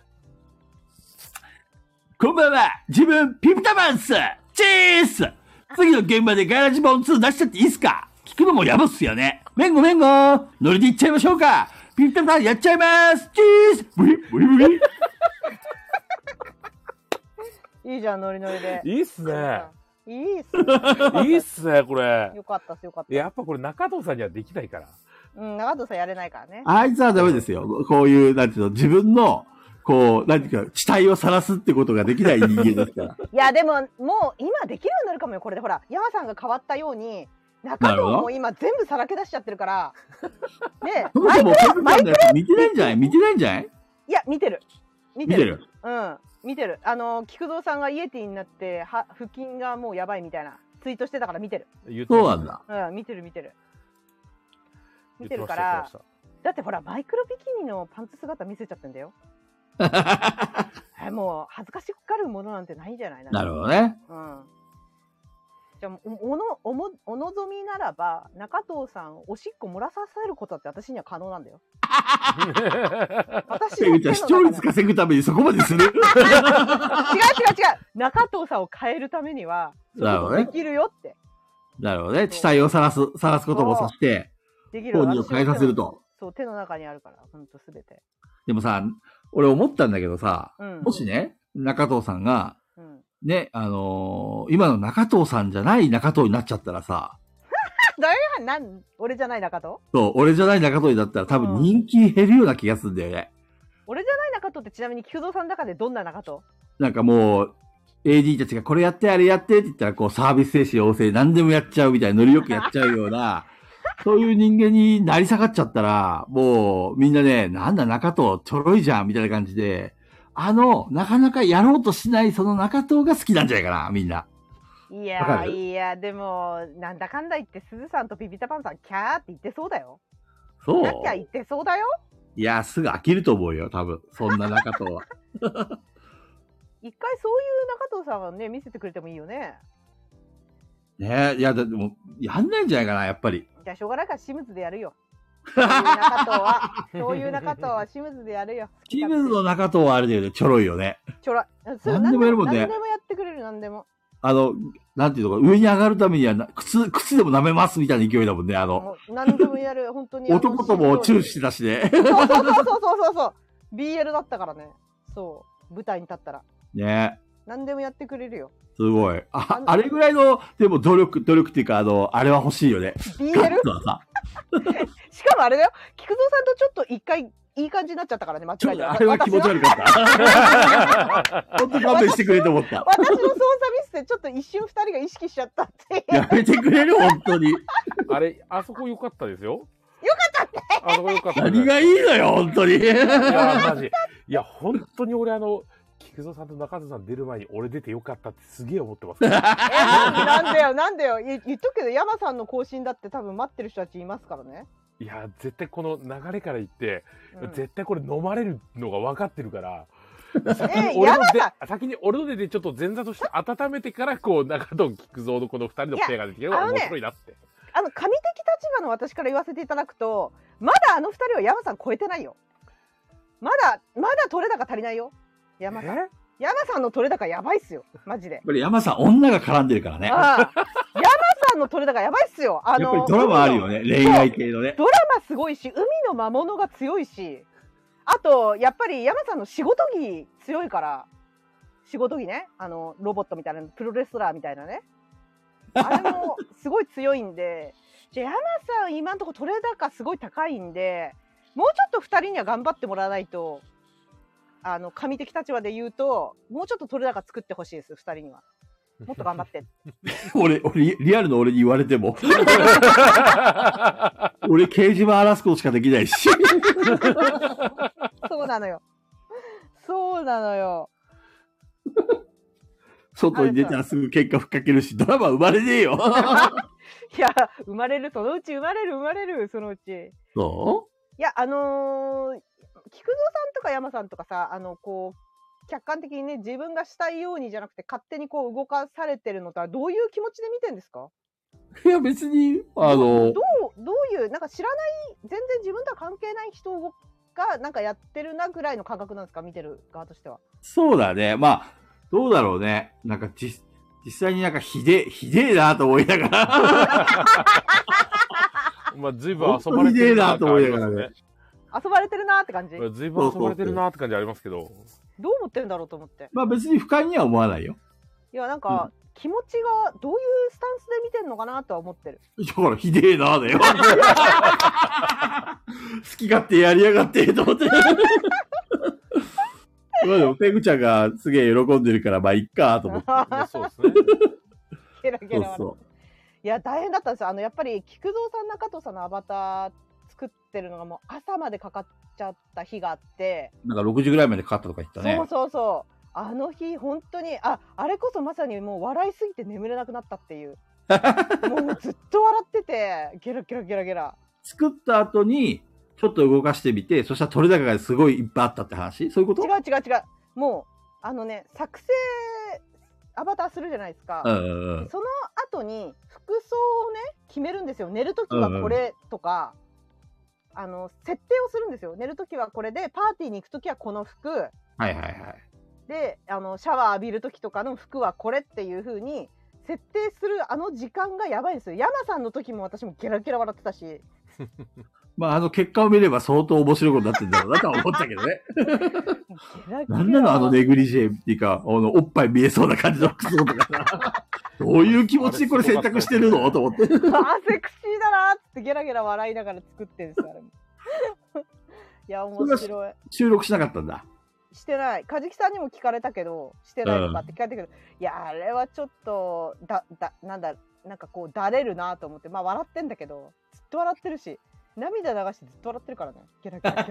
こんばんは、自分、ピピタマンっす。チース。次の現場でガイラジボン2出しちゃっていいっすか？聞くのもやばっすよね。めんごめんご。ノリでいっちゃいましょうか。ピピタマンやっちゃいます。チース。ブリブリブリ。 いいじゃん、ノリノリで。 いいっすね。 いいっすね。 いいっすね、これ。 よかったっす、よかった。 やっぱこれ中藤さんにはできないから。 うん、長藤さんやれないからね。 あいつはダメですよ。こういう、なんていうの、自分の、こう、なんていうか、地帯を晒すってことができない人間ですから。 いや、でも、もう今できるようになるかもよ、これで。ほら、山さんが変わったように、中藤も今全部さらけ出しちゃってるから。ねそもそも、マイクラ見てないんじゃない？見てないんじゃない？ いや、見てる。 見てる。 うん。見てる。菊蔵さんがイエティになって、腹筋がもうやばいみたいなツイートしてたから見てる。 そうなんだ。 うん、見てる。見てるから、だってほら、マイクロビキニのパンツ姿見せちゃってんだよ。もう恥ずかしがるものなんてないんじゃない？ なるほどね。 うん。じゃあお望みならば中藤さんおしっこ漏らさせることって私には可能なんだよ。私の手の視聴率稼ぐためにそこまでする？違う。 中藤さんを変えるためにはできるよって。 なるほどね。地帯を晒すこともさして、本人を変えさせると。 そう、手の中にあるから、ほんとすべて。 でもさ、俺思ったんだけどさ、もしね、中藤さんが、ね、今の中藤さんじゃない中藤になっちゃったらさ。 俺じゃない中藤？ そう、俺じゃない中藤になったら多分人気減るような気がするんだよね。 俺じゃない中藤ってちなみに菊蔵さんの中でどんな中藤？ なんかもう、AD たちがこれやってあれやってって言ったらこうサービス精神旺盛何でもやっちゃうみたいなノリよくやっちゃうような、そういう人間になり下がっちゃったら、もうみんなね、なんだ中藤ちょろいじゃんみたいな感じで、なかなかやろうとしないその中藤が好きなんじゃないかな、みんな。 いや、でも、なんだかんだ言って、鈴さんとピピタパンさん、キャーって言ってそうだよ。 そう。 キャッキャ言ってそうだよ。 いや、すぐ飽きると思うよ、多分。そんな中藤は。 一回そういう中藤さんはね、見せてくれてもいいよね。 ねえ、いや、でも、やんないんじゃないかな、やっぱり。 じゃあ、しょうがないから、シムズでやるよ。そういう中藤は、シムズでやるよ。 シムズの中藤はあれだよね、ちょろいよね。 ちょろい。 何でもやるもんね。 何でもやってくれる、何でも。 なんていうのか、上に上がるためには、靴でも舐めますみたいな勢いだもんね、 何でもやる、本当に。 男ともチューしてたしね。 そう。BL だったからね。そう。舞台に立ったら。 ね。 何でもやってくれるよ。 すごい。あれぐらいの、でも努力っていうか、あれは欲しいよね。 BL？ しかもあれだよ。菊蔵さんとちょっと一回、いい感じになっちゃったからね、間違えた。 あれは気持ち悪かった。本当勘弁してくれと思った。 私の操作ミスでちょっと一瞬二人が意識しちゃったって。 やめてくれる本当に。 あそこ良かったですよ。 よかったって。 あそこ良かった。 何がいいのよ、本当に。いや、マジ。いや、本当に俺菊蔵さんと中津さん出る前に俺出てよかったってすげえ思ってます。 なんでよ。言っとくけど、山さんの更新だって多分待ってる人たちいますからね。 いや、絶対この流れから言って、絶対これ飲まれるのが分かってるから、先に俺の手でちょっと前座として温めてから、こう、中藤菊蔵のこの二人のペアが出てきて、面白いなって。 神的立場の私から言わせていただくと、まだあの二人は山さん超えてないよ。まだ取れ高足りないよ。山さんの取れ高やばいっすよ。マジで。 これ山さん、女が絡んでるからね。 山さんの取れ高やばいっすよ。 やっぱりドラマあるよね。恋愛系のね。 ドラマすごいし、海の魔物が強いし、あと、やっぱり山さんの仕事着強いから、仕事着ね。ロボットみたいな、プロレスラーみたいなね。あれもすごい強いんで、じゃあ山さん今んとこ取れ高すごい高いんで、もうちょっと2人には頑張ってもらわないと、神的立場で言うと、もうちょっと取れ高作ってほしいです、2人には。 もっと頑張って。 俺、リアルの俺に言われても。俺、掲示板荒らすことしかできないし。 そうなのよ。そうなのよ。 外に出たらすぐ結果ふっかけるし、ドラマ生まれねえよ。 いや、生まれる、そのうち生まれる、そのうち。 そいや、菊蔵さんとか山さんとかさ、こう、客観的にね、自分がしたいようにじゃなくて、勝手にこう動かされてるのとは、どういう気持ちで見てんですか？ ういや、別に、 どういう、なんか知らない、全然自分とは関係ない人が、なんかやってるなぐらいの感覚なんですか？見てる側としては。 そうだね。まあ、どうだろうね。なんか実際になんかひでえなと思いながら。 まあ、ずいぶん遊ばれてるなと思いながらね。 遊ばれてるなーって感じ。 ずいぶん遊ばれてるなーって感じありますけど。 どう思ってるんだろうと思って。 まあ別に不快には思わないよ。 いや、なんか、気持ちがどういうスタンスで見てるのかなとは思ってる。 だからひでえなだよ。好き勝手やりやがってと思って。まあでもペグちゃんがすげえ喜んでるからまあいっかと思って。 そうですね。 ゲラゲラ。 そう。 いや大変だったんですよ。やっぱり菊蔵さん中藤さんのアバター作ってるのがもう朝までかかっちゃった日があって。 なんか6時ぐらいまでかかったとか言ったね。 そう。あの日本当にあれこそまさにもう笑いすぎて眠れなくなったっていう。もうずっと笑っててゲラゲラ。 作った後にちょっと動かしてみて、そしたら取れ高がすごいいっぱいあったって話？そういうこと？ 違う。もう作成アバターするじゃないですか。その後に服装をね決めるんですよ。寝るときはこれとか、設定をするんですよ。寝るときはこれで、パーティーに行くときはこの服。 はい。 で、シャワー浴びるときとかの服はこれっていう風に設定する時間がやばいんですよ。山さんの時も私もゲラゲラ笑ってたし。 まあ結果を見れば相当面白いことになってるんだろうなとは思ったけどね。なんなのネグリジェっていうか、おっぱい見えそうな感じの服装とかさ。どういう気持ちでこれ選択してるのと思って。 セクシーだなーってゲラゲラ笑いながら作ってるんですよ、あれも。いや、面白い。 収録しなかったんだ。 してない。カジキさんにも聞かれたけど、してないとかって聞かれたけど、いや、あれはちょっと、なんかこう、だれるなと思って、まあ笑ってんだけど、ずっと笑ってるし、涙流してずっと笑ってるからね。ゲラゲラ。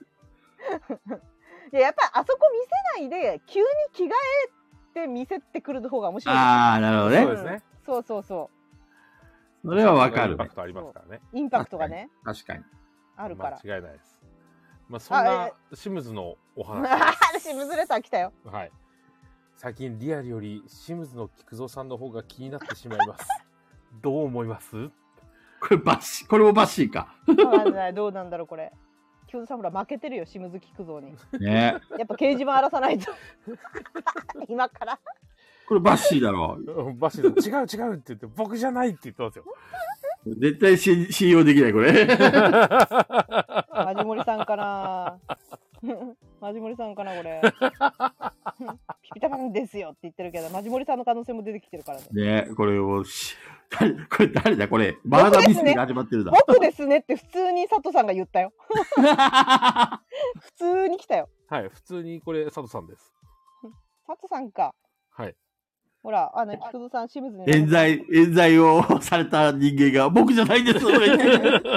で、やっぱりあそこ見せないで、急に着替えて見せてくる方が面白い。 ああ、なるほどね。 そうですね。 そう。 それはわかる。 インパクトありますからね。 インパクトがね。 確かに。 あるから。 間違いないです。まあ、そんなシムズのお話です。 シムズレター来たよ。 はい。最近リアルよりシムズの菊蔵さんの方が気になってしまいます。どう思います？ これもバッシーか。 どうなんだろうこれ。菊蔵さんほら負けてるよ、シムズ菊蔵に。 ね。 やっぱ掲示板荒らさないと。今から。 これバッシーだろ。 バッシーだ。違うって言って、僕じゃないって言ってますよ。 絶対信用できない、これ。 マジモリさんかなマジモリさんかなこれ。ピピタパンですよって言ってるけど、マジモリさんの可能性も出てきてるからね。 ねこれをこれ誰だこれ。マーダーミステリーが始まってるだ。 僕ですねって普通に佐藤さんが言ったよ。普通に来たよ。 はい、普通にこれ佐藤さんです。 佐藤さんか。 はい。 ほら、菊蔵さん、清水に。 冤罪をされた人間が、僕じゃないんですとか言って、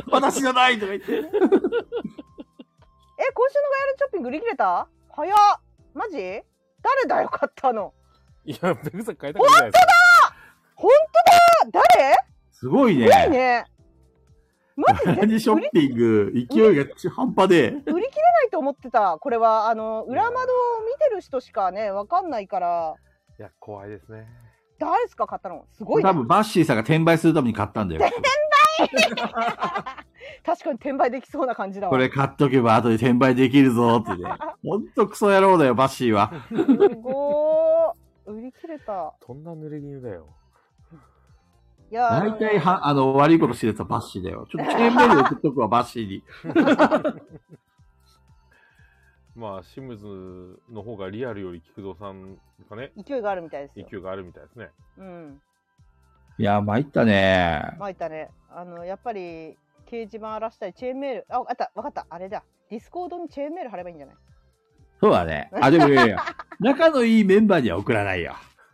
私じゃないとか言って。今週のガヤルチョッピング売り切れた？早っ。マジ？誰だよ、買ったの。 いや、ペグさん買いたくないです。 本当だ誰？ すごいね。 すごいね。マジでショッピング、勢いが半端で。 売り切れないと思ってた。これは、裏窓を見てる人しかね、わかんないから。 いや、怖いですね。 誰ですか買ったの？すごいね。 多分バッシーさんが転売するために買ったんだよ。 転売確かに転売できそうな感じだわ。 これ買っとけば後で転売できるぞってね。ほんとクソ野郎だよ、バッシーは。 すごー。売り切れた。 とんな濡れ衣だよ。 いや大体悪いことしてるやつはバッシーだよ。ちょっとチェーンメール送っとくわ、バッシーに。 まあ、シムズの方がリアルより菊蔵さんがね、 勢いがあるみたいですよ。 勢いがあるみたいですね。 うん。 いや、参ったね。 参ったね。やっぱり、掲示板荒らしたり、チェーンメール、わかった。あれだ。ディスコードにチェーンメール貼ればいいんじゃない？ そうだね。でもいや仲のいいメンバーには送らないよ。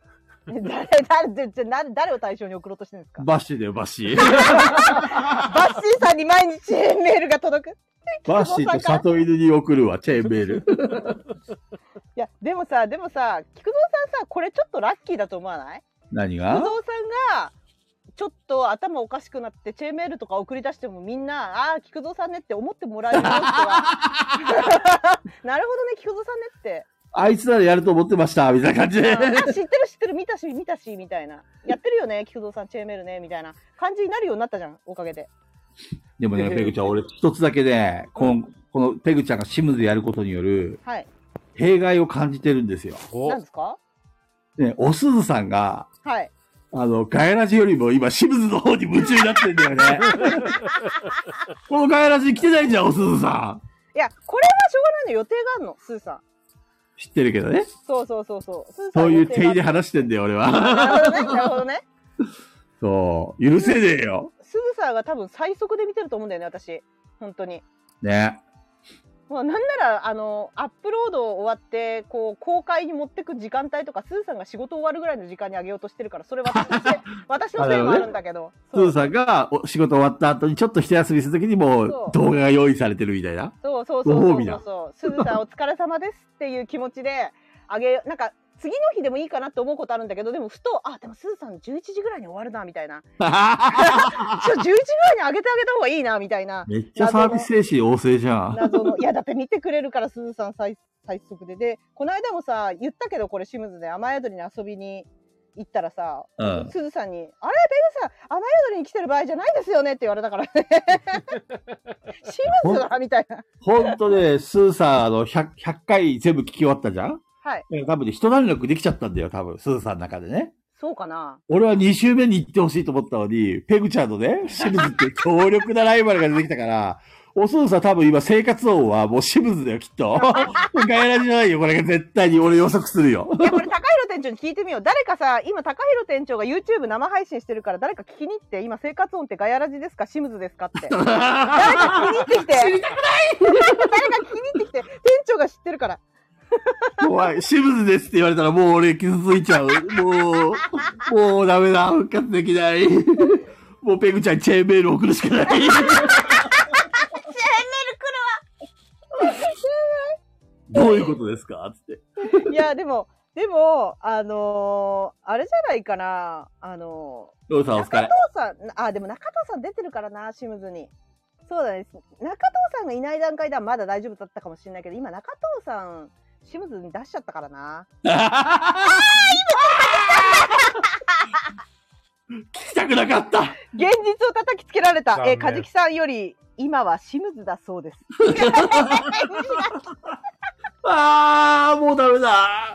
誰を対象に送ろうとしてるんですか？ バッシーだよ、バッシー。 バッシーさんに毎日メールが届く。 バッシーと里犬に送るわ、チェーンメール。 いや、でもさ、菊蔵さんさ、これちょっとラッキーだと思わない？ 何が？ 菊蔵さんが、ちょっと頭おかしくなってチェーンメールとか送り出してもみんな、ああ、菊蔵さんねって思ってもらえるよっては。なるほどね、菊蔵さんねって。 あいつならやると思ってました、みたいな感じで。 知ってる、見たし、みたいな。やってるよね、菊蔵さん、チェーンメールね、みたいな感じになるようになったじゃん、おかげで。 でもね、ペグちゃん、俺一つだけね、このペグちゃんがシムズでやることによる、 はい。 弊害を感じてるんですよ。 何ですか？ ね、おすずさんが、 はい。 ガヤラジよりも今、シムズの方に夢中になってんだよね。このガヤラジに来てないじゃん、おすずさん。 いや、これはしょうがないの、予定があるの、スーさん。 知ってるけどね。 そう。 そういう手で話してんだよ、俺は。 なるほどね。 そう、許せねえよ。 スーさんが多分最速で見てると思うんだよね、私。本当に。 ね。 もうなんなら、アップロード終わって、こう、公開に持ってく時間帯とか、スーさんが仕事終わるぐらいの時間にあげようとしてるから、それ私のせいもあるんだけど。 スーさんが仕事終わった後にちょっと一休みするときにもう動画が用意されてるみたいな。 そう。スーさんお疲れ様ですっていう気持ちでなんか、次の日でもいいかなって思うことあるんだけど、でもふと、でもスーさん11時ぐらいに終わるな、みたいな。11時ぐらいにあげてあげた方がいいな、みたいな。 めっちゃサービス精神旺盛じゃん。 いや、だって見てくれるから、スーさん最速で。で、この間もさ、言ったけど、これ、シムズで雨宿りに遊びに行ったらさ、すずさんに、あれ、ペグさん、雨宿りに来てる場合じゃないですよねって言われたからね。シムズはみたいな。 ほんとね、スーさん、100回全部聞き終わったじゃん？ はい。 多分ね、一段落できちゃったんだよ、多分、スーさんの中でね。 そうかな。 俺は2週目に行ってほしいと思ったのに、ペグちゃんのね、シムズって強力なライバルが出てきたから、おすずさん多分今生活音はもうシムズだよ、きっと。ガヤラジじゃないよ、これが絶対に俺予測するよ。 いや、これ高弘店長に聞いてみよう。誰かさ、今高弘店長が YouTube 生配信してるから、誰か聞きに行って、今生活音ってガヤラジですか、シムズですかって。誰か聞きに行ってきて。知りたくない誰か聞きに行ってきて。店長が知ってるから。 怖い。シムズですって言われたらもう俺傷ついちゃう。もうダメだ。復活できない。もうペグちゃんにチェーンメール送るしかない。チェーンメール来るわ。どういうことですかつって。 いや、でも、あれじゃないかな。 どうさんお疲れ。 中藤さん、でも中藤さん出てるからな、シムズに。そうだね。中藤さんがいない段階ではまだ大丈夫だったかもしれないけど、今中藤さん、シムズに出しちゃったからな。 聞きたくなかった。 現実を叩きつけられた。カジキさんより、今はシムズだそうです。 もうダメだ。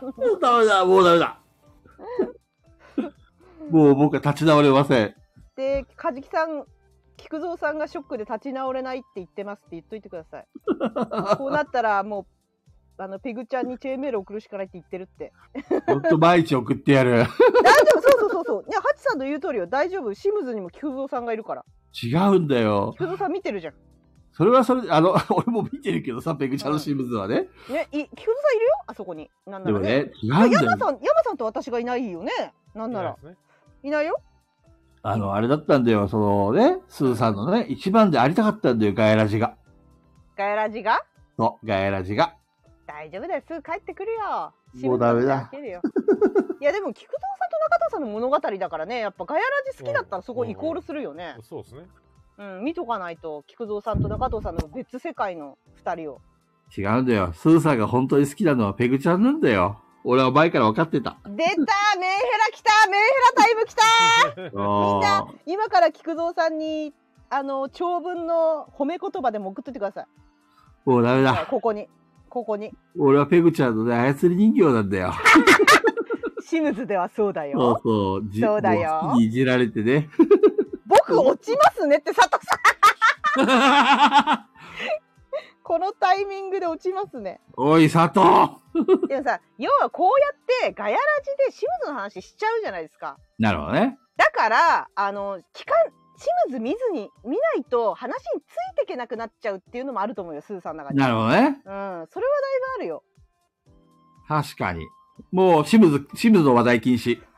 もう僕は立ち直れません。 で、カジキさん、菊蔵さんがショックで立ち直れないって言ってますって言っといてください。こうなったらもう、ペグちゃんにチェーンメール送るしかないって言ってるって。 ほんと毎日送ってやる。 大丈夫、そう。いや、ハチさんの言う通りよ。大丈夫。シムズにも菊蔵さんがいるから。 違うんだよ。 菊蔵さん見てるじゃん。 それはそれで、俺も見てるけどさ、ペグちゃんのシムズはね。 ね、菊蔵さんいるよあそこに。なんならね。 でもね、違うんだよ。 山さんと私がいないよね。なんなら。いないよ。 あれだったんだよ、スーさんのね、一番でありたかったんだよ、ガヤラジが。 ガヤラジがそう、ガヤラジが。 大丈夫だよ、すぐ帰ってくるよ。 もうダメだ。 いや、でも、菊蔵さんと中藤さんの物語だからね、やっぱガヤラジ好きだったらそこイコールするよね。 そうですね。 見とかないと、菊蔵さんと中藤さんの別世界の二人を。 違うんだよ。スーさんが本当に好きなのはペグちゃんなんだよ。俺は前から分かってた。 出たメンヘラ来たメンヘラタイム来たみんな、今から菊蔵さんに、長文の褒め言葉でも送っといてください。 もうダメだ。 ここに。 俺はペグちゃんのね、操り人形なんだよ。 シムズではそうだよ。 そう。 そうだよ。 好きにいじられてね。 僕落ちますねって佐藤さん。このタイミングで落ちますね。 おい、佐藤でもさ、要はこうやってガヤラジでシムズの話しちゃうじゃないですか。 なるほどね。 だから、シムズ見ないと話についていけなくなっちゃうっていうのもあると思うよ、スーさんの中に。 なるほどね。 それはだいぶあるよ。 確かに。もう、シムズの話題禁止。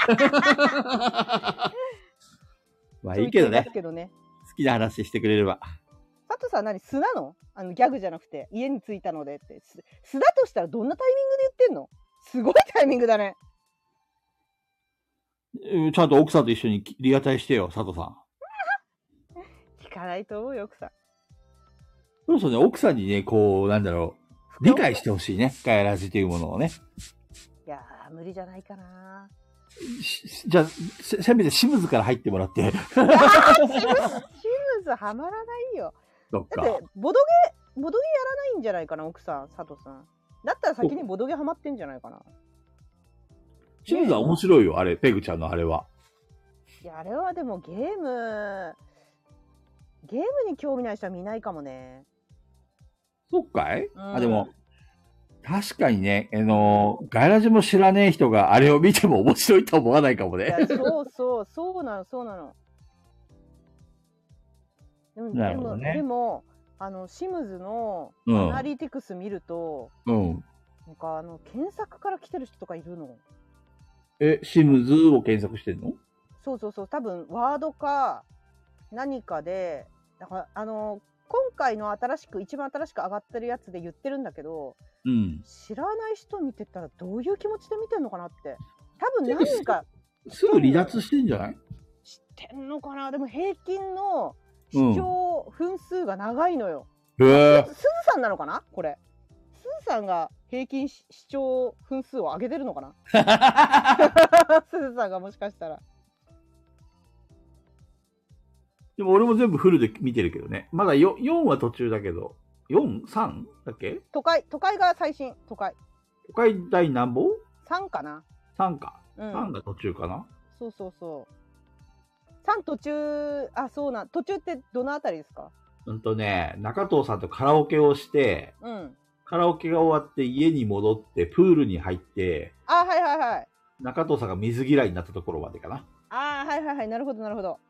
まあいいけどね。 けどね。 好きな話してくれれば。 佐藤さん何素なの？ギャグじゃなくて家に着いたのでって素だとしたらどんなタイミングで言ってんの？すごいタイミングだね。 ちゃんと奥さんと一緒にリアタイしてよ、佐藤さん。 聞かないと思うよ奥さん。 そろそろね、奥さんにね、こう、なんだろう、理解してほしいね。ガヤラジというものをね。 いやー無理じゃないかな。 じゃあ、せめてシムズから入ってもらって。 シムズはまらないよ。 どっか。 だってボドゲやらないんじゃないかな奥さん、佐藤さん。だったら先にボドゲハマってんじゃないかな。 シムズは面白いよ、あれ、ペグちゃんのあれは。 いや、あれはでもゲームに興味ない人は見ないかもね。 そっかい、 うんあ、でも、確かにね、ガヤラジも知らねえ人があれを見ても面白いと思わないかもね。 いやそうなの。 なるほどねでもシムズのアうんナリティクス見ると、 うん。 なんか検索から来てる人とかいるの。 シムズを検索してんの？ そう多分ワードか何かで、だから今回の一番新しく上がってるやつで言ってるんだけど、 うん。 知らない人見てたらどういう気持ちで見てんのかなって。多分何かすぐ離脱してんじゃない？ 知ってんのかな。でも平均の視聴分数が長いのよ。 へえ。 すずさんなのかなこれ。すずさんが平均視聴分数を上げてるのかなすずさんがもしかしたら。 でも俺も全部フルで見てるけどね。まだ4は途中だけど。4?3? だっけ？ 都会が最新。都会都会第何本 3かな。 3か。 うん 3が途中かな。 そう3途中、途中ってどのあたりですか？ 中藤さんとカラオケをして、 うん。 カラオケが終わって家に戻ってプールに入って、 はい。 中藤さんが水嫌いになったところまでかな。 はい。なるほど。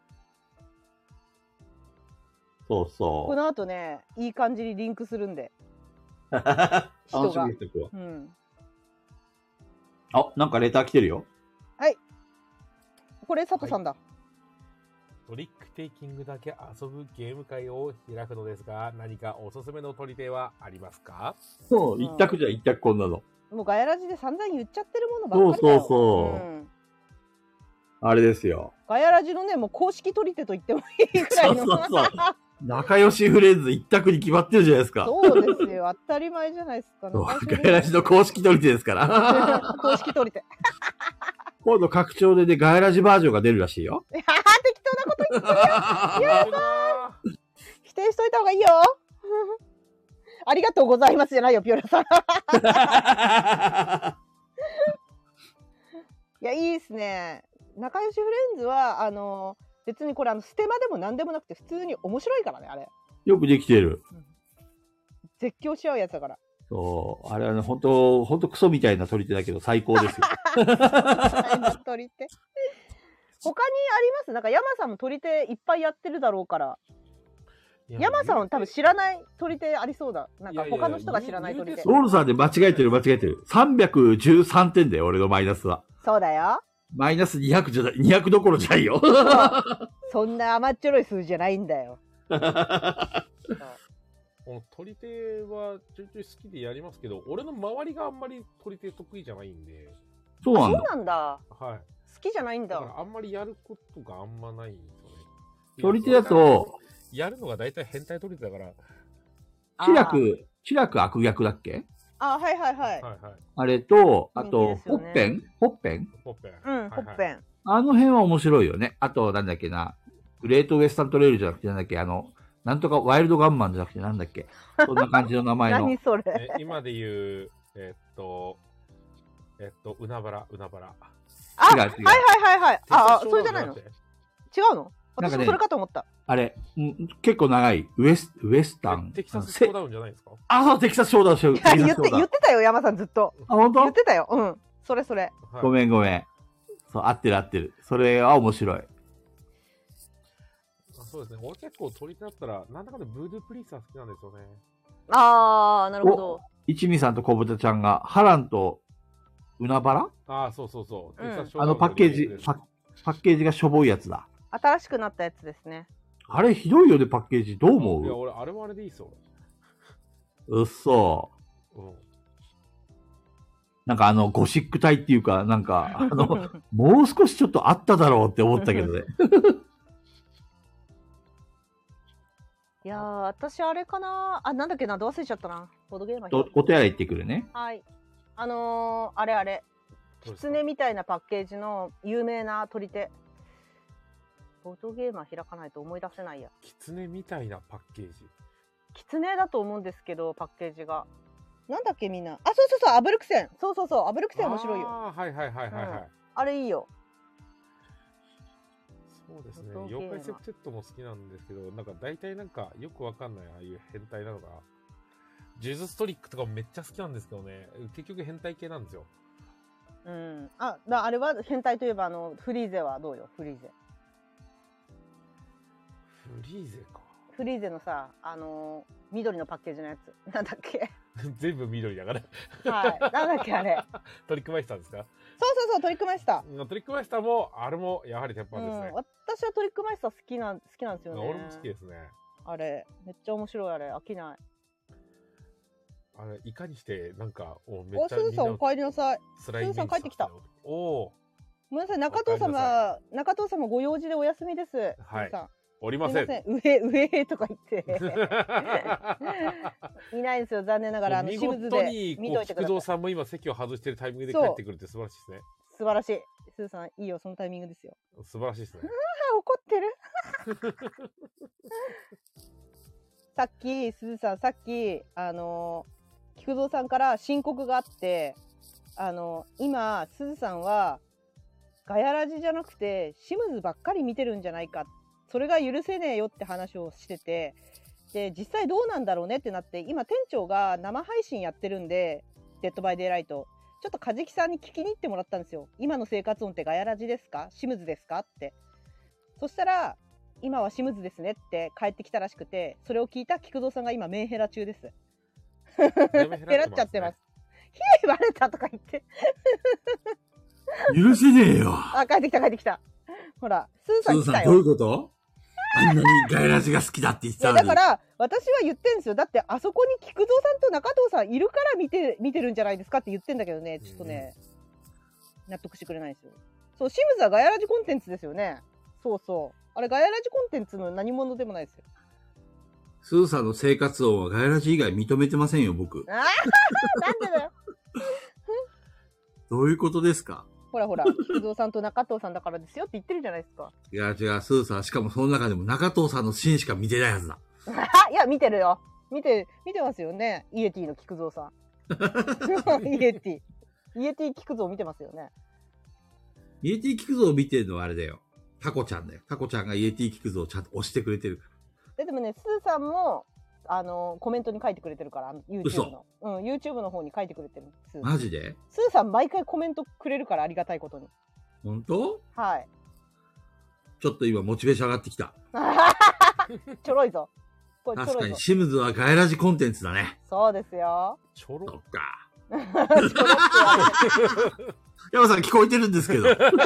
そうそこの後ね、いい感じにリンクするんで。 う。 人が楽しみにしておくわ。 うん。 あ、なんかレター来てるよ。 これ佐藤さんだ。 トリックテイキングだけ遊ぶゲーム会を開くのですが、何かおすすめの取り手はありますか？ そう、一択じゃ一択こんなの。 もうガヤラジで散々言っちゃってるものばっかりだよ。 そううんあれですよ。 ガヤラジのね、もう公式取り手と言ってもいいくらいの。 そう。仲良しフレンズ一択に決まってるじゃないですか。 そうですよ。当たり前じゃないですか。 ガヤラジの公式取り手ですから。 公式取り手。 今度拡張でガヤラジバージョンが出るらしいよ。 適当なこと言ってるよ。やだー。否定しといた方がいいよ。ありがとうございますじゃないよ、ピオラさん。いや、いいですね。仲良しフレンズは、別にこれステマでも何でもなくて普通に面白いからね、あれ。よくできてる。 絶叫し合うやつだから。 そう。あれはね、ほんとクソみたいな取り手だけど最高ですよ。 取り手。他にあります？なんか山さんも取り手いっぱいやってるだろうから。山さんは多分知らない取り手ありそうだ。なんか他の人が知らない取り手。 ロールさんで間違えてる。313点だよ、俺のマイナスは。 そうだよ。 マイナス200じゃない、200どころじゃないよ。 そんな甘っちょろい数字じゃないんだよ。 この取り手はちょいちょい好きでやりますけど、俺の周りがあんまり取り手得意じゃないんで。 そうなんだ。 そうなんだ。 はい。 好きじゃないんだ。 だからあんまりやることがあんまないんですよね。 取り手だと、 やるのが大体変態取り手だから。 知楽悪逆だっけ？ はい。 あれと、あと、 人気ですよねほっぺんうん、ほっぺん。 あの辺は面白いよね。あと、なんだっけな、グレートウエスタントレイルじゃなくて、なんだっけ、なんとかワイルドガンマンじゃなくて、なんだっけ、そんな感じの名前の。 何それ。 今で言う、海原。 違う。 はい。それじゃないの？違うの？私もそれかと思った。 あれ、結構長い。ウエスタン。 テキサスショーダウンじゃないですか？ そう、テキサスショーダウン。 言ってたよ、山さんずっと。 本当？ 言ってたよ。うん。それ。 ごめん。そう、合ってる。それは面白い。 そうですね。俺結構取り手だったら、なんだかんだブードゥープリンスは好きなんですよね。 なるほど。 一味さんと小豚ちゃんが、ハランと海原ああ、そうそうそう。 うんテキサスショーダウンのパッケージリメイクです、 パッケージがしょぼいやつだ。 新しくなったやつですね。 あれひどいよね、パッケージ。どう思いや、 う？ 俺、あれはあれでいいっすよ。 うっそ。 うん。 なんかゴシック体っていうか、なんか、もう少しちょっとあっただろうって思ったけどね。 いやー、私あれかなあ、なんだっけな、どう忘れちゃったな。ボードゲーマーお手洗い行ってくるね。 はい。あれ。キツネみたいなパッケージの有名な取り手。ボードゲーマー開かないと思い出せないや。 キツネみたいなパッケージ。 キツネだと思うんですけど、パッケージが。なんだっけみんな。あ、そう、アブルクセン。そう、アブルクセン面白いよ。 ああ、はい。 あれいいよ。 そうですね。妖怪セプテッドも好きなんですけど、なんか大体なんかよくわかんないああいう変態なのが、ジュズストリックとかもめっちゃ好きなんですけどね、結局変態系なんですよ。 うん。あれは変態といえばフリーゼはどうよ、フリーゼ。 フリーゼか。 フリーゼのさ、緑のパッケージのやつ。なんだっけ全部緑だから。 はい。なんだっけあれ。 トリックマイスターですか？ そう、トリックマイスター。 トリックマイスターも、あれもやはり鉄板ですね。 私はトリックマイスター好きなんですよね。 俺も好きですね。 あれ、めっちゃ面白いあれ、飽きない。 あれ、いかにして、なんか、めっちゃ。 すずさんお帰りなさい。 すずさん帰ってきた。 おお。 ごめんなさい、中藤様ご用事でお休みです。 はい。 さんおりません。 上とか言って。いないですよ、残念ながら。 見事に、菊蔵さんも今席を外してるタイミングで帰ってくるって素晴らしいですね。 素晴らしい。すずさん、いいよ、そのタイミングですよ。 素晴らしいですね。 怒ってるさっき、すずさん、菊蔵さんから申告があって、今、すずさんは、ガヤラジじゃなくて、シムズばっかり見てるんじゃないか。それが許せねえよって話をしてて、で、実際どうなんだろうねってなって、今店長が生配信やってるんで、デッドバイデイライト。ちょっとカジキさんに聞きに行ってもらったんですよ。今の生活音ってガヤラジですか？シムズですか？って。そしたら、今はシムズですねって帰ってきたらしくて、それを聞いた菊蔵さんが今メンヘラ中です。ヘラっちゃってます。ひバレたとか言って。 許せねえよ。 あ、帰ってきた。ほら、スーさん来たよ。 どういうこと？あんなにガヤラジが好きだって言ってたのに。 だから、私は言ってんですよ。だって、あそこに菊蔵さんと中藤さんいるから見てるんじゃないですかって言ってんだけどね、ちょっとね、納得してくれないんですよ。そう、シムズはガヤラジコンテンツですよね。そう。あれ、ガヤラジコンテンツの何者でもないですよ。 スーさんの生活音はガヤラジ以外認めてませんよ、僕。 なんでだよ。 どういうことですか？ ほら、菊蔵さんと中藤さんだからですよって言ってるじゃないですか。 いや、違う、スーさん、しかもその中でも中藤さんのシーンしか見てないはずだ。 いや、見てるよ。見てますよね。イエティの菊蔵さん。イエティ菊蔵見てますよね。 イエティ菊蔵を見てるのはあれだよ。タコちゃんだよ。タコちゃんがイエティ菊蔵をちゃんと押してくれてるから。 でもね、スーさんも、コメントに書いてくれてるから、YouTube の。YouTube の方に書いてくれてる。 マジで？ スーさん毎回コメントくれるから、ありがたいことに。 本当？ はい。 ちょっと今モチベーション上がってきた。 ちょろいぞ。 確かにシムズはガヤラジコンテンツだね。 そうですよ。 ちょろそっか。山さん聞こえてるんですけど。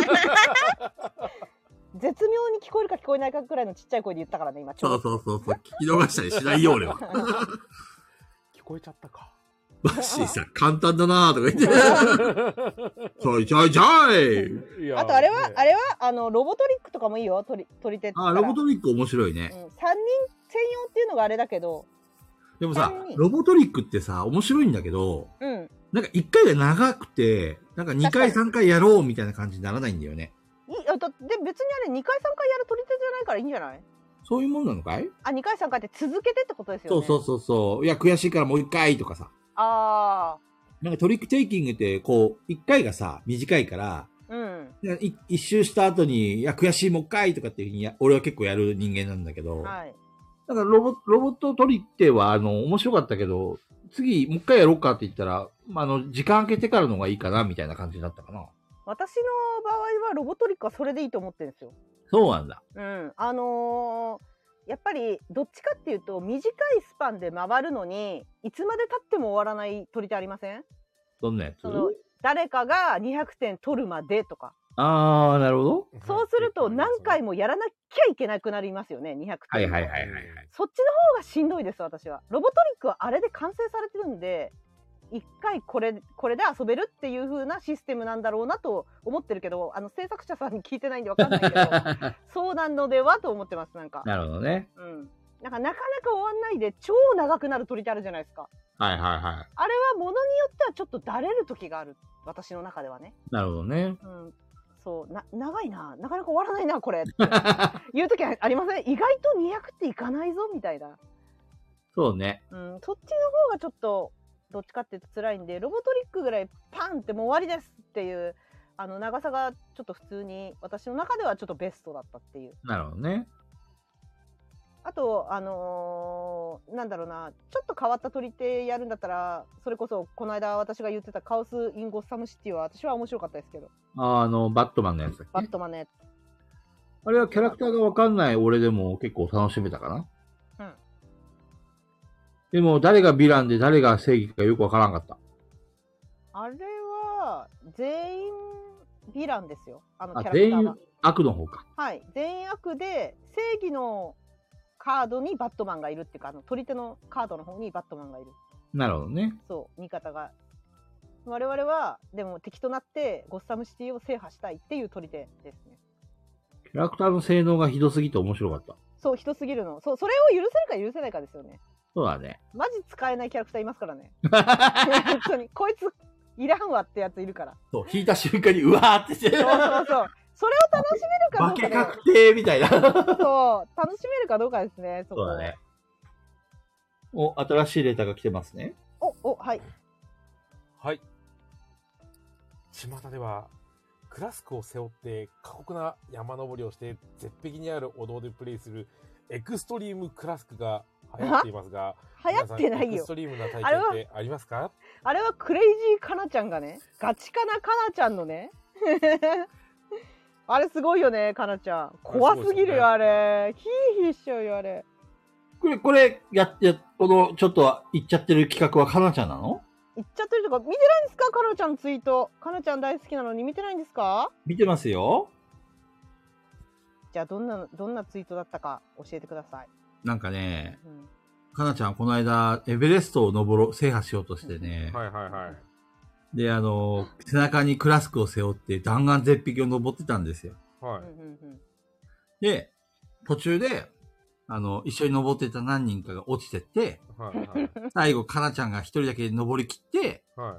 絶妙に聞こえるか聞こえないかくらいのちっちゃい声で言ったからね、今。 そう。聞き逃したりしないよ、俺は。 聞こえちゃったか。 バッシーさん、簡単だなーとか言って。ちょい。 あとあれは、ロボトリックとかもいいよ、取り手って。 ロボトリック面白いね。 3人専用っていうのがあれだけど。 でもさ、ロボトリックってさ、面白いんだけど、なんか1回が長くて、なんか2回3回やろうみたいな感じにならないんだよね。 で、別にあれ2回3回やる取り手じゃないからいいんじゃない？ そういうもんなのかい？ 2回3回って続けてってことですよね。 そう。いや、悔しいからもう1回とかさ。なんかトリックテイキングって、こう、1回がさ、短いから、一周した後に、いや、悔しいもう1回とかっていうふうに、俺は結構やる人間なんだけど、だからロボット取りっては、面白かったけど、次、もう1回やろうかって言ったら、時間空けてからの方がいいかな、みたいな感じだったかな。 私の場合はロボトリックはそれでいいと思ってるんですよ。 そうなんだ。 やっぱりどっちかっていうと短いスパンで回るのにいつまで経っても終わらない取り手ありません？ どんなやつ？ 誰かが200点取るまでとか。 あー、なるほど。 そうすると何回もやらなきゃいけなくなりますよね、200点。 はいはいはいはい。 そっちの方がしんどいです、私は。ロボトリックはあれで完成されてるんで、一回これで遊べるっていう風なシステムなんだろうなと思ってるけど、制作者さんに聞いてないんでわかんないけど、そうなのではと思ってます、なんか。 なるほどね。 うん。なんかなかなか終わんないで、超長くなる鳥ってあるじゃないですか。 はいはいはい。 あれはものによってはちょっとだれる時がある。私の中ではね。 なるほどね。 うん。そう、長いな。なかなか終わらないな、これ。っていう時ありません？意外と200っていかないぞ、みたいな。 そうね。 うん。そっちの方がちょっと、どっちかっていうと辛いんで、ロボトリックぐらいパンってもう終わりですっていう、長さがちょっと普通に、私の中ではちょっとベストだったっていう。 なるほどね。 あと、なんだろうな、ちょっと変わった鳥ってやるんだったら、それこそ、この間私が言ってたカオス・イン・ゴッサム・シティは、私は面白かったですけど。 バットマンのやつだっけ？ バットマンのやつ。 あれはキャラクターがわかんない俺でも結構楽しめたかな。 うん。 でも、誰がヴィランで誰が正義かよくわからんかった。 あれは、全員ヴィランですよ。キャラクタ全ーは員。悪の方か。 はい。全員悪で、正義のカードにバットマンがいるっていうか、取り手のカードの方にバットマンがいる。 なるほどね。 そう、味方が。我々は、でも敵となってゴッサムシティを制覇したいっていう取り手ですね。 キャラクターの性能がひどすぎて面白かった。 そう、ひどすぎるの。そう、それを許せるか許せないかですよね。 そうだね。 マジ使えないキャラクターいますからね。本当に。こいつ、いらんわってやついるから。 そう、引いた瞬間に、うわーってして。 そうそうそう。それを楽しめるかどうか、ね。 負け確定みたいな。 そう、楽しめるかどうかですね、そこ。 そうだね。お、新しいレターが来てますね。 はい。 はい。巷では、クラスクを背負って過酷な山登りをして絶壁にあるお堂でプレイするエクストリームクラスクが流行っていますが、 流行ってないよ。 エクストリームな体験ってありますか？ あれはクレイジーかなちゃんがね、ガチかなかなちゃんのね。あれすごいよね、かなちゃん。怖すぎるよ、あれ。ヒーヒーしちゃうよ、あれ。 これ、この、ちょっと言っちゃってる企画はかなちゃんなの？ 言っちゃってるとか、見てないんですか？かなちゃんのツイート。かなちゃん大好きなのに見てないんですか？ 見てますよ。 じゃあ、どんなツイートだったか教えてください。 なんかね、かなちゃんこの間、エベレストを制覇しようとしてね。 はいはいはい。 で、背中にクラスクを背負って弾丸絶壁を登ってたんですよ。 はい。 で、途中で、一緒に登ってた何人かが落ちてって、 はいはい、 最後、かなちゃんが一人だけ登り切って、 はい、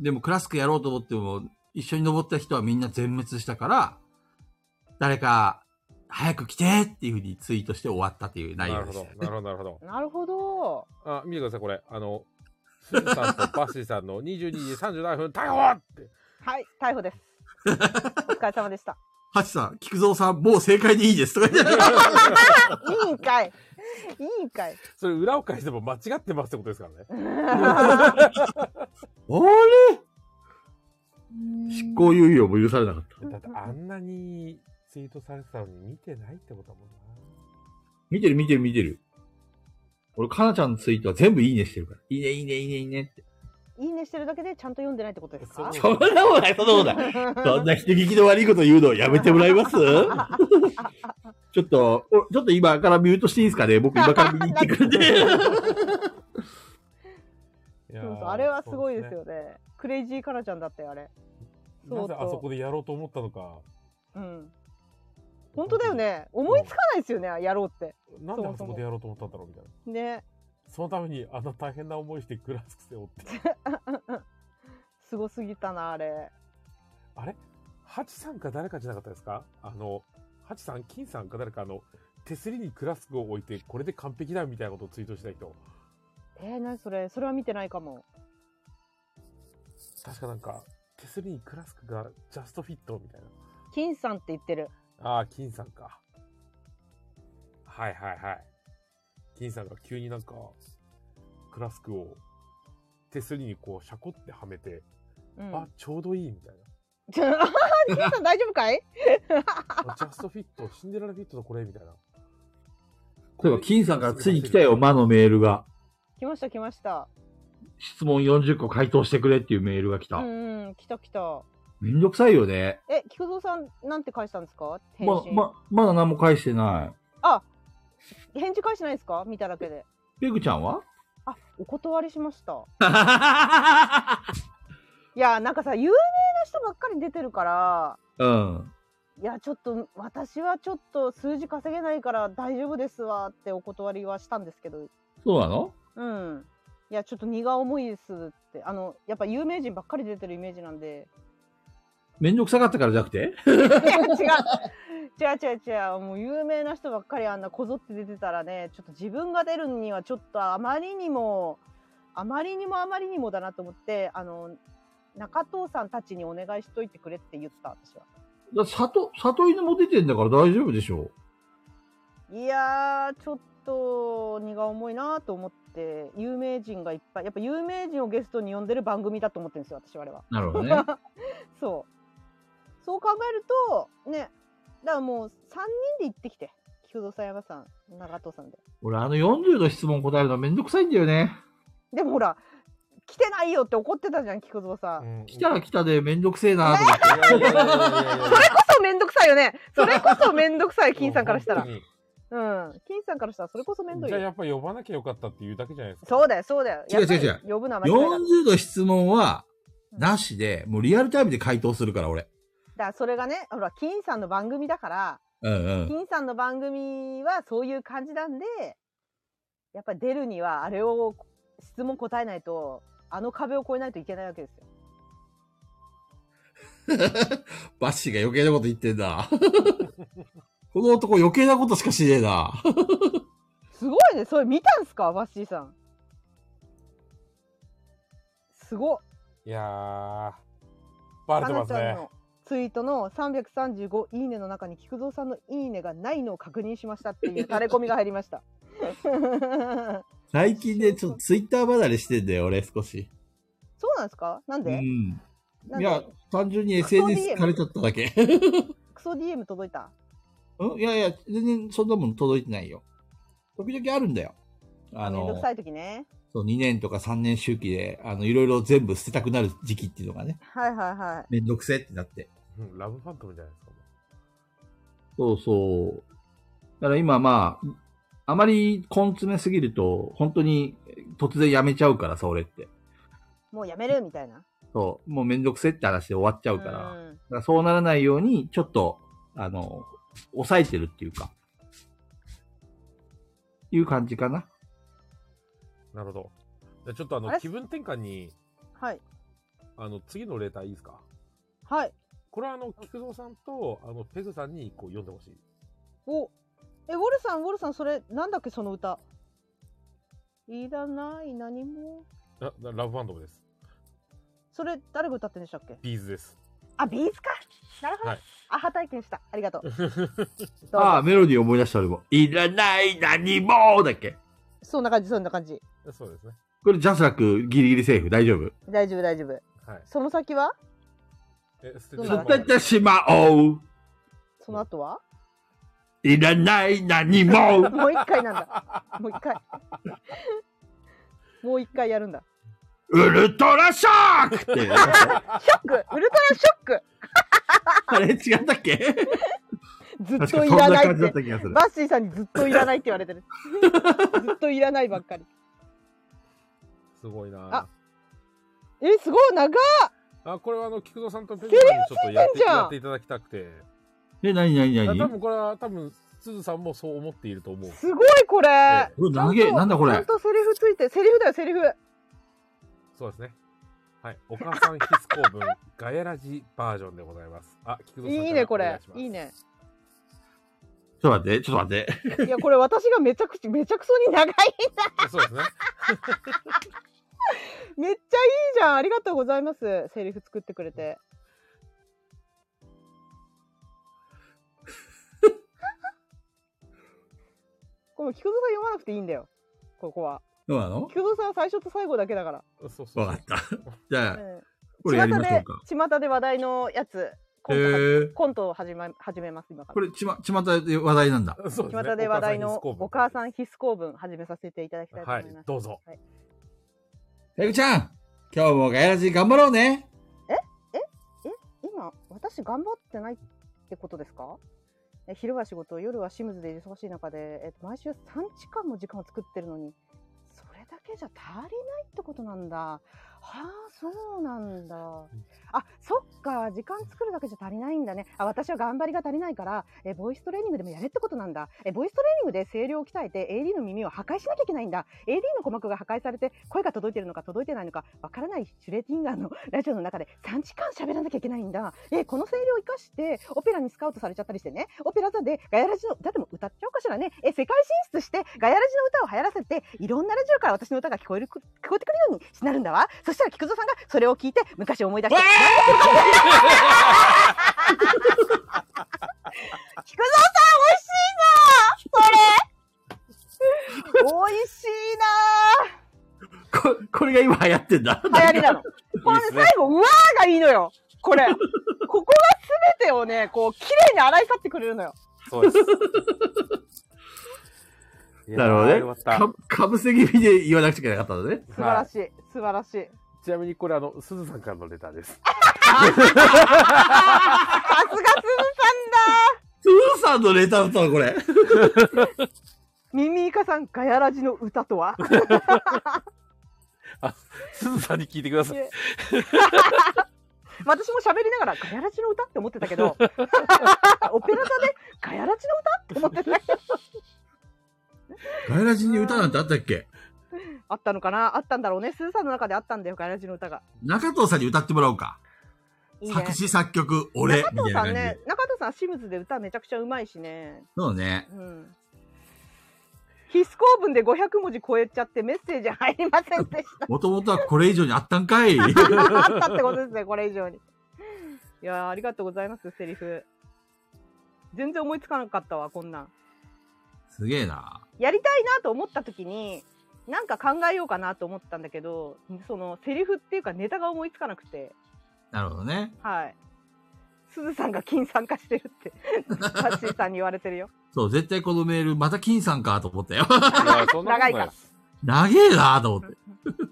でもクラスクやろうと思っても、一緒に登った人はみんな全滅したから、誰か、早く来てっていう風にツイートして終わったっていう内容です、ね。 なるほど、なるほど。 なるほど。 あ、見てください、これ。スーさんとバッシーさんの22時37分、逮捕って。 はい、逮捕です。お疲れ様でした。 ハチさん、菊蔵さん、もう正解でいいですとか言って。 いいんかい。いいんかい。 それ裏を返しても間違ってますってことですからね。 あれ執行猶予も許されなかった。 だってあんなにツイートされてたのに見てないってことだもんな。 見てる。俺、かなちゃんのツイートは全部いいねしてるから。いいねって。 いいねしてるだけでちゃんと読んでないってことですか？ そんなことない。そんな人聞きの悪いこと言うのやめてもらえます？ちょっと今からミュートしていいですかね？僕今から見に行ってくるんで。 そうあれはすごいですよね。クレイジーカナちゃんだったよ、あれ。 なぜあそこでやろうと思ったのか。 うん。本当だよね。思いつかないですよね、やろうって。 なんであそこでやろうと思ったんだろうみたいな。 ね。 そのためにあんな大変な思いしてクラスク背負って。 すごすぎたな、あれ。 あれハチさんか誰かじゃなかったですか？ハチさん、金さんか誰か手すりにクラスクを置いて、これで完璧だみたいなことをツイートした人。 何それ？それは見てないかも。 確かなんか、手すりにクラスクがジャストフィットみたいな。 金さんって言ってる。 ああ、金さんか。はい。金さんが急になんか、クラスクを手すりにこう、シャコってはめて、あ、ちょうどいいみたいな。 金さん大丈夫かい？ ジャストフィット、シンデレラフィットだこれみたいな。 そういえば、金さんからついに来たよ、魔のメールが。 来ました。 質問40個回答してくれっていうメールが来た。 うん、来た来た。 めんどくさいよね。 菊蔵さん、なんて返したんですか？返信。 まだ何も返してない。 あ、返事返してないですか？見ただけで。 ペグちゃんは？ あ、お断りしました。いや、なんかさ、有名な人ばっかり出てるから、 うん。 いや、ちょっと、私はちょっと数字稼げないから大丈夫ですわってお断りはしたんですけど。 そうなの？ うん。いや、ちょっと荷が重いですって。やっぱ有名人ばっかり出てるイメージなんで。 めんどくさかったからじゃなくて？ 違う。もう有名な人ばっかりあんなこぞって出てたらね、ちょっと自分が出るにはちょっとあまりにもだなと思って、中藤さんたちにお願いしといてくれって言った、私は。 里犬も出てんだから大丈夫でしょ。 いやー、ちょっと荷が重いなと思って、有名人がいっぱい、やっぱ有名人をゲストに呼んでる番組だと思ってるんですよ、私はあれは。 なるほどね。 そう考えると、ね、だからもう3人で行ってきて。菊蔵さん、山さん、長藤さんで。 俺40の質問答えるのめんどくさいんだよね。 でもほら、来てないよって怒ってたじゃん、菊蔵さん。 来たら来たでめんどくせえなと思って。 それこそめんどくさいよね。それこそめんどくさい、金さんからしたら。金さんからしたらそれこそめんどいよ。 じゃあやっぱ呼ばなきゃよかったっていうだけじゃないですか。 そうだよ。 違う。 呼ぶのは間違いない。 40の質問は、なしで、もうリアルタイムで回答するから、俺。 だからそれがね、ほら、金さんの番組だから、金さんの番組はそういう感じなんで、やっぱり出るにはあれを質問答えないと、あの壁を越えないといけないわけですよ。 バッシーが余計なこと言ってんだ。この男余計なことしかしねえな。 すごいね。それ見たんすか、バッシーさん。すごっ。 いやー、バレてますね。 ツイートの335いいねの中に菊蔵さんのいいねがないのを確認しましたっていうタレコミが入りました。 最近ね、ちょっとツイッター離れしてんだよ、俺少し。 そうなんですか？なんで？ いや、単純に SNS 疲れちゃっただけ。 クソ DM 届いた？ いや、全然そんなもん届いてないよ。時々あるんだよ。 めんどくさい時ね。 そう、2年とか3年周期で、いろいろ全部捨てたくなる時期っていうのがね。 はい。 めんどくせってなって。 ラブファントムじゃないですか。 そう。だから今あまり根詰めすぎると、本当に突然やめちゃうからさ、俺って。 もうやめるみたいな。 そう、もうめんどくせって話で終わっちゃうから。だからそうならないように、ちょっと、抑えてるっていうか。いう感じかな。 なるほど。じゃあちょっと気分転換に、 はい。 次のレーターいいですか？ はい。 これは菊蔵さんと、ペグさんに読んでほしい。 ウォルさん、それ、なんだっけ、その歌。いらない、何も。 ラブファントムです。 それ、誰が歌ってんでしたっけ？ ビーズです。 あ、ビーズか。なるほど。はい、アハ体験した。ありがとう。 メロディー思い出した俺も。いらない、何もだっけ？ そんな感じ。 そうですね。 これジャスラックギリギリセーフ。大丈夫？ 大丈夫。はい。その先は？ 捨ててしまおう。 その後は？ いらない、何ももう一回なんだ。もう一回やるんだ。 ウルトラショックって。 ウルトラショックあれ違ったっけ？ ずっといらないって。バッシーさんにずっといらないって言われてる。ずっといらないばっかり。 すごいな。 すごい長っ。 これは菊蔵さんとペグさんにちょっとやっていただきたくて。 何多分これはすずさんもそう思っていると思う。 すごいこれ。 なんだこれ。 ちゃんとセリフついて、セリフだよ、セリフ。 そうですね。はい。お母さん必須公文、ガヤラジバージョンでございます。菊蔵さん。 いいね、これ。いいね。 ちょっと待って。 いや、これ私がめちゃくそに長いんだ。 そうですね。 めっちゃいいじゃん。ありがとうございます。セリフ作ってくれて。この菊蔵さん読まなくていいんだよ。ここは。 そうなの？ 菊蔵さんは最初と最後だけだから。 そう。 わかった。じゃあ、これやりましょうか。 巷で話題のやつ。コントを始めます、今から。 これ、巷で話題なんだ。 そうですね。 巷で話題のお母さん必須公文始めさせていただきたいと思います。 はい、どうぞ。はい、 ペグちゃん、今日もガヤラジ頑張ろうね。 今、私頑張ってないってことですか？昼は仕事、夜はシムズで忙しい中で、毎週3時間も時間を作ってるのに、それだけじゃ足りないってことなんだ。はあ、そうなんだ。あ、そっか、時間作るだけじゃ足りないんだね。あ、私は頑張りが足りないから、ボイストレーニングでもやれってことなんだ。ボイストレーニングで声量を鍛えて AD の耳を破壊しなきゃいけないんだ。AD の鼓膜が破壊されて声が届いてるのか届いてないのかわからないシュレティンガーのラジオの中で3時間喋らなきゃいけないんだ。この声量を生かしてオペラにスカウトされちゃったりしてね、オペラ座でガヤラジの歌でも歌っちゃおうかしらね。世界進出してガヤラジの歌を流行らせて、いろんなラジオから私の歌が聞こえてくるようになるんだわ。そしたら菊蔵さんがそれを聞いて昔思い出して、菊蔵さん美味しいなそれ。美味しいな。 これが今流行ってんだ。 流行りなの。これね、最後、うわーがいいのよ。これ。ここが全てをね、こう、綺麗に洗い去ってくれるのよ。 そうです。 なるほどね。かぶせ気味で言わなくちゃいけなかったのね。 素晴らしい。素晴らしい。 ちなみにこれすずさんからのレターです。 さすがすずさんだ。 すずさんのレター歌うこれ。 ミミイカさん、ガヤラジの歌とはすずさんに聞いてください。 私も喋りながらガヤラジの歌って思ってたけど、オペラ座でガヤラジの歌って思ってたけど。 ガヤラジに歌なんてあったっけ？ あったのかな？あったんだろうね。スーさんの中であったんだよ、ガヤラジの歌が。 中藤さんに歌ってもらおうか。 いいね、 作詞作曲、俺。 中藤さんね、中藤さんシムズで歌めちゃくちゃうまいしね。 そうね。 うん。必須公文で500文字超えちゃってメッセージ入りませんでした。 もともとはこれ以上にあったんかい。 あったってことですね、これ以上に。いやー、ありがとうございます、セリフ。全然思いつかなかったわ、こんなん。 すげえな。 やりたいなと思った時に、なんか考えようかなと思ったんだけど、そのセリフっていうかネタが思いつかなくて。 なるほどね。 はい。すずさんが金参加してるってタッシーさんに言われてるよ。 そう、絶対このメールまた金さんかと思ったよ。 長いから。 長えなと思って。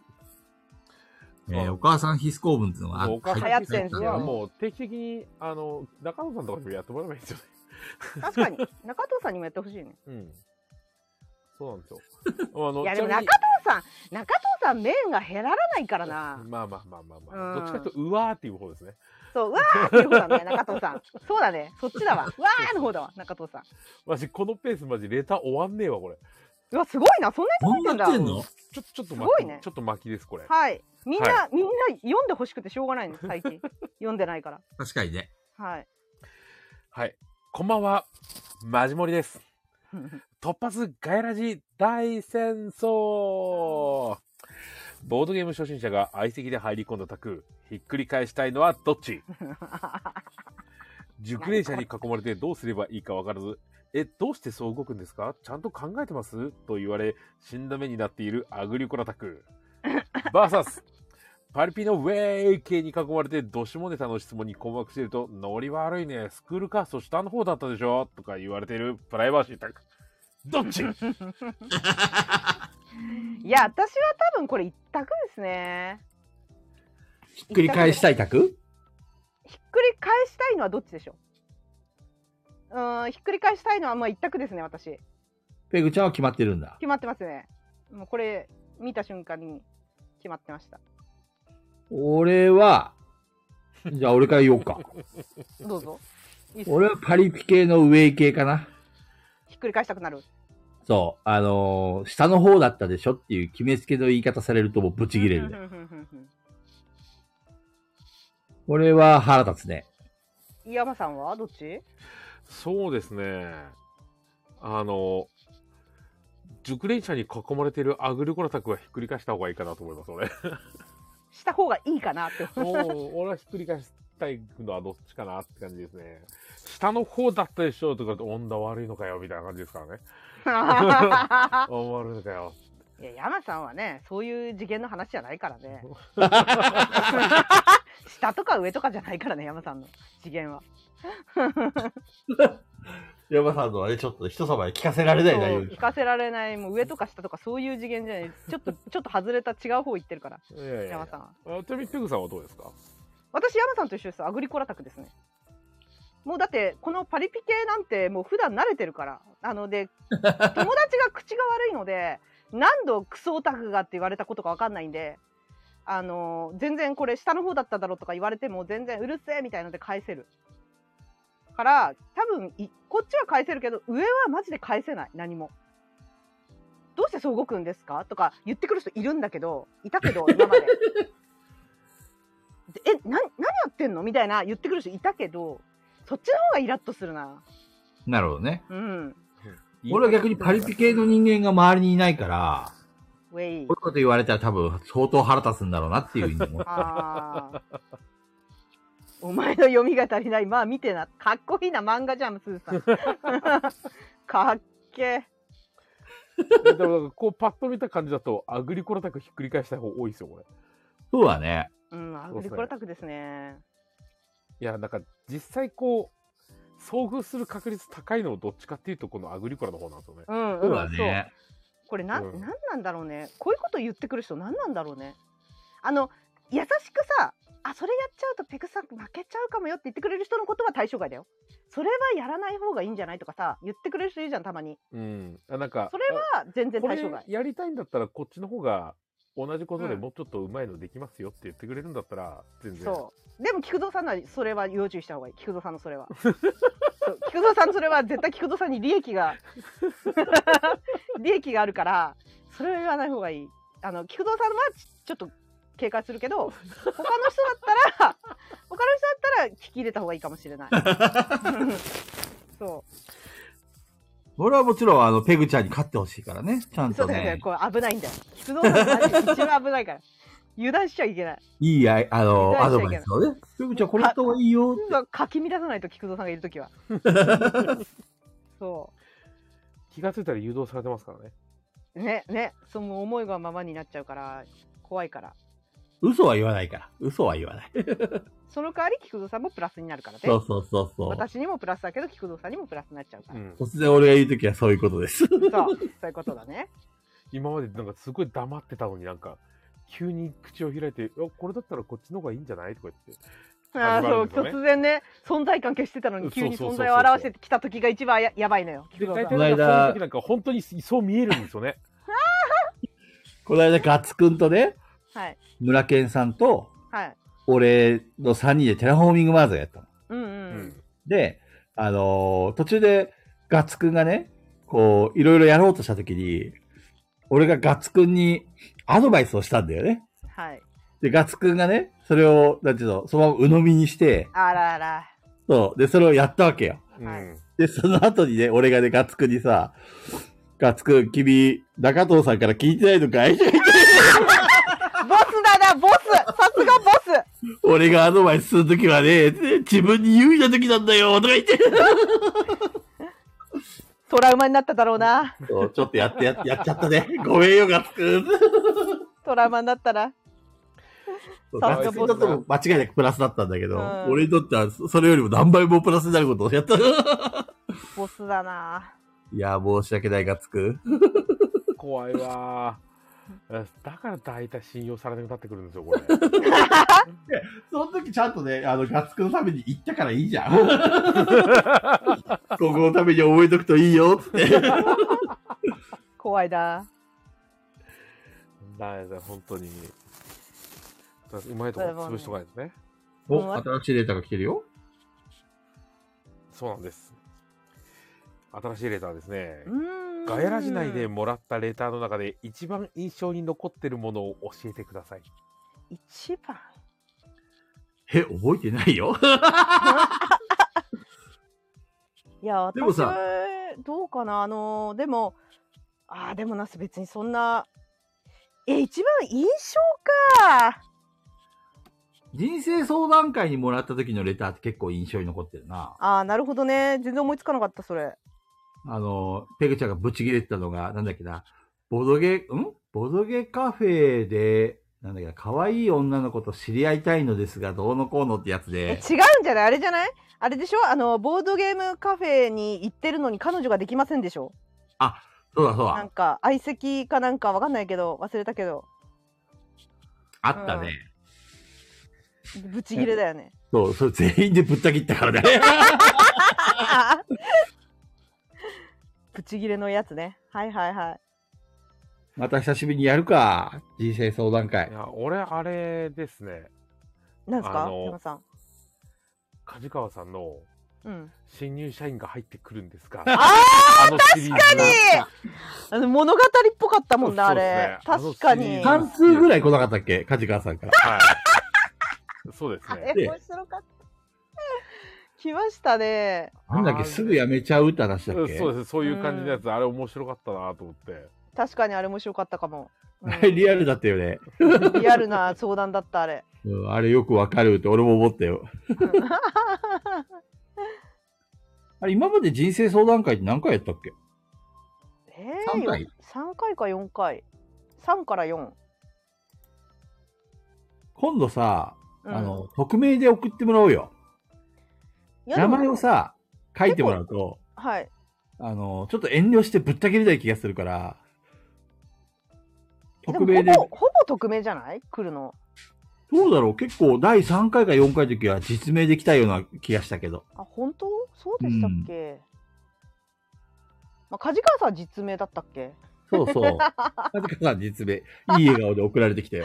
お母さん必須公文っていうのが流行ってんすよ。 もう定期的に中野さんとかにもやってもらえばいいんですよね。 確かに中藤さんにもやってほしいね。 うん。そうなんですよ。 いやでも中藤さん面が減らないからな。 まあ。どっちかというとうわーっていう方ですね。 そう、うわーっていう方だね、中藤さん。そうだね、そっちだわ。うわーの方だわ、中藤さん。 マジこのペースマジレター終わんねえわこれ。 うわ、すごいな、そんなに届いてんだ。 ちょっとすごいね。 ちょっと巻きですこれ。 はい。みんな読んでほしくてしょうがないの最近。読んでないから。 確かにね。 はい。 はい。こんばんは、マジモリです。突発ガヤラジ大戦争。ボードゲーム初心者が相席で入り込んだ卓、ひっくり返したいのはどっち？熟練者に囲まれてどうすればいいか分からず、どうしてそう動くんですか？ちゃんと考えてます？と言われ、死んだ目になっているアグリコラ卓。バーサス、パリピのウェイ系に囲まれてどしもネタの質問に困惑していると、ノリ悪いね、スクールカースト下の方だったでしょとか言われているプライバーシー卓。どっち？ いや、私は多分これ一択ですね。 ひっくり返したい卓？ ひっくり返したいのはどっちでしょう？ひっくり返したいのはまあ一択ですね、私。 ペグちゃんは決まってるんだ。 決まってますね。もうこれ見た瞬間に決まってました。 俺は、じゃあ俺から言おうか。 どうぞ。いい俺はパリピ系の上系かな。 ひっくり返したくなる。 そう。下の方だったでしょっていう決めつけの言い方されるともうブチギレるね。俺は腹立つね。 山さんはどっち？ そうですね。熟練者に囲まれているアグリコラ卓はひっくり返した方がいいかなと思います、俺。 した方がいいかなって思う。俺はひっくり返したいのはどっちかなって感じですね。下の方だったでしょとかって温度悪いのかよみたいな感じですからね。温度悪いのかよ。 いや、山さんはね、そういう次元の話じゃないからね。下とか上とかじゃないからね、山さんの次元は。 山さんのはね、ちょっと人様に聞かせられない内容聞かせられない、もう上とか下とかそういう次元じゃない。ちょっと外れた違う方行ってるから。 いやいやいや山さん。 ちなみにペグさんはどうですか？ 私、山さんと一緒です。アグリコラタクですね。もうだって、このパリピ系なんてもう普段慣れてるから。で、友達が口が悪いので、何度クソオタクがって言われたことかわかんないんで、全然これ下の方だっただろうとか言われても全然うるせえみたいので返せる。から多分こっちは返せるけど上はマジで返せない。何もどうしてそう動くんですかとか言ってくる人いるんだけど今まで何やってんのみたいな言ってくる人いたけどそっちの方がイラッとするな。 なるほどね。 うん。 俺は逆にパリピ系の人間が周りにいないから、 ウェイ。 こういうこと言われたら多分相当腹立つんだろうなっていう意味でも。 お前の読みが足りない。まあ見てな。かっこいいな漫画じゃん、スーさん。かっけでもこうパッと見た感じだとアグリコラタクひっくり返した方多いですよこれ。 そうだね。 うん、アグリコラタクですね。 いやなんか実際こう遭遇する確率高いのをどっちかっていうとこのアグリコラの方なんですよね。 うんうん、 そうだね。 これなんなんだろうね。こういうこと言ってくる人なんなんだろうね。優しくさ、それやっちゃうとペグさん負けちゃうかもよって言ってくれる人のことは対象外だよ。それはやらない方がいいんじゃないとかさ、言ってくれる人いるじゃん、たまに。 うん。なんかそれは全然対象外。 やりたいんだったらこっちの方が同じことでもうちょっと上手いのできますよって言ってくれるんだったら全然。 そう。でも菊蔵さんのはそれは要注意した方がいい。菊蔵さんのそれは。菊蔵さんのそれは絶対菊蔵さんに利益があるからそれは言わない方がいい。菊蔵さんはちょっと警戒するけど他の人だったら聞き入れた方がいいかもしれない。そう。 俺はもちろんペグちゃんに勝ってほしいからね。ちゃんとね。 そうだよね。これ危ないんだよ。菊蔵さんマジで一番危ないから。油断しちゃいけない。 いいアドバイスをね。ペグちゃんこれやった方がいいよって。 かき乱さないと菊蔵さんがいるときは。そう。 気がついたら誘導されてますからね。 ね、その思いがままになっちゃうから怖いから。 嘘は言わないから。嘘は言わない。 その代わり菊蔵さんもプラスになるからね。 そう。 私にもプラスだけど菊蔵さんにもプラスになっちゃうから。 突然俺が言うときはそういうことです。そういうことだね。 今までなんかすごい黙ってたのになんか急に口を開いて、これだったらこっちの方がいいんじゃないとか言って。 そう突然ね存在感消してたのに急に存在を表してきた時が一番やばいのよ。 大体そういう時なんか本当にそう見えるんですよね。 この間ガッツくんとね、 はい、 村健さんと、 はい、 俺の3人でテラフォーミングマーズやったの。 うんうん、 で、途中でガッツくんがね、こういろいろやろうとした時に、俺がガッツくんにアドバイスをしたんだよね。 はい。 で、ガッツくんがね、それを、なんていうの、そのまま鵜呑みにして、 あらあら。 そう。で、それをやったわけよ。 はい。 で、その後にね、俺がね、ガッツくんにさ、ガッツくん、君、中藤さんから聞いてないのかいボスだな、ボスさすがボス俺がアドバイスするときはね、自分に有利なときなんだよ、とか言って。 トラウマになっただろうな。 そうちょっとやっちゃったね。ごめんよ、ガッツくん。 トラウマになったな。 ガッツくんだと間違いなくプラスだったんだけど、俺にとってはそれよりも何倍もプラスになることをやった。 ボスだな。 いや、申し訳ない、ガッツくん。 怖いわ。だから大体信用されなくなってくるんですよ、これ。 その時ちゃんとね、ガッツくんのために言ったからいいじゃん。今後のために覚えとくといいよ、って。 怖いな。 だめだ、本当に。うまいとこ潰しとかないですね。 お、新しいデータが来てるよ。 そうなんです。新しいレターですね。ガヤラジ内でもらったレターの中で一番印象に残ってるものを教えてください。 一番覚えてないよ。 いや、私でもさ、 どうかな、でもな、別にそんな、一番印象か。 人生相談会にもらった時のレターって結構印象に残ってるな。 なるほどね。全然思いつかなかった、それ。 ペグちゃんがブチ切れてたのが、なんだっけな、ボドゲカフェでなんだっけ、可愛い女の子と知り合いたいのですが、どうのこうのってやつで。 違うんじゃない？あれじゃない？あれでしょ？ボードゲームカフェに行ってるのに彼女ができませんでしょ？ あ、そうだそうだ。 なんか、相席かなんかわかんないけど、忘れたけど。 あったね。 ブチギレだよね。 そう、それ全員でぶった切ったからね。 ブチギレのやつね。はいはいはい。 また久しぶりにやるか。人生相談会い。や、俺、あれですね。 なんですか山さん。 梶川さんのうん。 新入社員が入ってくるんですが。 あのシリーズ確かに物語っぽかったもんな、あれ。確かに。 半数ぐらい来なかったっけ梶川さんから。 はい。そうですね。 面白かった。来ましたね。 なんだっけ、すぐ辞めちゃうって話だっけ。 そうです。そういう感じのやつ、あれ面白かったなと思って。 確かにあれ面白かったかも。 リアルだったよね。 リアルな相談だった、あれ。 あれよくわかるって俺も思ったよ。あれ、今まで人生相談会って何回やったっけ？3回 ?3 回か4回。3から4。 今度さ、匿名で送ってもらおうよ。名前をさ、書いてもらうと、 はい。 ちょっと遠慮してぶった切りたい気がするから、 匿名で。ほぼ匿名じゃない来るの。 どうだろう結構第3回か4回の時は実名で来たような気がしたけど。 あ、本当？そうでしたっけ？まあ、梶川さん実名だったっけ？ そうそう。梶川さん実名。いい笑顔で送られてきたよ。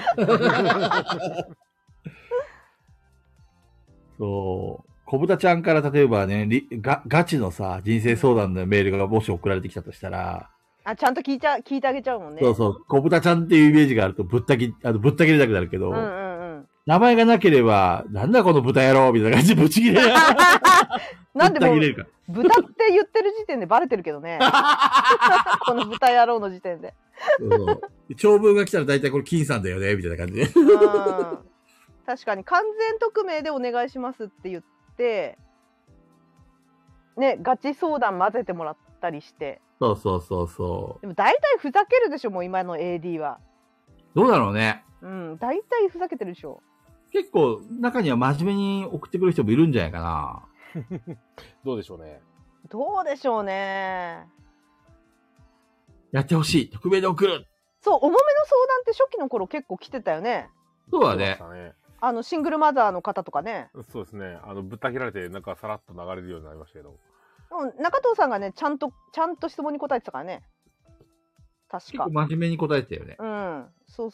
そう。小豚ちゃんから例えばね、ガチのさ、人生相談のメールがもし送られてきたとしたら、 あ、ちゃんと聞いてあげちゃうもんね。 そうそう。小豚ちゃんっていうイメージがあるとぶった切りたくなるけど、名前がなければ、なんだこの豚野郎みたいな感じでぶち切れる。 なんでも、豚って言ってる時点でバレてるけどね。この豚野郎の時点で。 そう長文が来たら大体これ金さんだよね、みたいな感じで。 確かに完全匿名でお願いしますって言って、ね、ガチ相談混ぜてもらったりして。 そう。 でも大体ふざけるでしょ、もう今の AD は。 どうだろうね。 うん、大体ふざけてるでしょ。 結構、中には真面目に送ってくる人もいるんじゃないかな。 どうでしょうね。 どうでしょうね。 やってほしい。匿名で送る。 そう、重めの相談って初期の頃結構来てたよね。 そうだね。 シングルマザーの方とかね。 そうですね。ぶった切られて、なんかさらっと流れるようになりましたけど。 中藤さんがね、ちゃんと質問に答えてたからね。確か。 結構真面目に答えてたよね。 うん。そう。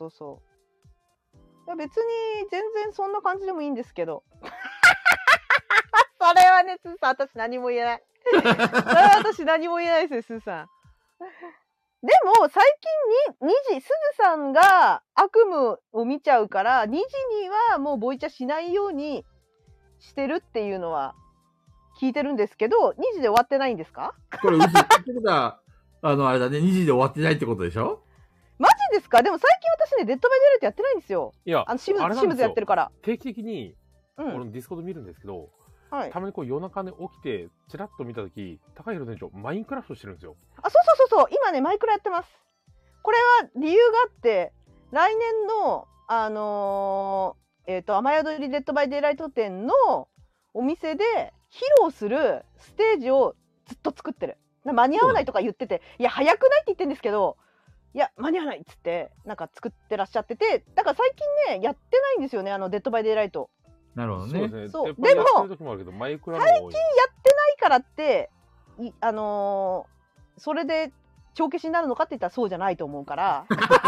いや別に全然そんな感じでもいいんですけど。それはね、スーさん、私何も言えない。それは私何も言えないですよ、スーさん。でも、最近に、すずさんが悪夢を見ちゃうから、2時にはもうボイチャしないようにしてるっていうのは聞いてるんですけど、2時で終わってないんですか？ これ嘘。ってことは、あれだね、2時で終わってないってことでしょ？ マジですか？でも最近私ね、デッドバイデイライトやってないんですよ。 いや、 シムズやってるから。 定期的に、俺のディスコード見るんですけど、たまにこう夜中に起きて、チラッと見たとき、高弘店長、マインクラフトしてるんですよ。 あ、そう。今ね、マイクラやってます。これは理由があって、来年の、雨宿りデッドバイデイライト店のお店で披露するステージをずっと作ってる。間に合わないとか言ってて、いや、早くないって言ってるんですけど、いや、間に合わないっつって、なんか作ってらっしゃってて、だから最近ね、やってないんですよね、デッドバイデイライト。 なるほどね。 そう。でも、最近やってないからって、それで帳消しになるのかって言ったらそうじゃないと思うから。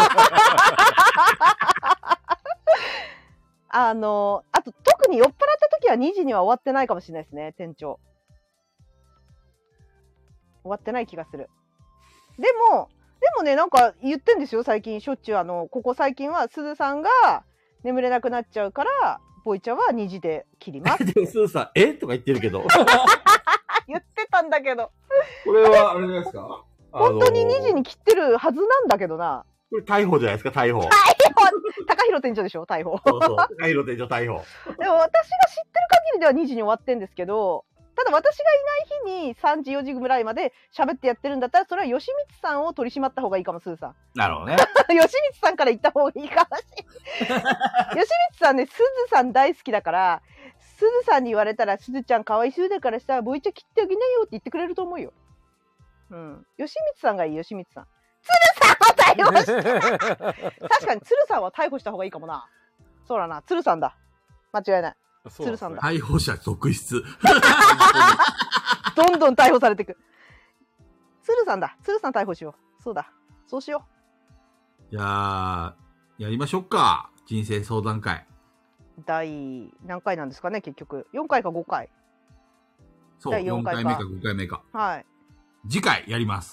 あと、特に酔っ払った時は2時には終わってないかもしれないですね、店長。終わってない気がする。でもね、なんか言ってんですよ、最近。しょっちゅうここ最近は、すずさんが眠れなくなっちゃうから、ボイチャは2時で切ります。 でも、すずさん、とか言ってるけど。 言ってたんだけど。 これは、あれじゃないですか。 本当に2時に切ってるはずなんだけどな。 これ逮捕じゃないですか、逮捕。 高弘店長でしょ、逮捕。 そう。高弘店長逮捕。 でも私が知ってる限りでは2時に終わってんですけど、 ただ私がいない日に3時4時ぐらいまで喋ってやってるんだったら、それは吉光さんを取り締まった方がいいかも、スーさん。 なるほどね。 吉光さんから言った方がいいかもしれない。吉光さんね、すずさん大好きだから、すずさんに言われたら、すずちゃんかわいそうだからさ、ボイチャ切ってあげなよって言ってくれると思うよ。うん。吉光さんがいい、吉光さん。鶴さんは逮捕して確かに鶴さんは逮捕した方がいいかもな。そうだな、鶴さんだ。間違いない。鶴さんだ。 逮捕者続出。 どんどん逮捕されていく。鶴さんだ。鶴さん逮捕しよう。そうだ。そうしよじゃあ、やりましょうか。人生相談会。 う。第何回なんですかね、結局。4回か5回。 そう、 第4 4 回か回目か5回目か。 はい。 次回やります。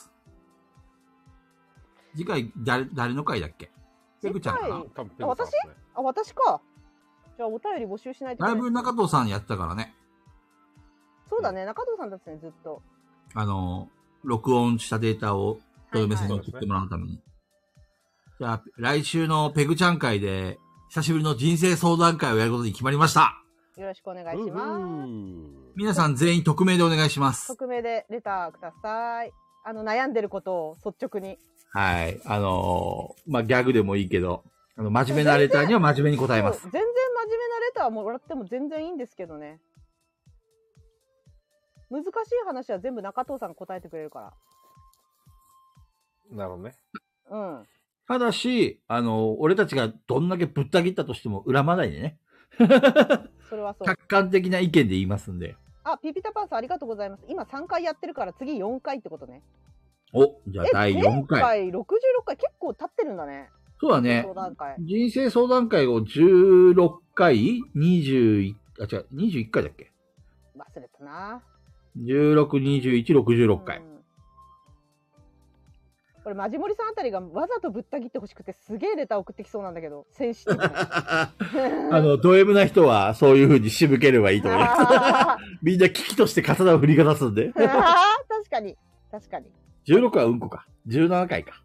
次回、誰の回だっけ？ペグちゃんかな？ 多分あ、私？あ、私か。じゃあお便り募集しないといけない。 だいぶ中藤さんやってたからね。 そうだね、中藤さんだったね、ずっと。 録音したデータをどういう目線に送ってもらうために。じゃあ、来週のペグちゃん会で、久しぶりの人生相談会をやることに決まりました。 よろしくお願いします。 皆さん全員匿名でお願いします。 匿名でレターください。悩んでることを率直に。 はい。まあ、ギャグでもいいけど、真面目なレターには真面目に答えます。 全然真面目なレターもらっても全然いいんですけどね。難しい話は全部中藤さんが答えてくれるから。 なるほどね。 うん。 ただし、俺たちがどんだけぶった切ったとしても恨まないでね。 それはそう。 客観的な意見で言いますんで。 あ、ピピタパンさんありがとうございます。今3回やってるから次4回ってことね。 お、じゃあ第4回。 前回66回結構経ってるんだね。 そうだね相談会。 人生相談会を16回 ?21、あ、違う、21回だっけ？ 忘れたな。 16、21、66回。 これマジモリさんあたりがわざとぶった切ってほしくてすげえレター送ってきそうなんだけど、センシティブな。 ド M な人はそういう風に仕向ければいいと思います。みんな危機として刀を振りかざすんで。 確かに。確かに。 16はうんこか。17回か。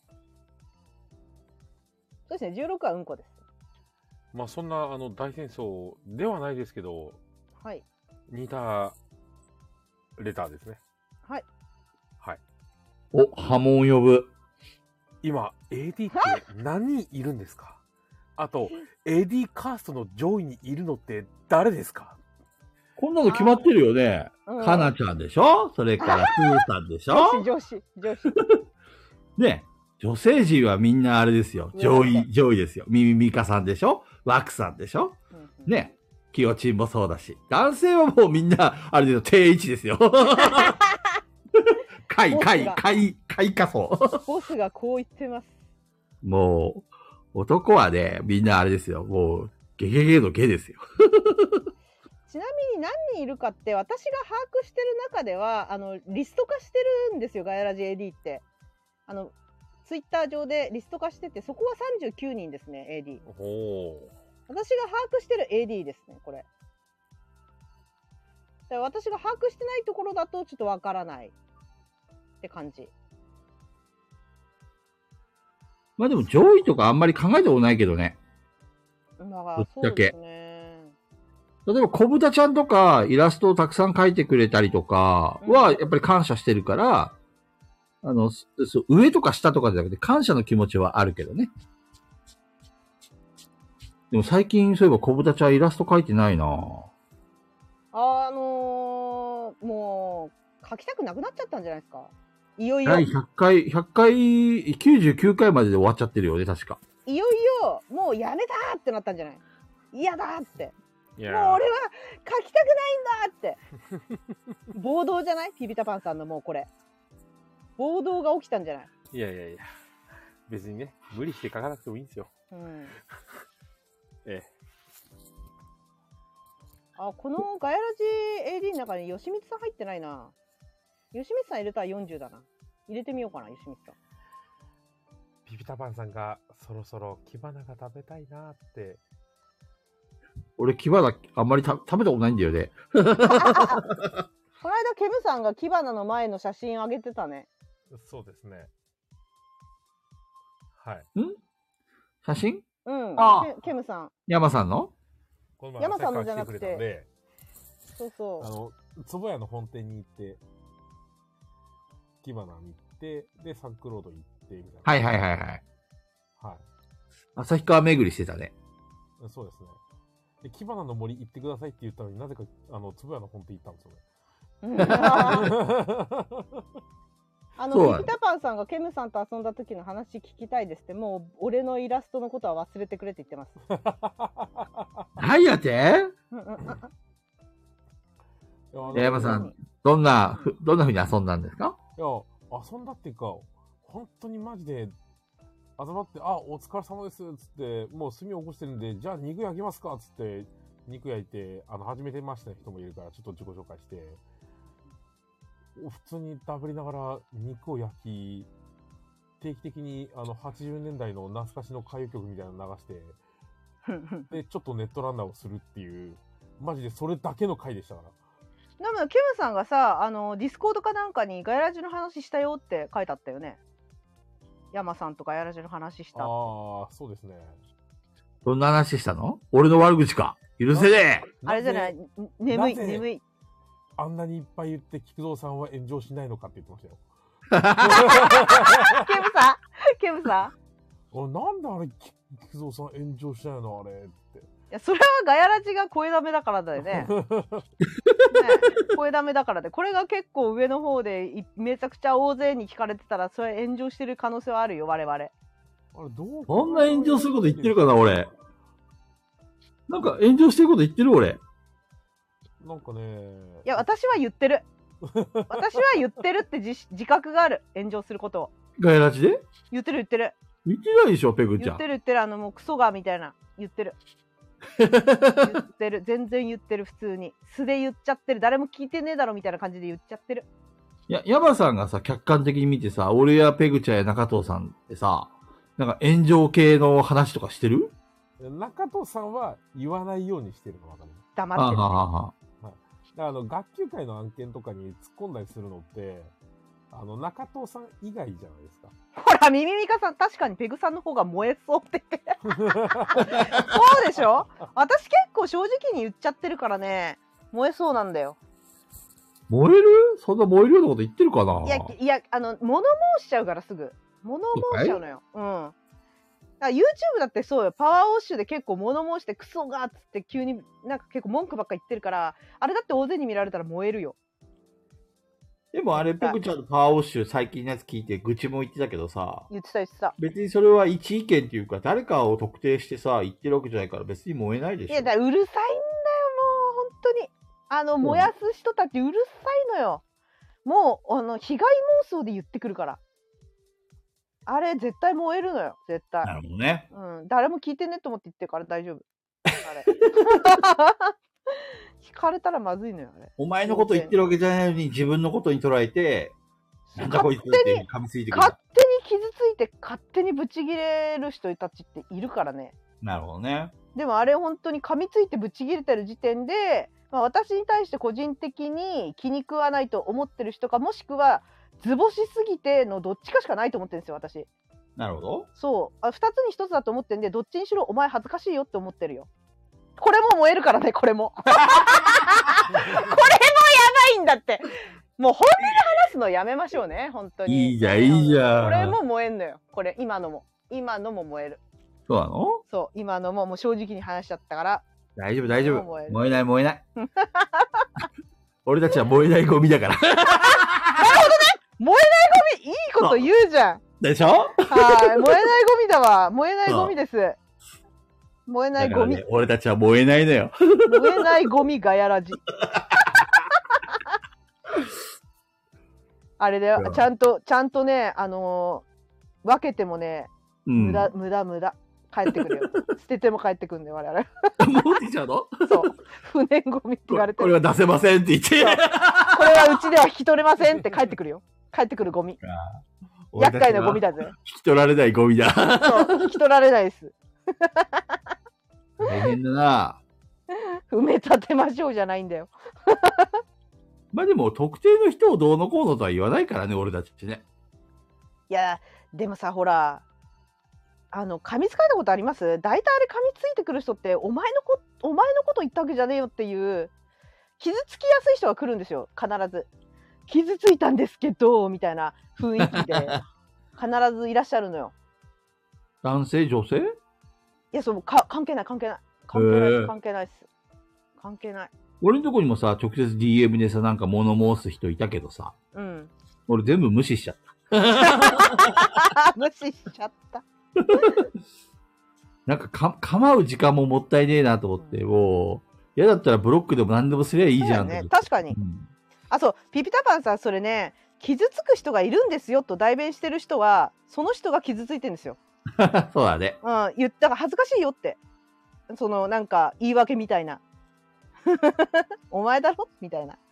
そうですね、16はうんこです。 まあそんな大戦争ではないですけど、 はい。 似たレターですね。 はい。 はい。 お、波紋呼ぶ。 今、AD って何人いるんですか？あと、AD カーストの上位にいるのって誰ですか？ こんなの決まってるよね。かなちゃんでしょ？それから、スーさんでしょ？ 女子。 ね、女性陣はみんなあれですよ。上位ですよ。ミミカさんでしょ？ワクさんでしょ？ね、キヨチンもそうだし。男性はもうみんな、あれですよ、定位置ですよ。仮想。 ボスがこう言ってます。 もう、男はね、みんなあれですよ。もう、ゲゲゲのゲですよ。 ちなみに何人いるかって私が把握してる中ではリスト化してるんですよ、ガヤラジ AD ってツイッター上でリスト化してて、そこは39人ですね AD。 私が把握してる AD ですね、これ。だから私が把握してないところだとちょっとわからないって感じ。 まあでも上位とかあんまり考えたことないけどね。 まあそうですね。 例えば、小豚ちゃんとか、イラストをたくさん描いてくれたりとかは、やっぱり感謝してるから、上とか下とかじゃなくて、感謝の気持ちはあるけどね。でも最近、そういえば小豚ちゃんイラスト描いてないなもう、描きたくなくなっちゃったんじゃないですか。いよいよ。 第100回、99回までで終わっちゃってるよね、確か。 いよいよ、もうやめたーってなったんじゃない？嫌だーって。もう俺は書きたくないんだって暴動じゃない？ピピタパンさんのもうこれ暴動が起きたんじゃない？ いや別にね、無理して書かなくてもいいんですよ。 あ、このガヤラジ AD の中に吉光さん入ってないな。吉光さん入れたら40だな。入れてみようかな、吉光さん。 ピピタパンさんがそろそろキバナが食べたいなって。 俺、キバナあんまり食べたことないんだよね。 この間、ケムさんがキバナの前の写真あげてたね。 そうですね。はい。 写真？ うん。ケムさん。 山さんの？ 山さんのじゃなくて。そうそ壺屋の本店に行って、キバナに行って、で、サンクロード行って、みたいな。 はいはいはいはい。 はい。 旭川巡りしてたね。 そうですね。で、キバナの森行ってくださいって言ったのになぜか、壺屋の本店行ったんですよね。 ピピタパンさんがケムさんと遊んだ時の話聞きたいですって、もう俺のイラストのことは忘れてくれって言ってます。 はいやて山さん、どんな風に遊んだんですか？ いや、遊んだっていうか、本当にマジで、集まって、お疲れ様です、つって、もう炭を起こしてるんで、じゃあ肉焼きますか、つって、肉焼いて、初めてました人もいるから、ちょっと自己紹介して、普通にダブりながら肉を焼き、定期的に80年代の懐かしの歌謡曲みたいなの流して、で、ちょっとネットランナーをするっていう、マジでそれだけの回でしたから。 でもケムさんがさ、ディスコードかなんかにガヤラジの話したよって書いてあったよね。山さんとガヤラジの話した。 そうですね。 どんな話したの？俺の悪口か。許せねえ。 あれじゃない、眠い。 あんなにいっぱい言って菊蔵さんは炎上しないのかって言ってましたよ。 ケムさんなんであれ菊蔵さん炎上しないのあれって。 いや、それはガヤラジが声ダメだからだよね。声ダメだからで、これが結構上の方でめちゃくちゃ大勢に聞かれてたら、それ炎上してる可能性はあるよ、我々。あれこんな炎上すること言ってるかな、俺。なんか炎上してること言ってる俺。 なんかね。 いや、私は言ってる。私は言ってるって自覚がある。炎上することを。 ガヤラジで言ってる。言ってないでしょ、ペグちゃん。 言ってる。もうクソがみたいな。言ってる。全然言ってる、普通に。素で言っちゃってる。誰も聞いてねえだろみたいな感じで言っちゃってる。 いや、ヤバさんがさ、客観的に見てさ、俺やペグちゃんや中藤さんってさ、なんか炎上系の話とかしてる？ 中藤さんは言わないようにしてるの分かる？ 黙ってる、ね。 だから学級会の案件とかに突っ込んだりするのって、中藤さん以外じゃないですか。 ほら、ミミミカさん、確かにペグさんの方が燃えそうって言って。そうでしょ？私結構正直に言っちゃってるからね、燃えそうなんだよ。 燃える？そんな燃えるようなこと言ってるかな？ いや、物申しちゃうからすぐ。物申しちゃうのよ。うん。YouTube だってそうよ。パワーウォッシュで結構物申してクソがっつって急になんか結構文句ばっか言ってるから、あれだって大勢に見られたら燃えるよ。 でもあれ、ペグちゃんのパワーウォッシュ最近のやつ聞いて愚痴も言ってたけどさ。 言ってた。 別にそれは一意見っていうか、誰かを特定してさ、言ってるわけじゃないから別に燃えないでしょ。 いや、だからうるさいんだよ、もう、本当に。燃やす人たちうるさいのよ。もう、被害妄想で言ってくるから。あれ、絶対燃えるのよ、絶対。 なるほどね。 うん、誰も聞いてねって思って言ってるから大丈夫。あれ。聞かれたらまずいのよ、あれ。 お前のこと言ってるわけじゃないのに自分のことに捉えて、なんだこいつって噛みついてくる。 勝手に傷ついて、勝手にブチギレる人たちっているからね。 なるほどね。 でもあれ本当に噛みついてブチギレてる時点で、私に対して個人的に気に食わないと思ってる人か、もしくは図星すぎてのどっちかしかないと思ってるんですよ、私。 なるほど。 そう。2つに1つだと思ってるんで、どっちにしろお前恥ずかしいよって思ってるよ。これも燃えるからね、これも。これもやばいんだって。もう本音で話すのやめましょうね、本当に。 いいじゃん、いいじゃん。 これも燃えんのよ。これ、今のも燃える。 そうなの？ そう、今のも正直に話しちゃったから。 大丈夫。燃えない。俺たちは燃えないゴミだから。なるほどね。 燃えないゴミ、いいこと言うじゃん。 でしょ？ はい、燃えないゴミだわ。燃えないゴミです。燃えないゴミ。 俺たちは燃えないのよ。 燃えないゴミガヤラジ。あれだよ、ちゃんとね、分けてもね、無駄。帰ってくるよ。捨てても帰ってくるんだよ、我々。 持ってきちゃうの？ そう。不燃ゴミって言われてる。 これは出せませんって言って。 これはうちでは引き取れませんって帰ってくるよ。帰ってくるゴミ。厄介なゴミだぜ。 引き取られないゴミだ。 そう、引き取られないです。 大変だな。 埋め立てましょうじゃないんだよ。 まあでも、特定の人をどうのこうのとは言わないからね、俺たちってね。 いや、でもさ、ほら、噛みつかれたことあります？大体あれ噛みついてくる人って、お前のこと言ったわけじゃねえよっていう傷つきやすい人が来るんですよ、必ず。傷ついたんですけど、みたいな雰囲気で、必ずいらっしゃるのよ。 男性女性？ いや、そう、関係ない、関係ない。関係ないです、関係ないです。関係ない。 俺のとこにもさ、直接 DM でさ、なんか物申す人いたけどさ、 うん。 俺全部無視しちゃった。 無視しちゃった。 なんか構う時間ももったいねえなと思って、もう、嫌だったらブロックでも何でもすりゃいいじゃん。 ね、確かに。あ、そう、ピピタパンさん、それね、傷つく人がいるんですよと代弁してる人は、その人が傷ついてるんですよ。 そうだね。 うん、言ったら恥ずかしいよって。その、なんか、言い訳みたいな。お前だろみたいな。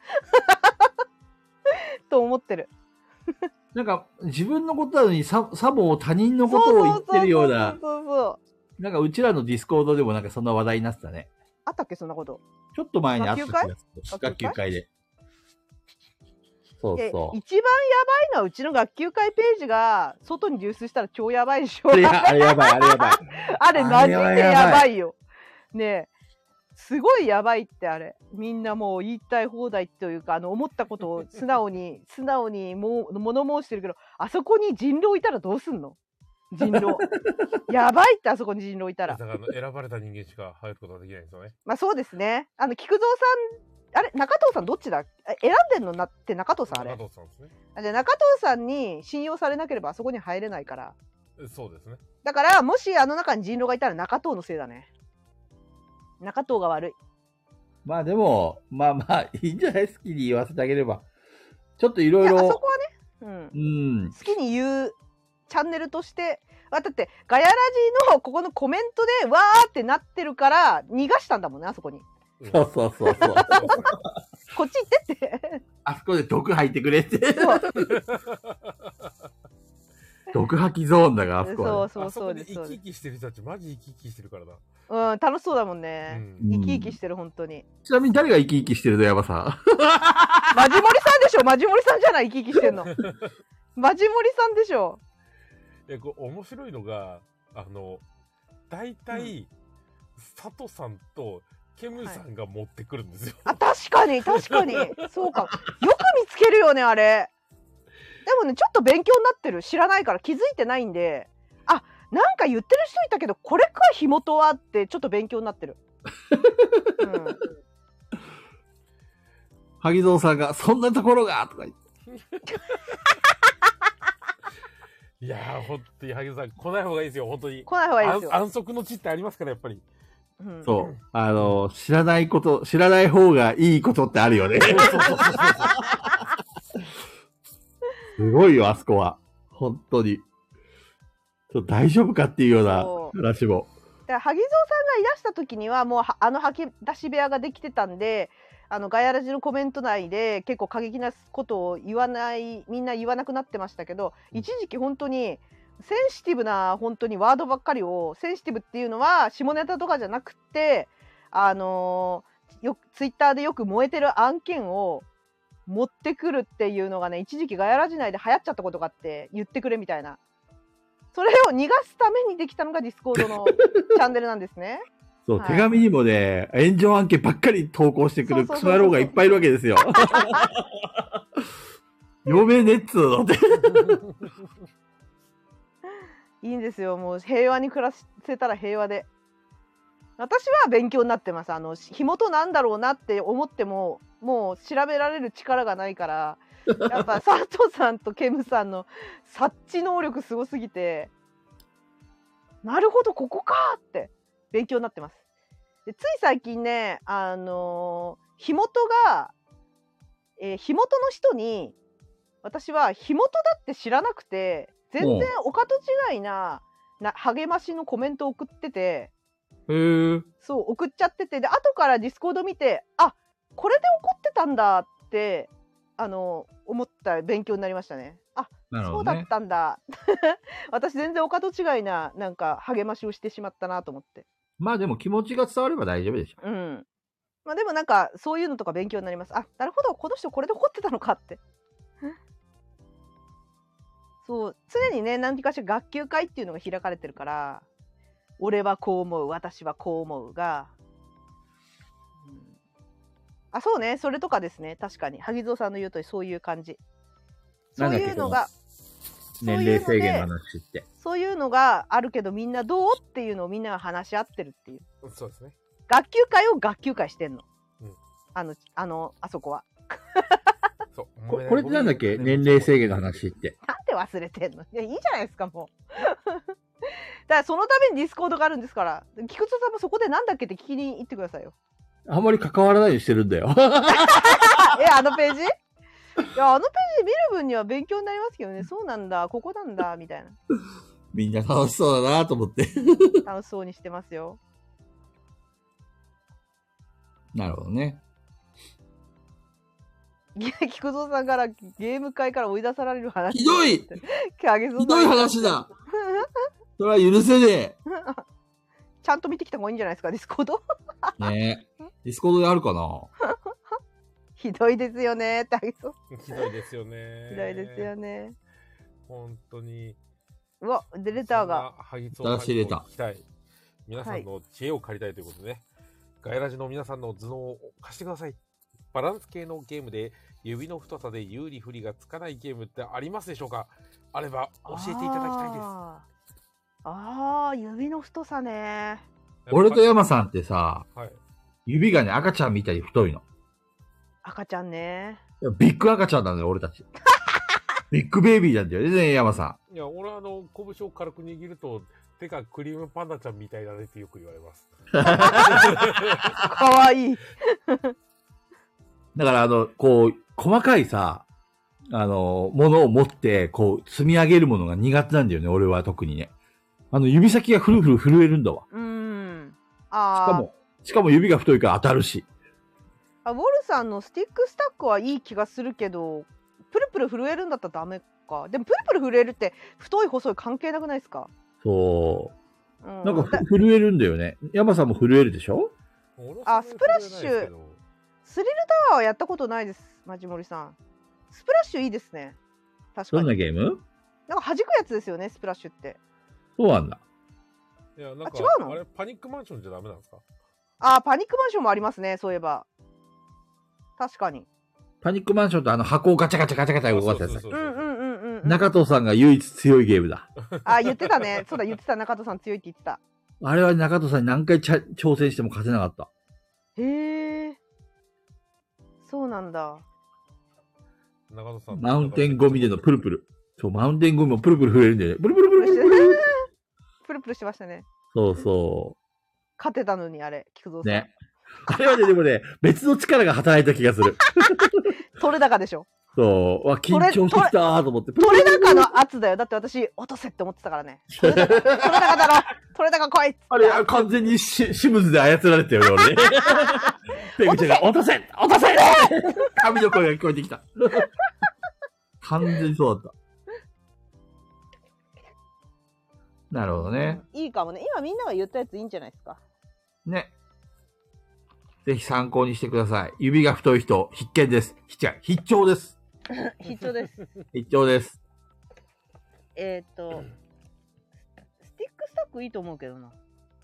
と思ってる。 なんか、自分のことなのにさも他人のことを言ってるような、なんかうちらのディスコードでもなんかそんな話題になってたね。 あったっけ、そんなこと。 ちょっと前にあった気がする。学級会で。そうそう。 一番やばいのはうちの学級会ページが外に流出したら超やばいでしょ。 あれやばい、あれやばい。 あれマジでやばいよ。ねえ。すごいやばいってあれ。みんなもう言いたい放題というか、思ったことを素直に物申してるけど、あそこに人狼いたらどうすんの？人狼。やばいって、あそこに人狼いたら。 だから選ばれた人間しか入ることができないんですよね。 まあそうですね。菊蔵さん、あれ中藤さんどっちだ？選んでんのって中藤さんあれ。 中藤さんですね。 じゃあ中藤さんに信用されなければあそこに入れないから。 そうですね。 だからもしあの中に人狼がいたら中藤のせいだね。中藤が悪い。 まあでも、まあいいんじゃない？好きに言わせてあげれば。ちょっといろいろ。 あそこはね、好きに言うチャンネルとして、だってガヤラジのここのコメントでわーってなってるから逃がしたんだもんね、あそこに。 そう。 こっち行ってって。 あそこで毒吐いてくれって。毒吐きゾーンだが、あそこは、ね。 そうです。生き生きしてる人たちマジ生き生きしてるからだ。 うん、楽しそうだもんね。生き生きしてる、本当に。 ちなみに誰が生き生きしてるの、ヤバさん。 マジモリさんでしょ。マジモリさんじゃない、生き生きしてんの。マジモリさんでしょ。 こう面白いのが、大体、佐藤さんとケムさんが持ってくるんですよ。 あ、確かに。そうか。よく見つけるよね、あれ。でもね、ちょっと勉強になってる。知らないから気づいてないんで、あ、なんか言ってる人いたけど、これか火元はってちょっと勉強になってる。 萩蔵さんが、そんなところがとか言って。 いやー、ほんとに萩蔵さん、来ない方がいいですよ、本当に。 来ない方がいいですよ。 安息の地ってありますから、やっぱり。 そう。知らない方がいいことってあるよね。すごいよ、あそこは。本当に。大丈夫かっていうような話も。 だから萩蔵さんがいらした時にはもう吐き出し部屋ができてたんで、ガヤラジのコメント内で結構過激なことをみんな言わなくなってましたけど、一時期本当にセンシティブな本当にワードばっかりを、センシティブっていうのは下ネタとかじゃなくて、ツイッターでよく燃えてる案件を持ってくるっていうのがね、一時期ガヤラジ内で流行っちゃったことがあって、言ってくれみたいな。それを逃がすためにできたのがディスコードのチャンネルなんですね。 そう、はい、手紙にもね、炎上案件ばっかり投稿してくるクソ野郎がいっぱいいるわけですよ。読めねっつうのって。 いいんですよ。もう平和に暮らせたら平和で。私は勉強になってます。火元なんだろうなって思っても、もう調べられる力がないから、やっぱ佐藤さんとケムさんの察知能力すごすぎて、なるほどここかって勉強になってます。でつい最近ね、火元が、火元の人に私は火元だって知らなくて、全然お門違いな励ましのコメントを送ってて、そう送っちゃってて、で後からディスコード見て、あ、これで怒ってたんだって思った勉強になりましたね。あ、そうだったんだ。私全然お門違いななんか励ましをしてしまったなと思って。 まあでも気持ちが伝われば大丈夫でしょ。 まあでもなんかそういうのとか勉強になります。あ、なるほど、この人これで怒ってたのかって。そう常にね、何かしら学級会っていうのが開かれてるから、俺はこう思う、私はこう思うが、 あ、そうね。それとかですね。確かに。萩蔵さんの言うとりそういう感じ。そなんだっけういうのが、 年齢制限の話って。 そういうのがあるけどみんなどうっていうのをみんなが話し合ってるっていう。 そうですね。 学級会を学級会してんの。 うん、 あそこは。 そうこれってなんだっけ、年齢制限の話って。 なんで忘れてんの。いや、いいじゃないですか、もう。だからそのためにディスコードがあるんですから。菊池さんもそこでなんだっけって聞きに行ってくださいよ。 あんまり関わらないようにしてるんだよ。 あのページ？いや、あのページ見る分には勉強になりますけどね。そうなんだ、ここなんだ、みたいな。 みんな楽しそうだなと思って。 楽しそうにしてますよ。 なるほどね。 菊蔵さんからゲーム会から追い出される話。 ひどいひどい話だそれは許せねえちゃんと見てきた方がいいんじゃないですか、ディスコード。 ねえ。ディスコードであるかなひどいですよねってあげそう。 ひどいですよね。 ひどいですよね。 本当に。 うわ、で、レターが。 新しいレター。 皆さんの知恵を借りたいということでね。ガイラジの皆さんの頭脳を貸してください。バランス系のゲームで指の太さで有利不利がつかないゲームってありますでしょうか？あれば教えていただきたいです。 指の太さね。 俺と山さんってさ、 はい、 指がね、赤ちゃんみたいに太いの。 赤ちゃんね。 ビッグ赤ちゃんなのよ、俺たち。ビッグベイビーなんだよね、山さん。いや、俺は拳を軽く握ると、手がクリームパンダちゃんみたいだねってよく言われます。 かわいい。 だからこう、細かいさ、ものを持って、こう、積み上げるものが苦手なんだよね、俺は特にね。指先がフルフル震えるんだわ。しかも指が太いから当たるし。 ウォルさんのスティックスタックはいい気がするけど、プルプル震えるんだったらダメか。でもプルプル震えるって太い細い関係なくないですか？ そう。なんか震えるんだよね。山さんも震えるでしょ？ スプラッシュ。スリルタワーはやったことないです、マジモリさん。スプラッシュいいですね。確かに。 どんなゲーム？ なんか弾くやつですよね、スプラッシュって。 そうなんだ。 いや、なんか、 違うの？ あれ、パニックマンションじゃダメなんですか？ パニックマンションもありますね、そういえば。確かに。 パニックマンションって箱をガチャガチャガチャガチャ動かすやつ。中藤さんが唯一強いゲームだ。 言ってたね。そうだ、言ってた。中藤さん強いって言ってた。 あれは中藤さんに何回挑戦しても勝てなかった。 へえ。そうなんだ。 中藤さん。 マウンテンゴミでのプルプル。そう、マウンテンゴミもプルプル震えるんだよね。プルプルプルプルプル。 プルプルしてましたね。 そうそう。 勝てたのに、あれ、菊蔵さん。 ね。あれはね、でもね、別の力が働いた気がする。 取れ高でしょ。 そう。緊張してきたーと思って。 取れ高の圧だよ。だって私、落とせって思ってたからね。取れ高だろ。取れ高来いっつって。 あれ、完全にシムズで操られてるよ、俺ね。ペグちゃんが、落とせ落とせ神の声が聞こえてきた。完全にそうだった。なるほどね。 いいかもね。今みんなが言ったやついいんじゃないですか。 ね。ぜひ参考にしてください。指が太い人、必見です。必聴です。 必聴です。 必聴です。 スティックスタックいいと思うけどな。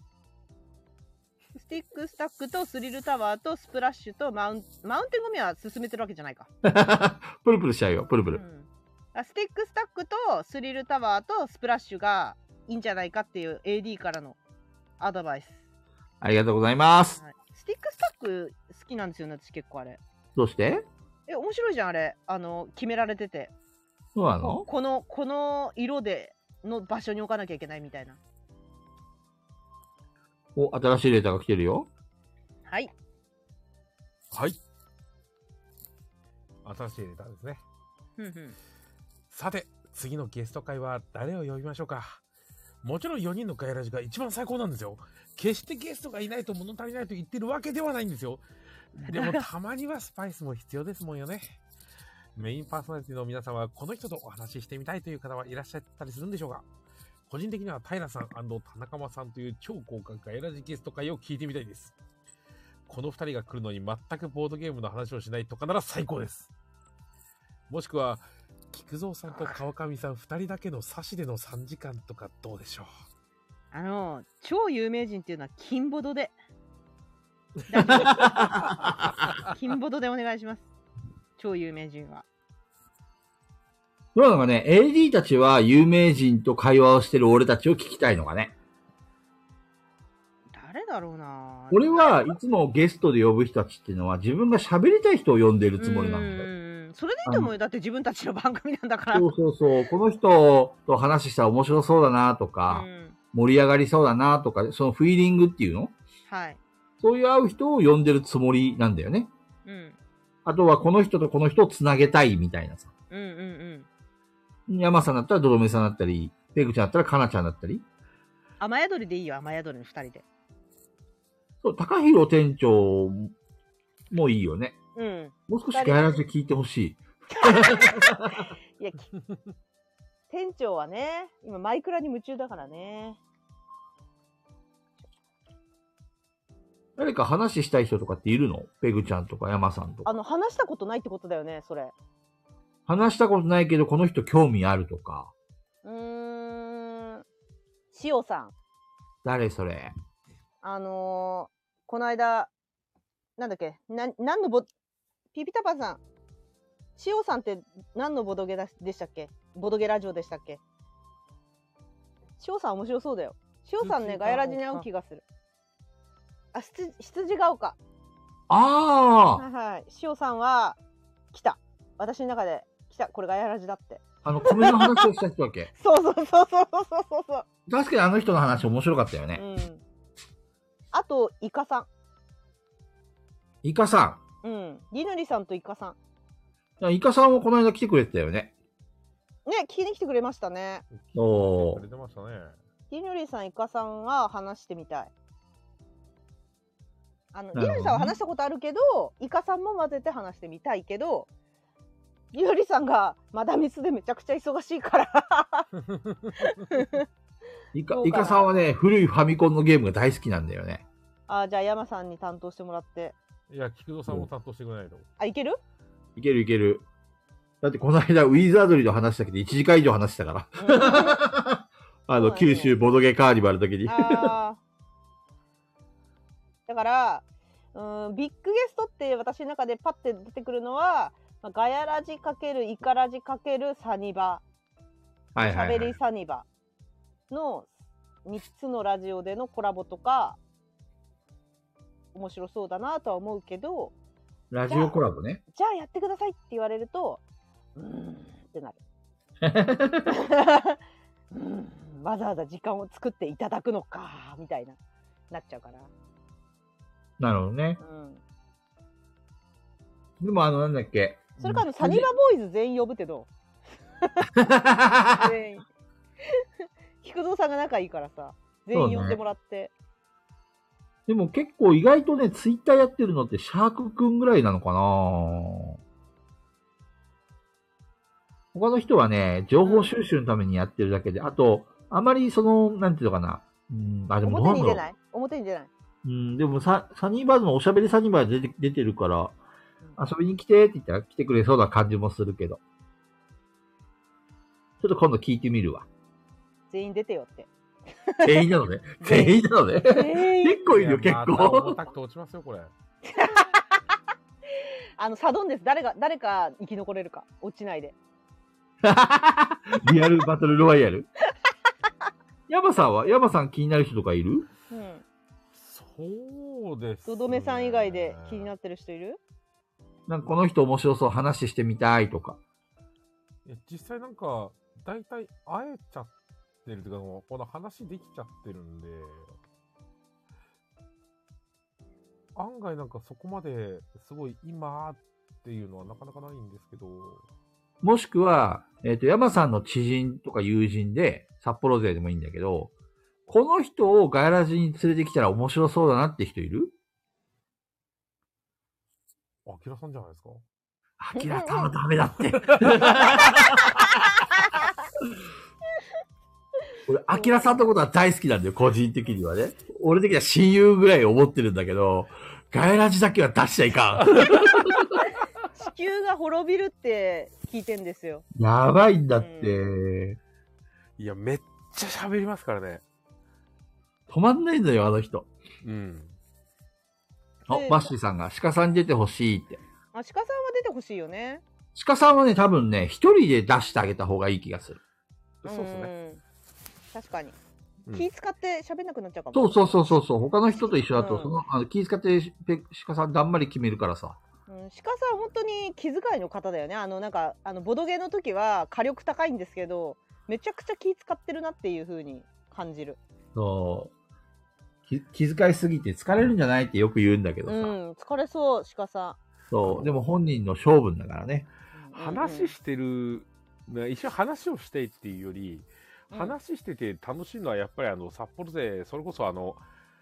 スティックスタックとスリルタワーとスプラッシュとマウンテンゴミは進めてるわけじゃないか。 プルプルしちゃうよ、プルプル。 スティックスタックとスリルタワーとスプラッシュがいいんじゃないかっていう AD からのアドバイス。 ありがとうございます。 はい、スティックスタック好きなんですよね、私結構あれ。 どうして？ 面白いじゃん、あれ。決められてて。 そうなの？ この色での場所に置かなきゃいけないみたいな。 新しいレターが来てるよ。 はい。 はい。新しいレターですね。さて、次のゲスト会は誰を呼びましょうか。もちろん4人のガイラジが一番最高なんですよ。決してゲストがいないと物足りないと言ってるわけではないんですよ。でもたまにはスパイスも必要ですもんよね。メインパーソナリティの皆さんはこの人とお話ししてみたいという方はいらっしゃったりするんでしょうか。個人的には平さん&田中間さんという超豪華ガイラジゲスト会を聞いてみたいです。この2人が来るのに全くボードゲームの話をしないとかなら最高です。もしくは菊蔵さんと川上さん2人だけの差しでの3時間とかどうでしょう。 超有名人っていうのは金ボドで。 大丈夫。金ボドでお願いします。超有名人は。 どうなのかね、AD たちは有名人と会話をしてる俺たちを聞きたいのかね。 誰だろうな。 俺はいつもゲストで呼ぶ人たちっていうのは自分が喋りたい人を呼んでるつもりなんだよ。 それでいいと思うよ。だって自分たちの番組なんだから。 そうそうそう。この人と話したら面白そうだなとか、盛り上がりそうだなとか、そのフィーリングっていうの？ はい。 そういう会う人を呼んでるつもりなんだよね。 うん。 あとはこの人とこの人をつなげたいみたいなさ。 うんうんうん。 山さんだったらドロメさんだったり、ペグちゃんだったらカナちゃんだったり。 雨宿りでいいよ、雨宿りの二人で。 そう、高弘店長もいいよね。 うん。 もう少しガヤラジ聞いてほしい。 いや、店長はね、今マイクラに夢中だからね。 誰か話したい人とかっているの？ペグちゃんとか山さんとか。 話したことないってことだよね、それ。 話したことないけど、この人興味あるとか。 塩さん。 誰それ？ この間、なんだっけ、何のピピタパさん。塩さんって何のボドゲでしたっけ？ボドゲラジオでしたっけ？塩さん面白そうだよ。塩さんね、ガヤラジに合う気がする。あ、羊が丘。 ああ。 はいはい。塩さんは、来た。私の中で、来た。これガヤラジだって。 米の話をした人だっけ？ そうそうそうそうそうそう。 確かにあの人の話面白かったよね。 うん。あと、イカさん。 イカさん。うん。りぬりさんとイカさん。イカさんもこの間来てくれてたよね。 ね、聞きに来てくれましたね。 おー。くれてましたね。 りぬりさん、イカさんは話してみたい。りぬりさんは話したことあるけど、イカさんも混ぜて話してみたいけど、りぬりさんがマダミスでめちゃくちゃ忙しいから。 イカさんはね、古いファミコンのゲームが大好きなんだよね。 あ、じゃあ山さんに担当してもらって。 いや、菊蔵さんも担当してくれないと。 あ、いける？ いけるいける。だってこの間ウィザードリーの話したけど1時間以上話したから。九州ボドゲカーニバルの時に。 だから、ビッグゲストって私の中でパッて出てくるのは、ガヤラジ×イカラジ×サニバ。 はいはいはい。 しゃべりサニバの3つのラジオでのコラボとか、面白そうだなとは思うけど、 ラジオコラボね。 じゃあやってくださいって言われると、ってなる。わざわざ時間を作っていただくのか、みたいなっちゃうから。 なるほどね。でもなんだっけ。 それからサニバボーイズ全員呼ぶってどう？全員。菊蔵さんが仲いいからさ、全員呼んでもらって。 でも結構意外とね、ツイッターやってるのってシャークくんぐらいなのかな。他の人はね、情報収集のためにやってるだけで、あと、あまりなんていうのかな。でも表に出ない？表に出ない。 でもサニーバーズのおしゃべりサニーバーズ出てるから、遊びに来てって言ったら来てくれそうな感じもするけど。ちょっと今度聞いてみるわ。 全員出てよって。 全員なのね。全員なのね。結構いるよ、結構。 オタクと落ちますよ、これ。 サドンです。誰か生き残れるか。落ちないで。 リアルバトルロワイヤル。山さん気になる人とかいる？ そうですね。 ドドメさん以外で気になってる人いる？ なんかこの人面白そう、話してみたいとか。 実際なんか、大体会えちゃってるというか、この話できちゃってるんで、案外なんかそこまですごい今っていうのはなかなかないんですけど。 もしくは、山さんの知人とか友人で、札幌勢でもいいんだけど、この人をガヤラジに連れてきたら面白そうだなって人いる？ アキラさんじゃないですか？ アキラさんはダメだって。俺、アキラさんのことは大好きなんだよ、個人的にはね。俺的には親友ぐらい思ってるんだけど、ガヤラジだけは出しちゃいかん。 地球が滅びるって聞いてんですよ。 やばいんだって。 いや、めっちゃ喋りますからね。 止まんないんだよ、あの人。 うん。 バッシーさんが鹿さんに出てほしいって。 あ、鹿さんは出てほしいよね。 鹿さんはね、多分ね、一人で出してあげた方がいい気がする。 そうですね。 確かに。 うん気使って喋んなくなっちゃうかも。 そう。他の人と一緒だと、気遣って鹿さんだんまり決めるからさ。 鹿さん本当に気遣いの方だよね。ボドゲの時は火力高いんですけど、めちゃくちゃ気使ってるなっていう風に感じる。 気遣いすぎて疲れるんじゃないってよく言うんだけどさ。 疲れそう、鹿さん。 そう。でも本人の性分だからね。 話してる、一緒に話をしてっていうより、話してて楽しいのはやっぱり札幌で、それこそ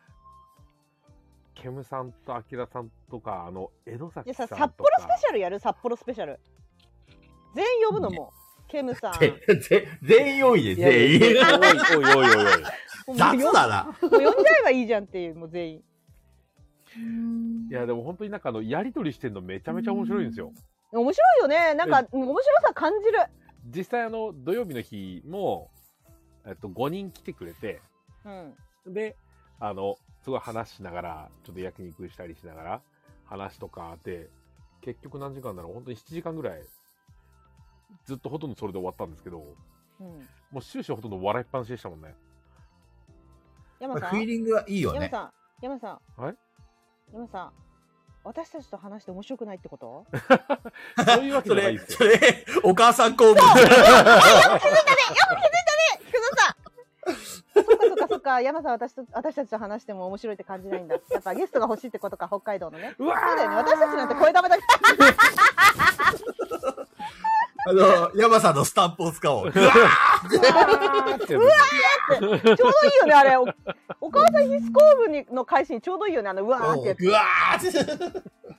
ケムさんとアキラさんとか、江戸崎さんとか。 札幌スペシャルやる？札幌スペシャル。全員呼ぶのも。ケムさん。 全員多いで、全員。 おい。 雑だな。 もう呼んじゃえばいいじゃんっていう、もう全員。 いや、でも本当になんかやりとりしてるのめちゃめちゃ面白いんですよ。 面白いよね。なんか、面白さ感じる。 実際土曜日の日も、5人来てくれて、で、すごい話しながら、ちょっと焼肉したりしながら、話とかで、結局何時間だろう、本当に7時間ぐらい、ずっとほとんどそれで終わったんですけど、もう終始ほとんど笑いっぱなしでしたもんね。 山さん、 フィーリングはいいよね。 山さん。 はい？ 山さん、私たちと話して面白くないってこと？ そういうわけじゃないですよ。 それ、お母さん公務。 よく気づいたね菊蔵さん。そっか、山さん、私たちと話しても面白いって感じないんだ。やっぱゲストが欲しいってことか、北海道のね。 うわー、 そうだよね、私たちなんて声玉だけ山さんのスタンプを使おう。 ちょうどいいよね、あれ。お母さん必須公務の開始にちょうどいいよね、うわーってやつ。 うわー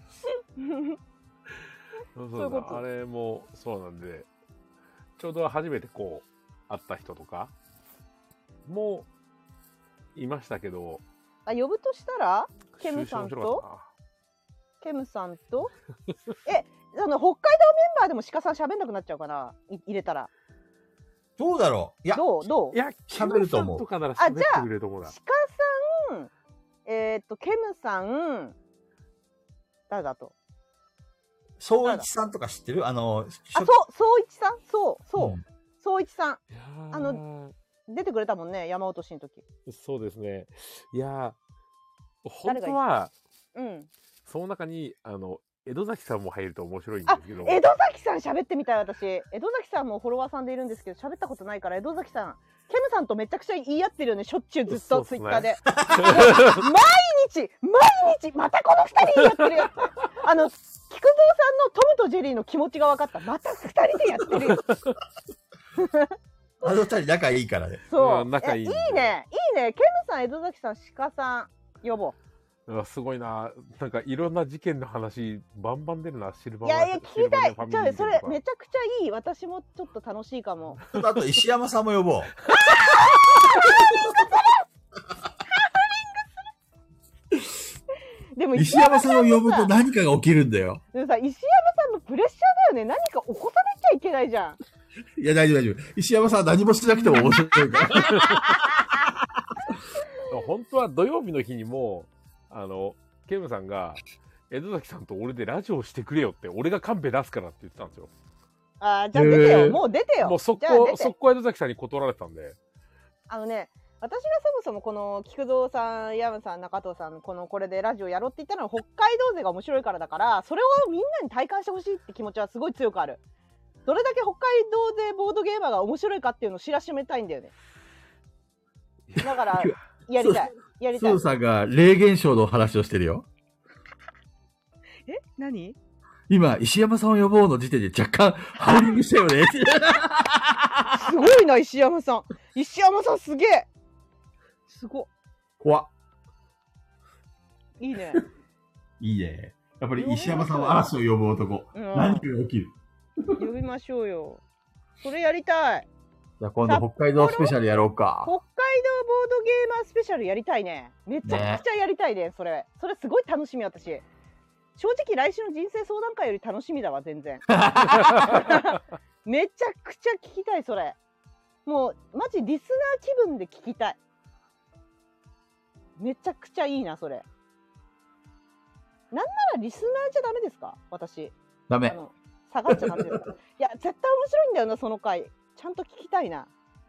そうあれもそうなんで、ちょうど初めてこう、会った人とかもいましたけど。 呼ぶとしたら、ケムさんと北海道メンバーでも鹿さん喋んなくなっちゃうかな、入れたら。 どうだろう。いや、 どういや、 喋ると思う。 とかなら喋ってくれると思うな。 鹿さん、ケムさん、誰だと。 総一さんとか知ってる？ 総一さん、総一さん。出てくれたもんね、山落としの時。 そうですね。いや、本当は、その中に、江戸崎さんも入ると面白いんですけど。 江戸崎さん喋ってみたい、私。江戸崎さんもフォロワーさんでいるんですけど、喋ったことないから、江戸崎さん。ケムさんとめちゃくちゃ言い合ってるよね、しょっちゅうずっとツイッターで。毎日、またこの二人言い合ってるよ。菊蔵さんのトムとジェリーの気持ちが分かった。また二人でやってるよ。 あの二人仲いいからね。 そう。 仲いい。 いいね。ケムさん、江戸崎さん、鹿さん、呼ぼう。 すごいな。なんかいろんな事件の話、バンバン出るな、シルバー。 いや、聞きたい。じゃあ、それ、めちゃくちゃいい。私もちょっと楽しいかも。 あと、石山さんも呼ぼう。 でも石山さんを呼ぶと何かが起きるんだよ。 でもさ、石山さんのプレッシャーだよね。何か起こさなきゃいけないじゃん。 いや、大丈夫。石山さんは何もしなくても面白いから。 本当は土曜日の日にも、ケムさんが、江戸崎さんと俺でラジオしてくれよって、俺がカンペ出すからって言ってたんですよ。 じゃあ出てよ。もう出てよ。 もう速攻江戸崎さんに断られてたんで。 私がそもそもこの菊蔵さん、山さん、中藤さん、これでラジオやろうって言ったのは北海道勢が面白いからだから、それをみんなに体感してほしいって気持ちはすごい強くある。どれだけ北海道勢ボードゲーマーが面白いかっていうのを知らしめたいんだよね。だから、やりたい。 スーさんが霊現象の話をしてるよ。 何？ 今、石山さんを呼ぼうの時点で若干ハウリングしたよね。 すごいな、石山さん。石山さんすげえ。すごっ。 怖っ。 いいね。 いいね。やっぱり石山さんは嵐を呼ぶ男。何かが起きる。 呼びましょうよ。それやりたい。 じゃあ今度北海道スペシャルやろうか。 北海道ボードゲーマースペシャルやりたいね。めちゃくちゃやりたいね、それすごい楽しみ、私。正直来週の人生相談会より楽しみだわ、全然。めちゃくちゃ聞きたい、それ。もう、マジリスナー気分で聞きたい。めちゃくちゃいいな、それ。 らリスナーじゃダメですか私。 ダメ。 下がっちゃダメですかいや、絶対面白いんだよな、その回。ちゃんと聞きたいな。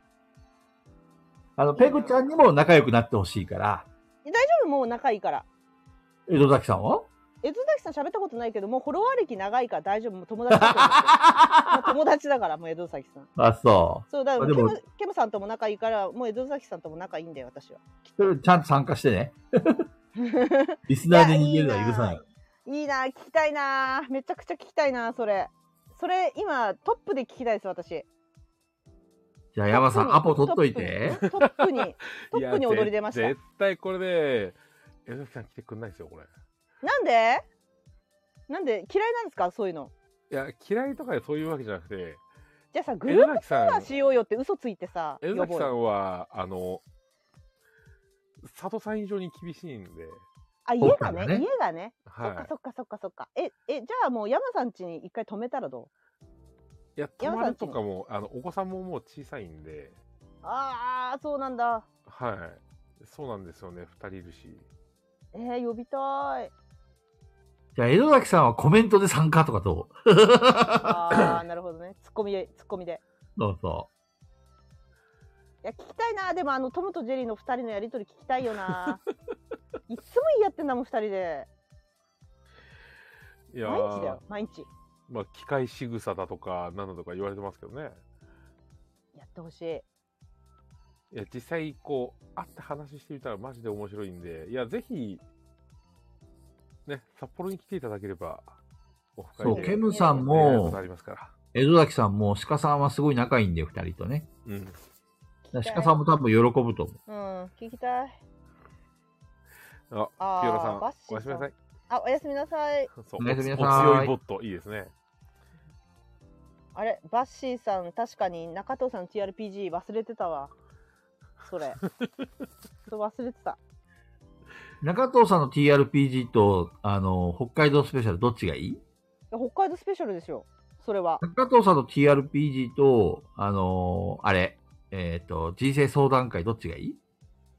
ペグちゃんにも仲良くなってほしいから。 大丈夫、もう仲いいから。 江戸崎さんは江戸崎さん喋ったことないけど、もうフォロワー歴長いから大丈夫。もう友達だと思ってもう友達だから、もう江戸崎さん。 あ、そう。 そう、だからでもケムさんとも仲いいから、もう江戸崎さんとも仲いいんだよ、私は。 それちゃんと参加してね。リスナーで逃げるのは許さない。 いいな、聞きたいな。めちゃくちゃ聞きたいな、それ。それ、今、トップで聞きたいです、私。 じゃあ、山さん、アポ取っといて。 トップに踊り出ました。 絶対これで、江戸崎さん来てくんないですよ、これ。 なんで嫌いなんですかそういうの。 いや、嫌いとかでそういうわけじゃなくて、 じゃあさ、グループツアーしようよって嘘ついてさ。 江戸崎さんは、佐藤さん以上に厳しいんで。 あ、家がね。 はい。 そっか。じゃあもう山さん家に一回泊めたらどう？ いや、泊まるとかも、お子さんももう小さいんで。 ああ、そうなんだ。 はい。そうなんですよね、2人いるし。 呼びたい。 じゃあ、江戸崎さんはコメントで参加とかどう？ ああ、なるほどね。ツッコミで。 そうそう。 いや、聞きたいな。でもトムとジェリーの2人のやりとり聞きたいよな。いつもやってんだもん、2人で。 いや毎日だよ、毎日。 まあ、機械仕草だとか、なんだとか言われてますけどね。 やってほしい。 いや、実際、こう、会って話してみたらマジで面白いんで、いや、ぜひ、ね、札幌に来ていただければ、 そう、ケムさんも、 ありますから。 江戸崎さんも、鹿さんはすごい仲いいんで、2人とね。 うん。 鹿さんも多分喜ぶと思う。 うん、聞きたい。 ピオラさん、おやすみなさい。 おやすみなさい。 おやすみなさい。 お強いボット、いいですね。 あれ、バッシーさん、確かに中藤さんの TRPG 忘れてたわ。それ。忘れてた。 中藤さんの TRPG と、北海道スペシャルどっちがいい？ 北海道スペシャルですよ。それは。 中藤さんの TRPG と、人生相談会どっちがいい？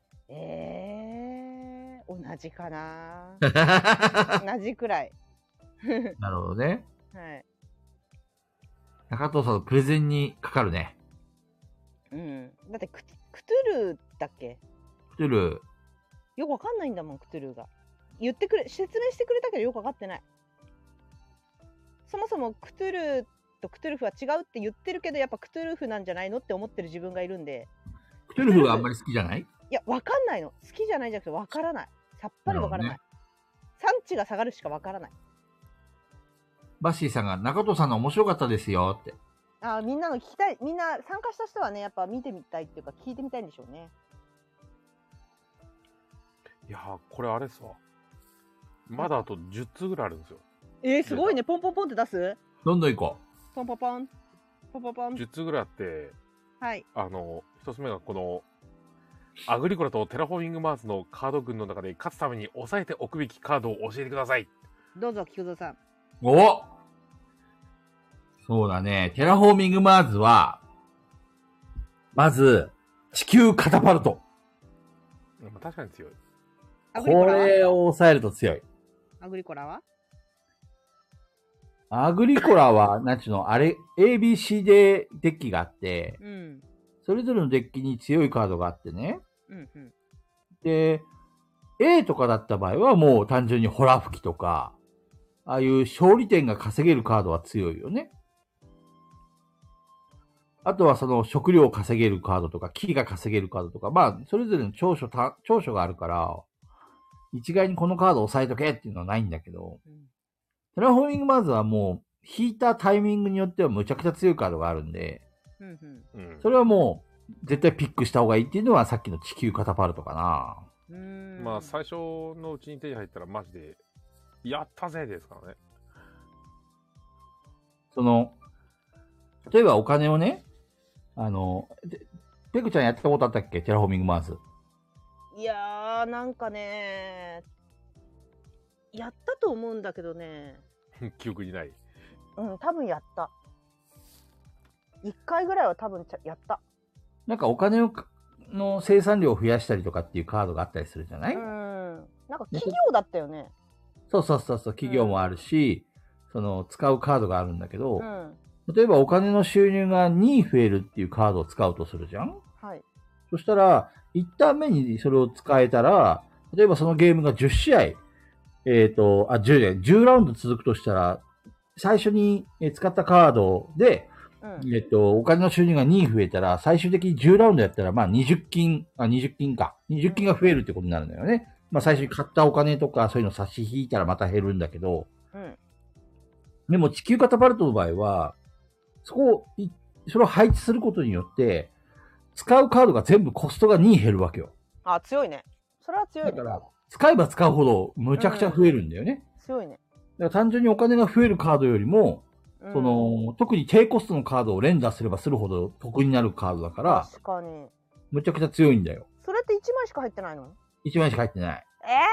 同じかな。同じくらい。 なるほどね。 はい。 中藤さんのプレゼンにかかるね。 うん。だってクトゥルーだっけ？ クトゥルー。よくわかんないんだもん、クトゥルーが。説明してくれたけどよくわかってない。そもそもクトゥルーとクトゥルフは違うって言ってるけど、やっぱクトゥルフなんじゃないのって思ってる自分がいるんで。 クトゥルフがあんまり好きじゃない？ いや、わかんないの。好きじゃないじゃなくてわからない。さっぱりわからない。産地が下がるしかわからない。 バッシーさんが中藤さんの面白かったですよって。 みんなの聞きたい。みんな参加した人はね、やっぱ見てみたいっていうか聞いてみたいんでしょうね。 いやー、これあれっすわ。まだあと10通ぐらいあるんですよ。 すごいね。ポンポンポンって出す？ どんどん行こう。ポンポンポン。ポンポンポン。 10通ぐらいあって、 はい。 一つ目がこの、アグリコラとテラフォーミングマーズのカード群の中で勝つために押さえておくべきカードを教えてください。 どうぞ、菊蔵さん。 お！そうだね。テラフォーミングマーズは、まず、地球カタパルト。 確かに強い。 これを抑えると強い。 アグリコラは？ アグリコラは、なんちゅうの、あれ、ABC でデッキがあって、 うん、 それぞれのデッキに強いカードがあってね。 うんうん、 で、A とかだった場合はもう単純にホラ吹きとか、ああいう勝利点が稼げるカードは強いよね。あとはその食料を稼げるカードとか、木が稼げるカードとか、まあ、それぞれの長所があるから、一概にこのカードを押さえとけっていうのはないんだけど、テラフォーミングマーズはもう、引いたタイミングによってはむちゃくちゃ強いカードがあるんで、それはもう、絶対ピックした方がいいっていうのはさっきの地球カタパルトかな。 まあ、最初のうちに手に入ったらマジで、やったぜですからね。 例えばお金をね、ペグちゃんやったことあったっけ？テラフォーミングマーズ。 いやー、なんかね、やったと思うんだけどね。 記憶にない。 多分やった。1回ぐらいは多分やった。 なんかお金の生産量を増やしたりとかっていうカードがあったりするじゃない？ なんか企業だったよね。 そう、企業もあるし、その、使うカードがあるんだけど、 うん。 例えばお金の収入が2増えるっていうカードを使うとするじゃん。 はい。 そしたら、1ターン目にそれを使えたら、例えばそのゲームが10試合、10ラウンド続くとしたら、最初に使ったカードで、 うん。 お金の収入が2増えたら、最終的に10ラウンドやったら、まあ20金が増えるってことになるんだよね。まあ最初に買ったお金とかそういうの差し引いたらまた減るんだけど、 うん。 でも地球カタパルトの場合は、それを配置することによって、使うカードが全部コストが2減るわけよ。 あ、強いね。それは強いね。 だから、使えば使うほどむちゃくちゃ増えるんだよね。 強いね。 だから単純にお金が増えるカードよりも、 うんその、特に低コストのカードを連打すればするほど得になるカードだから、 確かに。 むちゃくちゃ強いんだよ。 それって1枚しか入ってないの？ 1枚しか入ってない。 ええ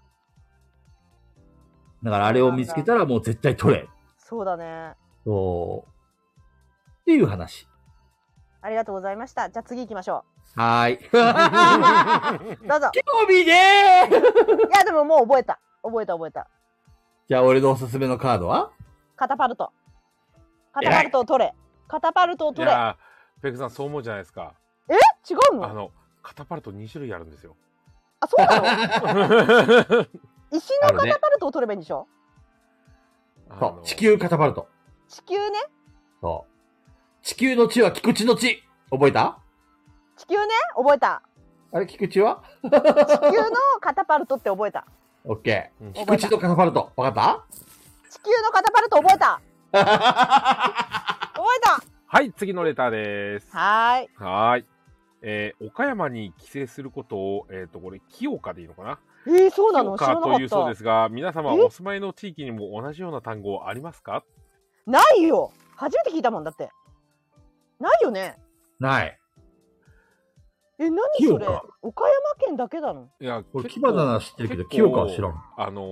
だからあれを見つけたらもう絶対取れ。 そうだね。 そう。っていう話。 ありがとうございました。じゃあ次行きましょはーい。 う。どうぞ。 興味ねーいや、でももう覚えた。覚えた。 じゃあ俺のおすすめのカードはカタパルト。カタパルトを取れ。カタパルトをい取れ。 やー、ペグさんそう思うじゃないですか。 違うの？ カタパルト2種類あるんですよ。 あ、そうなの？石のカタパルトを取ればいいんでしょ？ そう。地球カタパルト。 地球ね。 そう。地球の地は菊池の地。覚えた？ 地球ね。覚えた。 あれ、菊池は地球のカタパルトって覚えた。 オッケー。 うん菊池のカタパルト。わか地球のカタパルト覚えた。 った覚えた。 はい、次のレターです。 はーい。 はーい。岡山に帰省することを、これ、清岡でいいのかな？ そうなの？知らなかっ清岡というそうでた。 すが、皆様お住まいの地域にも同じような単語ありますか？ ないよ。初めて聞いたもんだって。ないよね。 ない。 何それ？ 清岡岡山県だけなの？ いや、 これ、 結キバナなら知ってるけど、 結構清岡は知らん。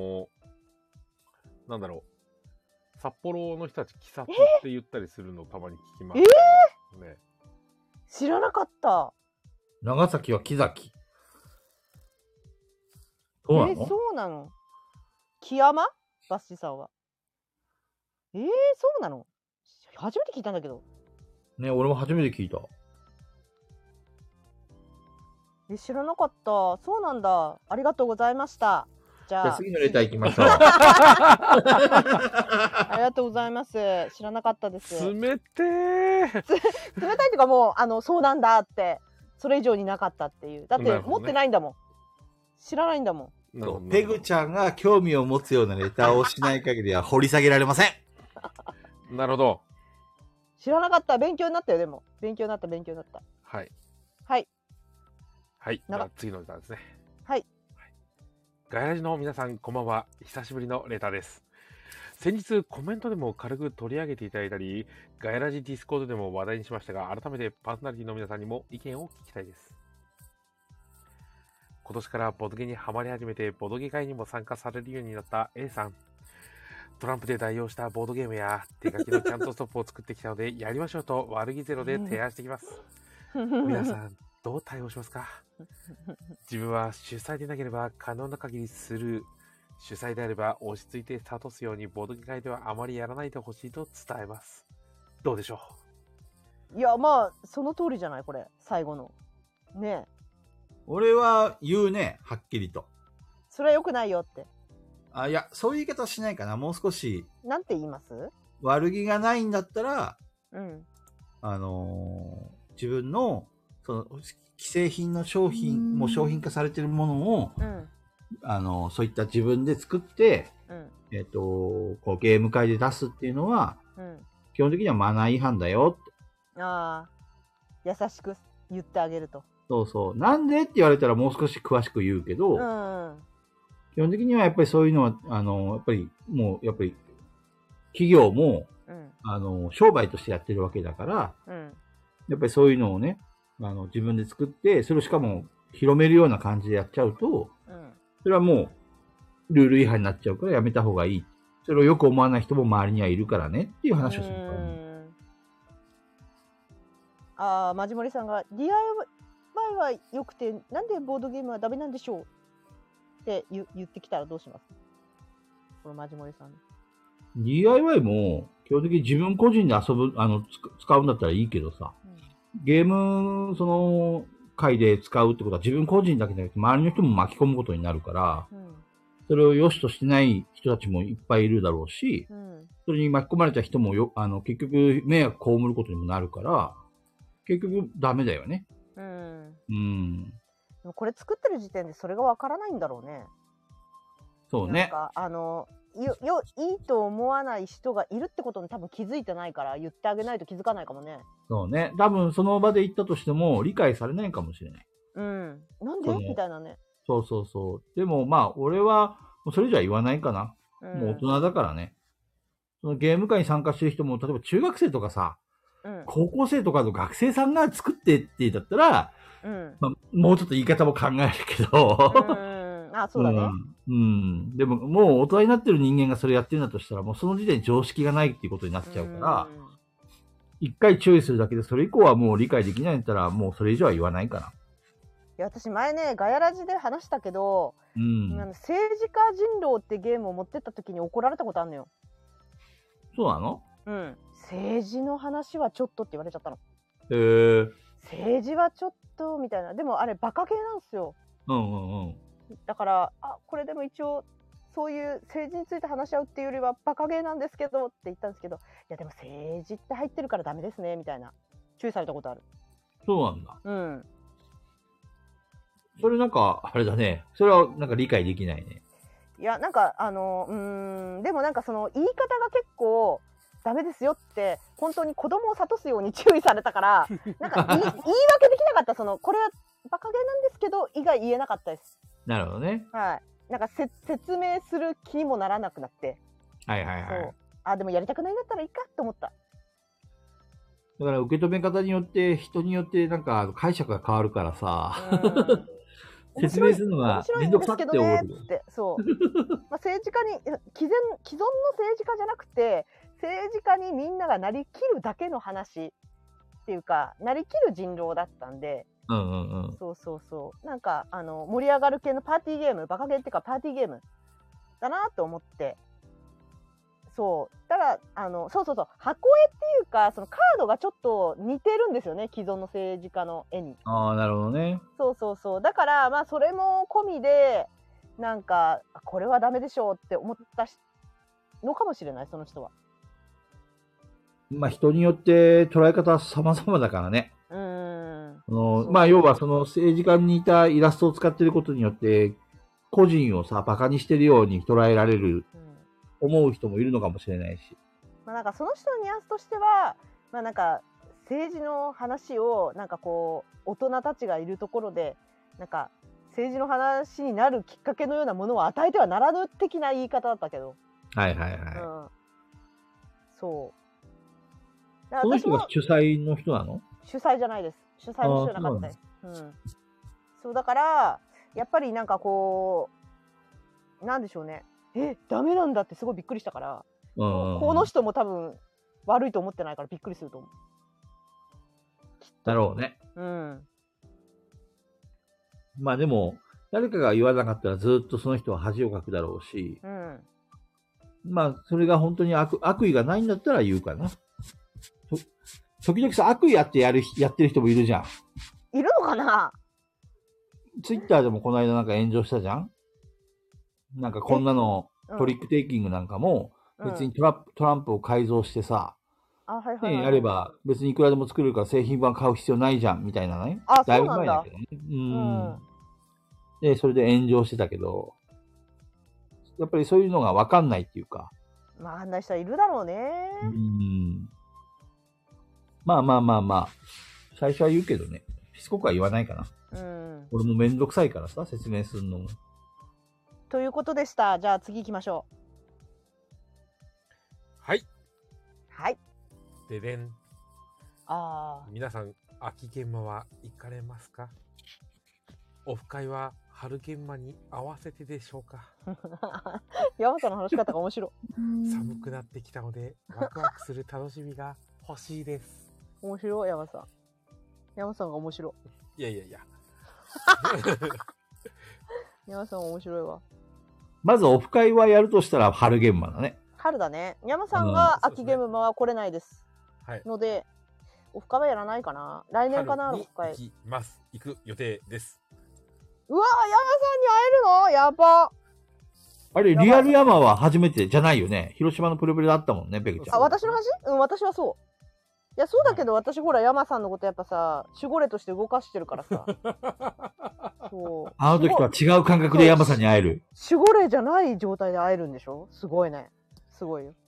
なんだろう。札幌の人たち、キサツって言ったりするのをたまに聞きます、ね。 知らなかった。 長崎は木崎。どうなの？ そうなの？木山？バッシーさんは。そうなの？初めて聞いたんだけど。 ね、俺も初めて聞いた。 知らなかった。そうなんだ。ありがとうございました。じゃあじゃあ次のレター行きましょう。 ありがとうございます。知らなかったです。 冷てー。 冷たいっていうかもうそうなんだってそれ以上になかったっていう。だって持ってないんだもん。知らないんだもん。 なるほどペグちゃんが興味を持つようなレターをしない限りは掘り下げられません。 なるほど。 知らなかった。勉強になったよ。でも勉強になった。 はい。 はい。 はい。じゃあ次のレターですね。 はい。 ガヤラジの皆さん、こんばんは。久しぶりのレターです。先日コメントでも軽く取り上げていただいたり、ガヤラジディスコードでも話題にしましたが、改めてパーソナリティの皆さんにも意見を聞きたいです。今年からボドゲにハマり始めて、ボドゲ会にも参加されるようになった A さん。トランプで代用したボードゲームや手書きのキャントストップを作ってきたので、やりましょうと悪気ゼロで提案してきます。皆さん、どう対応しますか？自分は主催でなければ可能な限りする。主催であれば落ち着いて諭すようにボードゲ会ではあまりやらないでほしいと伝えます。どうでしょいやまあその通りじゃないこれ最後のねえ。 俺は言うね、はっきりと。 それは良くないよって。 いや、そういう言い方しないかな。もう少し。 なんて言います？ 悪気がないんだったら、 うん。 自分の、既製品の商品、もう商品化されてるものを、 うん。 そういった自分で作って、 うん。 こうゲーム会で出すっていうのは、 うん。 基本的にはマナー違反だよって。 ああ、優しく言ってあげると。 そうそう。なんでって言われたらもう少し詳しく言うけど、 うん。 基本的にはやっぱりそういうのは、やっぱり、企業も、 うん。 商売としてやってるわけだから、 うん。 やっぱりそういうのをね、自分で作って、それをしかも広めるような感じでやっちゃうと、 うん。それはもう、ルール違反になっちゃうからやめた方がいい。それをよく思わない人も周りにはいるからねっていう話をするからね。 マジモリさんが DIY は良くてなんでボードゲームはダメなんでしょうって言ってきたらどうします？ このマジモリさん。 DIY も、基本的に自分個人で遊ぶ、使うんだったらいいけどさ、ゲーム、会で使うってことは自分個人だけじゃなくて、周りの人も巻き込むことになるから、それを良しとしてない人たちもいっぱいいるだろうし、それに巻き込まれた人も結局迷惑被ることにもなるから、結局ダメだよね。でもこれ作ってる時点でそれがわからないんだろうね。 そうね。 なんかいいと思わない人がいるってことに多分気づいてないから言ってあげないと気づかないかもね。 そうね。多分その場で言ったとしても理解されないかもしれない。 なんでみたいなね。 そうそうそう。でもまあ俺はもうそれじゃ言わないかな。もう大人だからね。そのゲーム会に参加してる人も例えば中学生とかさ、高校生とかの学生さんが作ってって言ったったら、まあ、もうちょっと言い方も考えるけど。 そうだね。 でも、もう大人になってる人間がそれやってるんだとしたら、もうその時点で常識がないっていうことになっちゃうから、一回注意するだけで、それ以降はもう理解できないんだったら、もうそれ以上は言わないかな。 いや、私前ね、ガヤラジで話したけど、政治家人狼ってゲームを持ってった時に怒られたことあるのよ。 そうなの？ 政治の話はちょっとって言われちゃったの。政治はちょっとみたいな。でもあれバカゲーなんですよ。だからこれでも一応そういう政治について話し合うっていうよりはバカゲーなんですけどって言ったんですけど、いやでも政治って入ってるからダメですねみたいな注意されたことある。 そうなんだ。それなんかあれだね。それはなんか理解できないね。 いやなんかでもなんかその言い方が結構ダメですよって本当に子供を諭すように注意されたからなんか言い訳できなかった。これはバカゲーなんですけど以外言えなかったです。 なるほどね。 なんか説明する気にもならなくなって。でもやりたくないんだったらいいかって思った。 だから受け止め方によって人によってなんか解釈が変わるからさ。説明するのがめんどくさって思う。 政治家に既存の政治家じゃなくて政治家にみんながなりきるだけの話っていうかなりきる人狼だったんで。なんか盛り上がる系のパーティーゲーム、バカゲーっていうかパーティーゲームだなと思って。ただ箱絵っていうかそのカードがちょっと似てるんですよね、既存の政治家の絵に。 なるほどね。 だからまあそれも込みでなんかこれはダメでしょうって思ったのかもしれない、その人は。まあ人によって捉え方は様々だからね。まあ要はその政治家に似たイラストを使っていることによって個人をさバカにしてるように捉えられる、思う人もいるのかもしれないし、 なんかその人のニュアンスとしてはなんか政治の話をなんかこう大人たちがいるところでなんか政治の話になるきっかけのようなものを与えてはならぬ的な言い方だったけど。 その人が主催の人なの？ 主催じゃないです。主催の人じゃなかったです。だからやっぱりなんかこうなんでしょうね。ダメなんだってすごいびっくりしたから、この人も多分悪いと思ってないからびっくりすると思う。 だろうね。まあでも誰かが言わなかったらずっとその人は恥をかくだろうし、まあそれが本当に悪意がないんだったら言うかな。時々さ、悪意あってやってる人もいるじゃん。 いるのかな？ ツイッターでもこの間なんか炎上したじゃん。なんかこんなのトリックテイキングなんかも別にトランプを改造してさ、やれば別にいくらでも作れるから製品版買う必要ないじゃんみたいなね。だいぶ前だけどね。で、それで炎上してたけど、やっぱりそういうのが分かんないっていうか。 あんな人はいるだろうね。 まあ、最初は言うけどね。しつこくは言わないかな。俺もめんどくさいからさ、説明するのも。 ということでした。じゃあ次行きましょう。 はい。 はい。 ででん。皆さん、秋現場は行かれますか？オフ会は春現場に合わせてでしょうか？ 山さんの話し方が面白い。寒くなってきたので、ワクワクする楽しみが欲しいです。 面白い、山さん。山さんが面白い。 いや。 山さん面白いわ。 まずオフ会はやるとしたら春ゲームマだね。 春だね。山さんが秋ゲームマは来れないです。 はい。 ので、オフ会はやらないかな。来年かな、オフ会。 行きます。行く予定です。 うわー、山さんに会えるのやば。 あれ、リアル山は初めてじゃないよね。広島のプレベルだったもんね、ペグちゃん。 あ、私の話？うん、私はそう。いや、そうだけど、私ほら、山さんのことやっぱさ、守護霊として動かしてるからさ。そう。 あの時とは違う感覚で山さんに会える。 守護霊じゃない状態で会えるんでしょ？すごいね。すごいよ。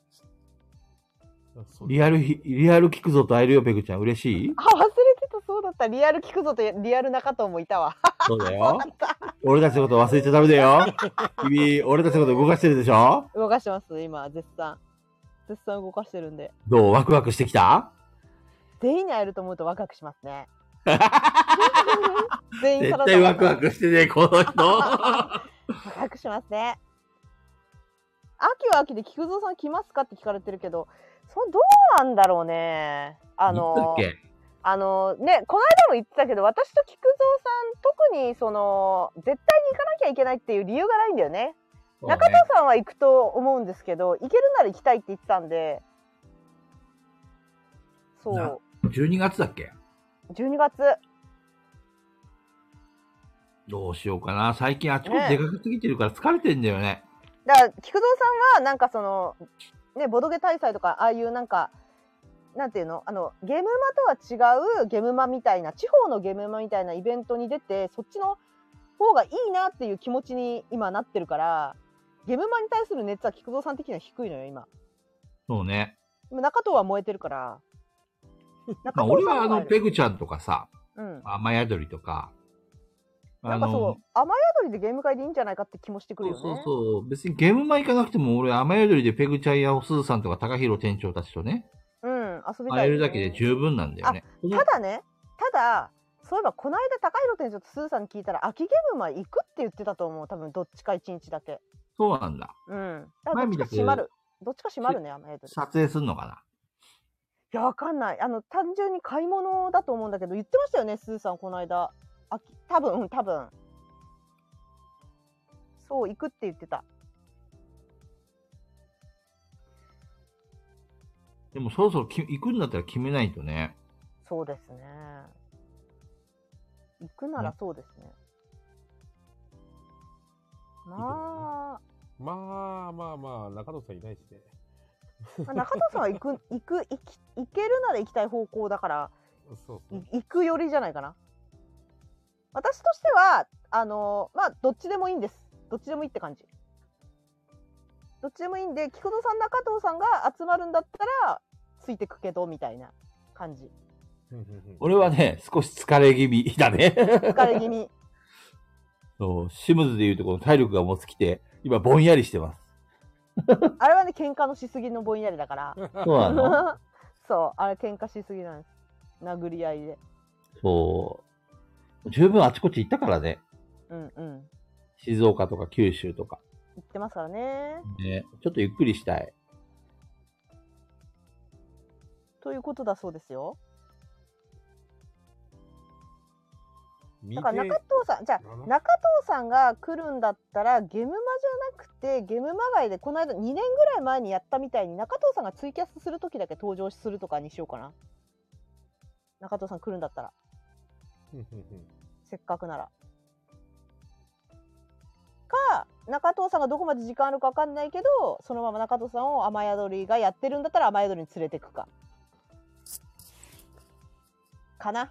リアル聞くぞと会えるよ、ペグちゃん。嬉しい？ あ、忘れてた、そうだった。リアル聞くぞとリアル中藤もいたわ。 そうだよ。俺たちのこと忘れちゃダメだよ。君、俺たちのこと動かしてるでしょ？ 動かしてます、今、絶賛動かしてるんで。 どう？ワクワクしてきた？ 全員に会えると思うとワクワクしますね。全員絶対ワクワクしてね、この人。 ワクワクしますね。秋は秋で菊蔵さん来ますかって聞かれてるけど、どうなんだろうね。ね、この間も言ってたけど、私と菊蔵さん、特に絶対に行かなきゃいけないっていう理由がないんだよね。中藤さんは行くと思うんですけど、行けるなら行きたいって言ってたんで、そう。 12月だっけ？ 12月。 どうしようかな。最近あっちこち出かけすぎてるから疲れてんだよね。 だから、菊蔵さんは、なんかボドゲ大祭とか、ああいうなんか、なんていうの？ゲームマとは違うゲームマみたいな、地方のゲームマみたいなイベントに出て、そっちの方がいいなっていう気持ちに今なってるから、ゲームマに対する熱は菊蔵さん的には低いのよ、今。 そうね。 中藤は燃えてるから。 まあ、俺はペグちゃんとかさ、 うん、 雨宿りとか、 なんかそう、雨宿りでゲーム会でいいんじゃないかって気もしてくるよね。 そう別にゲーム前行かなくても、俺雨宿りでペグちゃんやおすずさんとか高弘店長たちとね、 うん、遊びたい、ね。 会えるだけで十分なんだよね。 ただ、そういえばこの間高弘店長とすずさんに聞いたら、秋ゲーム前行くって言ってたと思う。多分どっちか1日だけ。 そうなんだ。 うん。だからどっちか閉まる。どっちか閉まるね、雨宿り。 撮影すんのかな？ いや、わかんない。単純に買い物だと思うんだけど、言ってましたよね、すずさん、この間。多分。そう、行くって言ってた。 でもそろそろ行くんだったら決めないとね。 そうですね。行くならそうですね。まあ、中藤さんいないしね。 中藤さんは行けるなら行きたい方向だから、 そう行くよりじゃないかな。私としては、どっちでもいいんです。どっちでもいいって感じ。どっちでもいいんで、菊蔵さん、中藤さんが集まるんだったら、ついてくけど、みたいな感じ。 俺はね、少し疲れ気味だね。 疲れ気味。 そう、シムズでいうとこの体力がもつきて、今ぼんやりしてます。 あれはね、喧嘩のしすぎのぼんやりだから。 そうなの？ そう、あれ喧嘩しすぎなんです。殴り合いで。 そう。十分あちこち行ったからね。 うんうん。 静岡とか九州とか。 行ってますからね。 ね、ちょっとゆっくりしたい。 ということだそうですよ。だから中藤さん、じゃあ中藤さんが来るんだったらゲームマじゃなくてゲームマ街でこの間2年ぐらい前にやったみたいに中藤さんがツイキャスするときだけ登場するとかにしようかな。中藤さん来るんだったらせっかくならか、中藤さんがどこまで時間あるか分かんないけどそのまま中藤さんを雨宿りがやってるんだったら雨宿りに連れてくかな。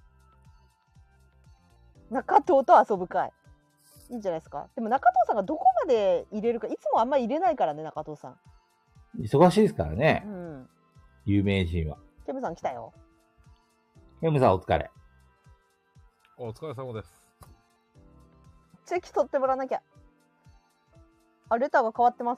中藤と遊ぶ会いいんじゃないですか。でも中藤さんがどこまで入れるか、いつもあんま入れないからね、中藤さん。 忙しいですからね。 うん。 有名人は。 ケムさん来たよ。 ケムさんお疲れ。 お疲れ様です。 チェキ取ってもらわなきゃ。あ、レターが変わってます。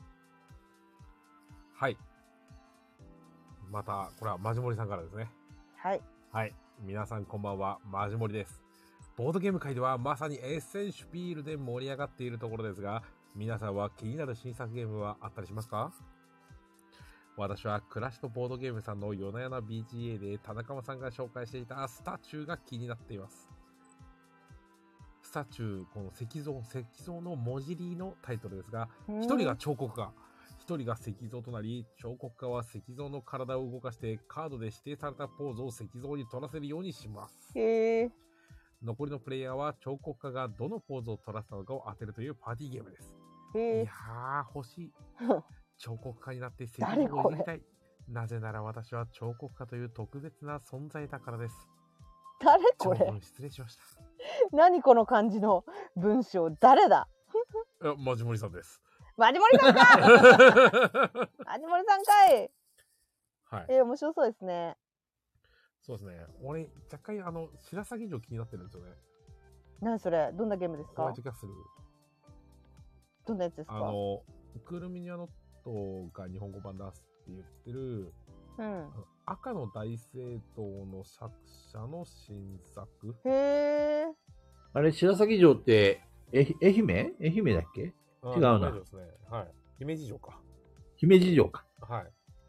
はい。また、これはマジモリさんからですね。 はい。 はい。皆さんこんばんは、マジモリです。ボードゲーム界ではまさにエッセンシュピールで盛り上がっているところですが、皆さんは気になる新作ゲームはあったりしますか？私はクラシとボードゲームさんの夜な夜な BGA で田中さんが紹介していたスタチューが気になっています。スさ中、この石像の文字入りのタイトルですが、 うん一人が彫刻家、一人が石像となり、彫刻家は石像の体を動かしてカードで指定されたポーズを石像に取らせるようにします。 へえ。 残りのプレイヤーは彫刻家がどのポーズを取らせたのかを当てるというパーティーゲームです。いへやー、欲しい。彫刻家になって石像誰これをいじりたい。なぜなら私は彫刻家という特別な存在だからです。 誰これ長文失礼しました。 何この感じの文章誰だマジモリさんです。 マジモリさんかいマジモリさんかいはい。 面白そうですね。 そうですね。俺、若干、白鷺城気になってるんですよね。 何それどんなゲームですかホワイトキャッスル。 どんなやつですかクールミニアノットが日本語版出すって言ってる、 うん。 赤の大聖堂の作者の新作。 へえ。 あれ、白鷺城って、愛媛だっけ？違うな姫路ですね。はい。姫路城か。 姫路城か。 はい。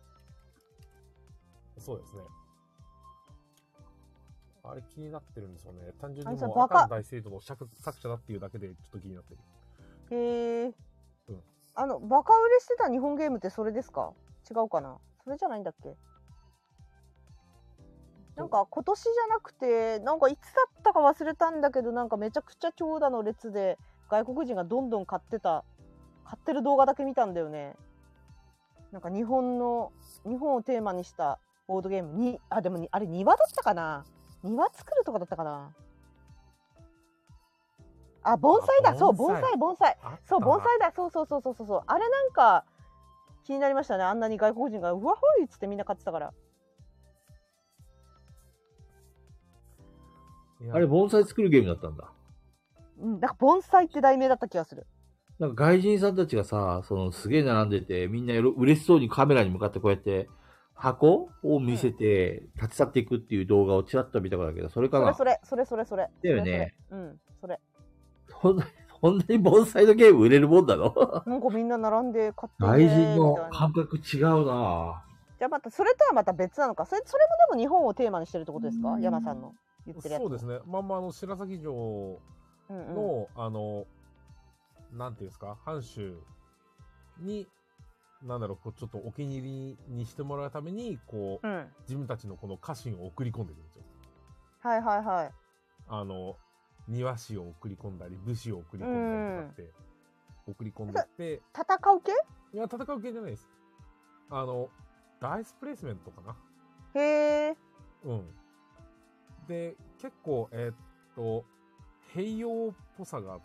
そうですね。あれ気になってるんですよね。単純にもう赤の大聖堂の作者だっていうだけでちょっと気になってる。 へえ。 うん。 バカ売れしてた日本ゲームってそれですか？違うかな？それじゃないんだっけ？なんか今年じゃなくて、なんかいつだったか忘れたんだけど、なんかめちゃくちゃ長蛇の列で外国人がどんどん買ってる動画だけ見たんだよね。なんか日本をテーマにしたボードゲームに、でもあれ庭だったかな？庭作るとかだったかな？盆栽だ。そう、盆栽。そう、盆栽だ。そう。あれなんか気になりましたね。あんなに外国人がうわほいっつってみんな買ってたから。 あれ、盆栽作るゲームだったんだ。 うん、なんか盆栽って題名だった気がする。 なんか外人さんたちがさ、すげえ並んでて、みんな嬉しそうにカメラに向かってこうやって、箱を見せて、立ち去っていくっていう動画をちらっと見たからだけど、それかな。 それ。 だよね。 うん、それ。 そんなに盆栽のゲーム売れるもんなの？ なんかみんな並んで買って外人の感覚違うな。 じゃあまた、それとはまた別なのか。それもでも日本をテーマにしてるってことですか？山さんの言ってるやつ。 そうですね。白鷺城の、なんていうんですか、藩主に、ちょっとお気に入りにしてもらうために、自分たちのこの家臣を送り込んでるんですよ。 はい。 庭師を送り込んだり、武士を送り込んだりとかって、送り込んでって。 戦う系？ いや、戦う系じゃないです。ダイスプレイスメントかな。 へー。 うん。で、結構、併用っぽさがあって、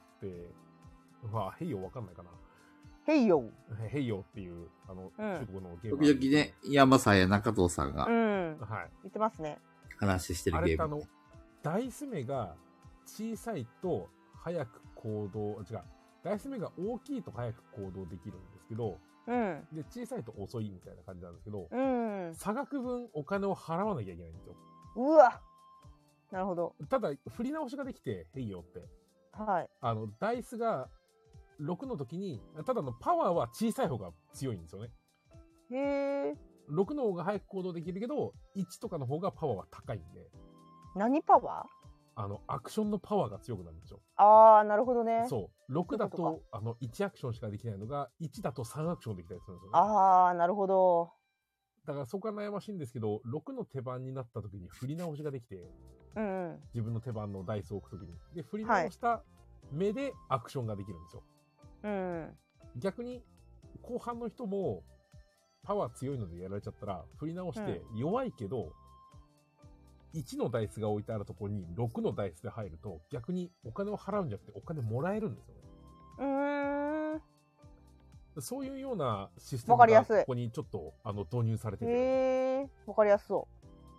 併用わかんないかな。 併用っていう、中国のゲーム。 時々ね、山さんや中藤さんが、 はい。 言ってますね。 話してるゲーム。 あれダイス目が小さいと早く行動、ダイス目が大きいと早く行動できるんですけど、で、小さいと遅いみたいな感じなんですけど、差額分お金を払わなきゃいけないんですよ。 うわ、なるほど。 ただ、振り直しができて、併用って。 はい。 ダイスが6の時に、ただパワーは小さい方が強いんですよね。 へー。 6の方が早く行動できるけど、1とかの方がパワーは高いんで。 何パワー？アクションのパワーが強くなるんですよ。 なるほどね。 そう。6だと、1アクションしかできないのが、1だと3アクションできたりするんですよね。 なるほど。 だからそこが悩ましいんですけど、6の手番になった時に振り直しができて、自分の手番のダイスを置く時に。で、振り直した目でアクションができるんですよ。逆に、後半の人も、パワー強いのでやられちゃったら、振り直して弱いけど、1のダイスが置いてあるところに6のダイスで入ると、逆にお金を払うんじゃなくてお金もらえるんですよね。そういうようなシステムがここにちょっと導入されてて。 わかりやすそう。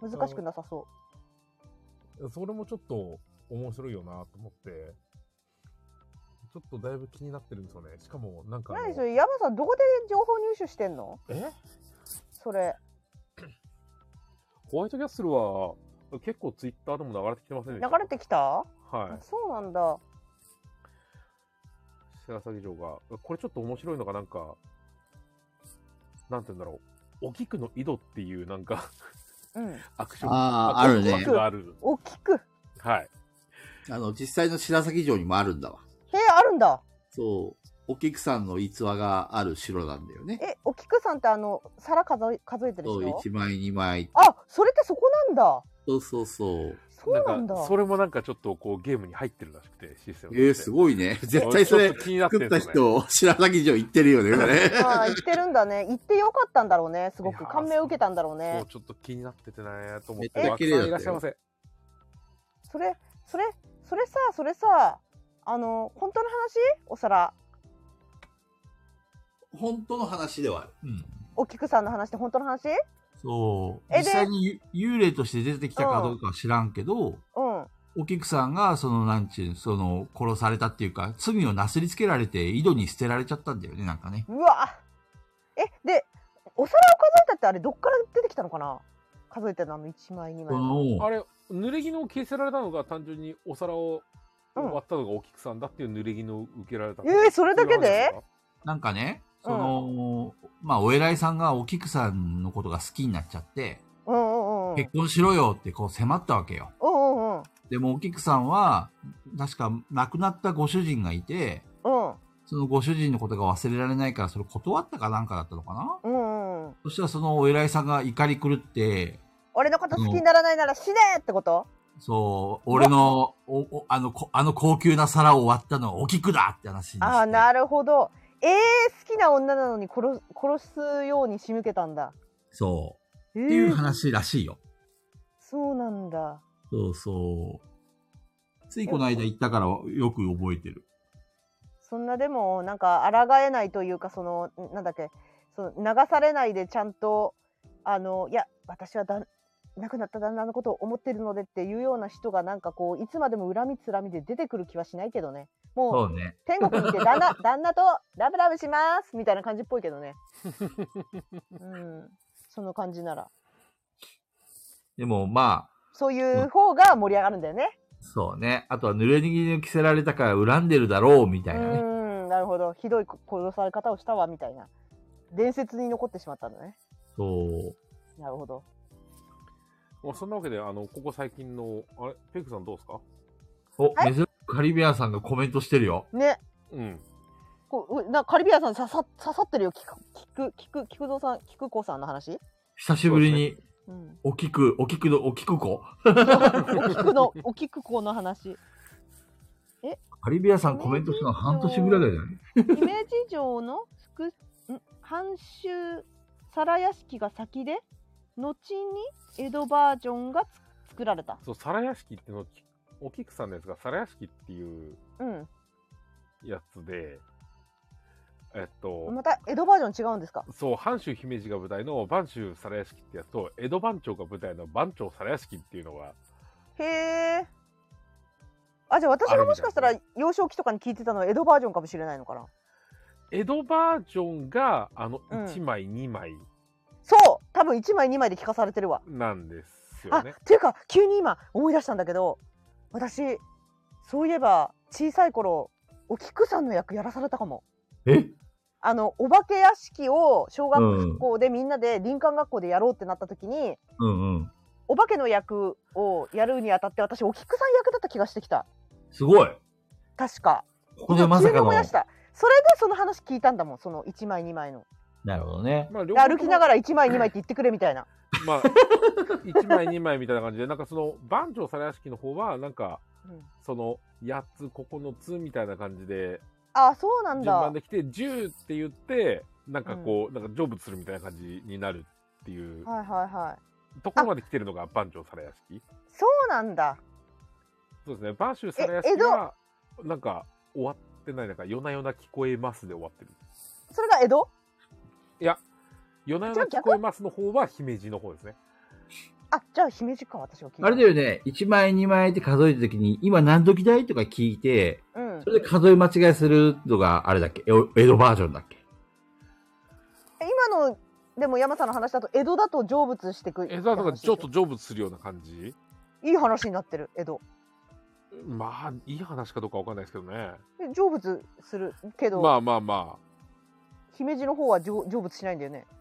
難しくなさそう。 それもちょっと面白いよなと思って、ちょっとだいぶ気になってるんですよね。しかもなんか何それ、山さんどこで情報入手してんの？それ。 ホワイトキャッスルは結構ツイッターでも流れてきてませんでした？ 流れてきた？ はい。 そうなんだ。 白鷺城が。これちょっと面白いのがなんて言うんだろう。お菊の井戸っていううん、 アクション。 あるね。 がある。 お菊。 はい。 実際の白崎城にもあるんだわ。 へえ、あるんだ。 そう。お菊さんの逸話がある城なんだよね。 お菊さんって皿数えてるそう、 人？ 1枚、2枚。 あ、それってそこなんだ。 そうそうそう。 そうなんだ。 それもなんかちょっとこうゲームに入ってるらしくて、システム。 すごいね。絶対それ、作った人、白崎城行ってるよね、 ああ、行ってるんだね。行ってよかったんだろうね。すごく感銘を受けたんだろうね。 そう、ちょっと気になっててね、と思って。 めっちゃ綺麗だったよ。 いらっしゃいませ。 それさ、本当の話？お皿。 本当の話ではある。うん。 お菊さんの話って本当の話？ そう。実際に幽霊として出てきたかどうかは知らんけど、お菊さんが、殺されたっていうか、罪をなすりつけられて、井戸に捨てられちゃったんだよね、なんかね。 うわで、お皿を数えたってあれ、どっから出てきたのかな？数えてたの1枚、2枚。 あれ、濡れ衣を着せられたのが単純にお皿を割ったのがお菊さんだっていう濡れ衣を受けられた。 それだけで？ なんかね、お偉いさんがお菊さんのことが好きになっちゃって、結婚しろよってこう迫ったわけよ。でもお菊さんは、確か亡くなったご主人がいて、そのご主人のことが忘れられないからそれ断ったかなんかだったのかな。そしたらそのお偉いさんが怒り狂って、 俺のこと好きにならないなら死ねってこと？ そう、俺の、高級な皿を割ったのはお菊だって話にして。 ああ、なるほど。好きな女なのに殺すように仕向けたんだ。 そう。っていう話らしいよ。 そうなんだ。 そうそう。ついこの間言ったからよく覚えてる。 そんなでも、なんか、抗えないというか、なんだっけ、流されないでちゃんと、いや、私は亡くなった旦那のことを思ってるのでっていうような人がなんかこういつまでも恨みつらみで出てくる気はしないけどね。もう天国にいて旦那とラブラブしますみたいな感じっぽいけどね。その感じなら。 でもまあそういう方が盛り上がるんだよね。 そうね。あとは濡れ衣を着せられたから恨んでるだろうみたいなね。 なるほど。ひどい殺され方をしたわみたいな伝説に残ってしまったんだね。 そう。 なるほど。 そんなわけで、ここ最近の、ペイクさんどうですか？ 珍しくカリビアンさんがコメントしてるよ。 ね。カリビアンさん刺さってるよ。菊蔵さん、菊子さんの話？ 久しぶりに、お菊子お菊子の話。 カリビアンさんコメントしたの半年ぐらいだよね。 姫路城の藩主皿屋敷が先で、後に江戸バージョンが作られた。 そう、皿屋敷っていうの、お菊さんのやつが皿屋敷っていうやつで、 また江戸バージョン違うんですか？ そう、藩主姫路が舞台の播州皿屋敷ってやつと、江戸番長が舞台の番長皿屋敷っていうのが。 へえ。じゃあ私がもしかしたら幼少期とかに聞いてたのは江戸バージョンかもしれないのかな。 江戸バージョンが1枚2枚。 そう多分1枚2枚で聞かされてるわ。 なんですよね。 っていうか急に今思い出したんだけど、私そういえば小さい頃お菊さんの役やらされたかも。お化け屋敷を小学校でみんなで林間学校でやろうってなった時に、お化けの役をやるにあたって私お菊さん役だった気がしてきた。 すごい。 確か。 ここでまさかの。 それでその話聞いたんだもん、その1枚2枚の。 なるほどね。 歩きながら1枚2枚って言ってくれみたいな。 まあ1枚2枚みたいな感じで、なんかその番長皿屋敷の方はなんか、その8つ9つみたいな感じで、 そうなんだ。 順番できて10って言ってなんかこう、なんか成仏するみたいな感じになるっていうところまで来てるのが番長皿屋敷。そうなんだ。 そうですね。播州皿屋敷はなんか終わってない、なんか夜な夜な聞こえますで終わってる。 それが江戸？ いや、夜な夜な聞こえますの方は姫路の方ですね。 じゃあ姫路か、私が聞いた。 あれだよね、1枚2枚って数えたときに、今何時だいとか聞いて、それで数え間違いするのがあれだっけ、江戸バージョンだっけ。 今の、でも山さんの話だと、江戸だと成仏してく。 江戸だとちょっと成仏するような感じ。 いい話になってる、江戸。 まあ、いい話かどうかわかんないですけどね。 成仏するけど。 まあ。 姫路の方は成仏しないんだよね。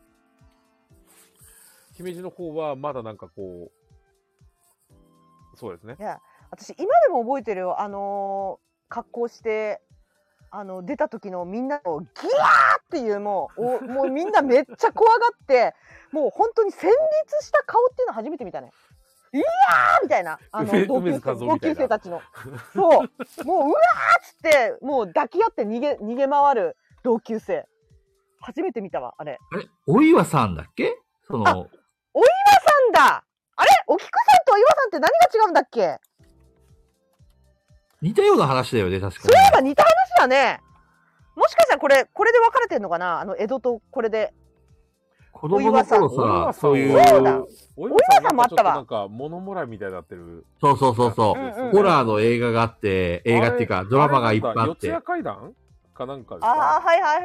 姫路の方はまだなんかこう、そうですね。 いや、 私今でも覚えてるよ。格好して出た時のみんなのギャーっていうもうみんなめっちゃ怖がってもう本当に戦慄した顔っていうの初めて見たね。いやーみたいな同級生たちのそうもううわーっつってもう抱き合って逃げ回る同級生初めて見たわあれ。 お岩さんだっけ？お岩さんだ。あれお菊さんとお岩さんって何が違うんだっけ？ 似たような話だよね、確かに。 そういえば似た話だね。もしかしたらこれで分かれてんのかな江戸とこれで。 子供の頃さ、そういう。 そうだ。お岩さんもあったわ。 なんか物もらいみたいになってる。 そう。ホラーの映画があって、映画っていうかドラマがいっぱいあって。 四谷怪談かなんかですか？ああ、はい。あれ、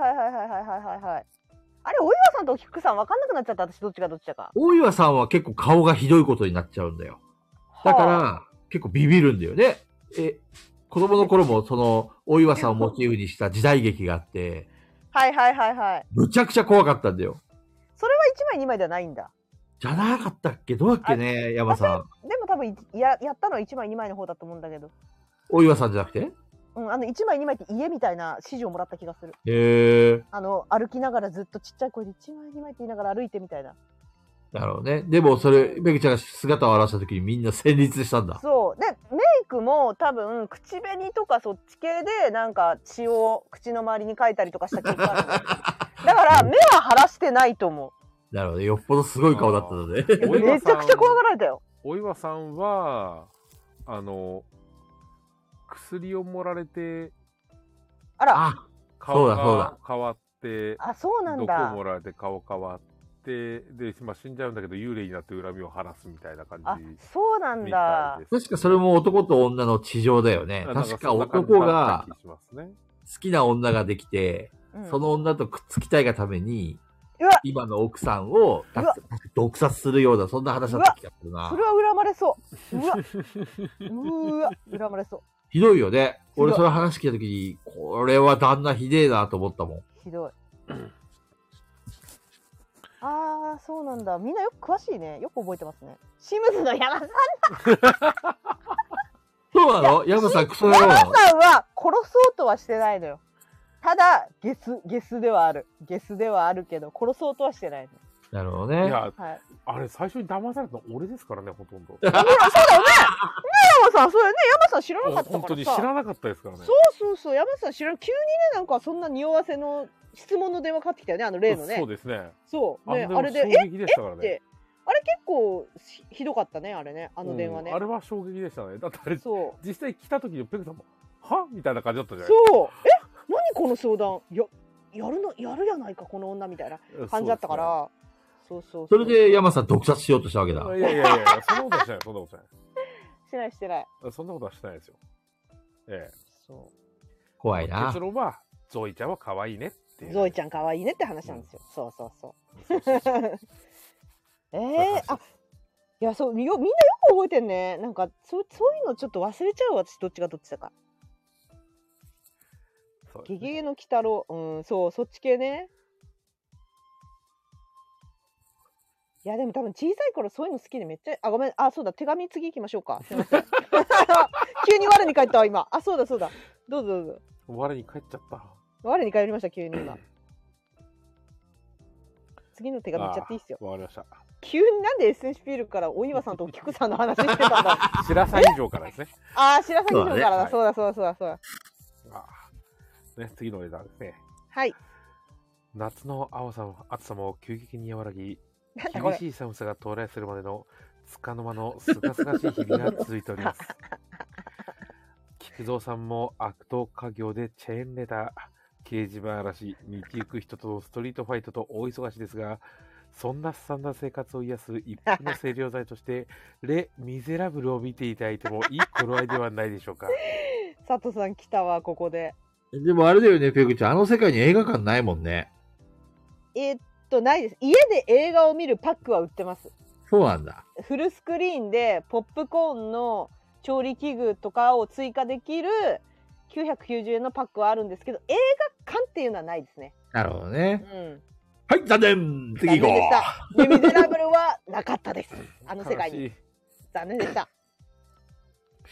お岩さんとお菊さん分かんなくなっちゃった。私どっちがどっちだか。 お岩さんは結構顔がひどいことになっちゃうんだよ。だから、結構ビビるんだよね。子供の頃もお岩さんをモチーフにした時代劇があって。 はい。 むちゃくちゃ怖かったんだよ。 それは1枚2枚ではないんだ。 じゃなかったっけ？どうだっけね、山さん。 でも多分やったのは1枚2枚の方だと思うんだけど。 お岩さんじゃなくて？ うん、1枚2枚って家みたいな指示をもらった気がする。 へえ。 歩きながらずっとちっちゃい声で1枚2枚って言いながら歩いてみたいな。 なるほどね。でもそれ、めぐちゃんが姿を現した時にみんな戦慄したんだ。 そう。で、メイクも多分、口紅とかそっち系で、なんか血を口の周りに描いたりとかした記憶があるんだよ。だから、目は腫らしてないと思う。 なるほど。よっぽどすごい顔だったので。 めちゃくちゃ怖がられたよ。 お岩さんは、薬を盛られて、 あら。 顔が変わって、 あ、そうなんだ。 毒を盛られて顔変わって、で、死んじゃうんだけど、幽霊になって恨みを晴らすみたいな感じ。 あ、そうなんだ。 確かそれも男と女の地上だよね。確か男が好きな女ができて、その女とくっつきたいがために、今の奥さんを毒殺するような、そんな話だった気がするな。 それは恨まれそう。うわ、恨まれそう。 ひどいよね。俺その話聞いた時に、これは旦那ひでえなと思ったもん。 ひどい。ああ、そうなんだ。みんなよく詳しいね。よく覚えてますね。シムズの山さんだ。 そうなの？山さんクソ野郎。 山さんは殺そうとはしてないのよ。ただゲスではある。ゲスではあるけど殺そうとはしてないの。 なるほどね。 いや、はい、あれ最初に騙されたの俺ですからね、ほとんど。 そうだよね。ね、山さん、そうだよね。山さん知らなかったからさ。 本当に知らなかったですからね。 そう、山さん知らん。急にね、なんかそんな匂わせの質問の電話かかってきたよね、例のね。 そうですね。 そう。ね、あれで、 衝撃でしたからね。 あれ結構ひどかったね、あれね、電話ね。 あれは衝撃でしたね。だってあれ、実際来た時にペグさんも、はみたいな感じだったじゃないですか。そう。何この相談。やるやないか、この女みたいな感じだったから。そう。 それで山さん毒殺しようとしたわけだ。 いや、そんなことはしてない、そんなことはしてない。 そんなことはしてないですよ。 そう。 怖いな。 結論は、ゾイちゃんは可愛いねっていう。 ゾイちゃん可愛いねって話なんですよ。そう。いや、そう、みんなよく覚えてんね。なんか、そういうのちょっと忘れちゃう、私、どっちがどっちだか。ゲゲゲの鬼太郎、そっち系ね。いや、でも多分小さい頃そういうの好きでめっちゃ、ごめん、そうだ、手紙次行きましょうか。すいません。急に我に返ったわ、今。そうだ。どうぞ。 我に帰っちゃった。 我に返りました、急に今。次の手紙いっちゃっていいっすよ。 わかりました。 急になんでエッセンシュピールからお岩さんとお菊さんの話してたんだ。 白鷺城からですね。 白鷺城からだ。そうだ。 ね、次のレターですね。 はい。 夏の暑さも急激に和らぎ、厳しい寒さが到来するまでの束の間のすがすがしい日々が続いております。菊蔵さんも悪党家業でチェーンレター、掲示板嵐、道行く人とのストリートファイトと大忙しですが、そんなすさんだ生活を癒す一服の清涼剤として、レ・ミゼラブルを見ていただいてもいい頃合いではないでしょうか。 佐藤さん来たわ、ここで。 でもあれだよね、ペグちゃん。あの世界に映画館ないもんね。 ないです。家で映画を見るパックは売ってます。 そうなんだ。 フルスクリーンでポップコーンの調理器具とかを追加できる990円のパックはあるんですけど、映画館っていうのはないですね。 なるほどね。はい、残念。次行こう。レ・ミゼラブルはなかったです。あの世界に。残念でした。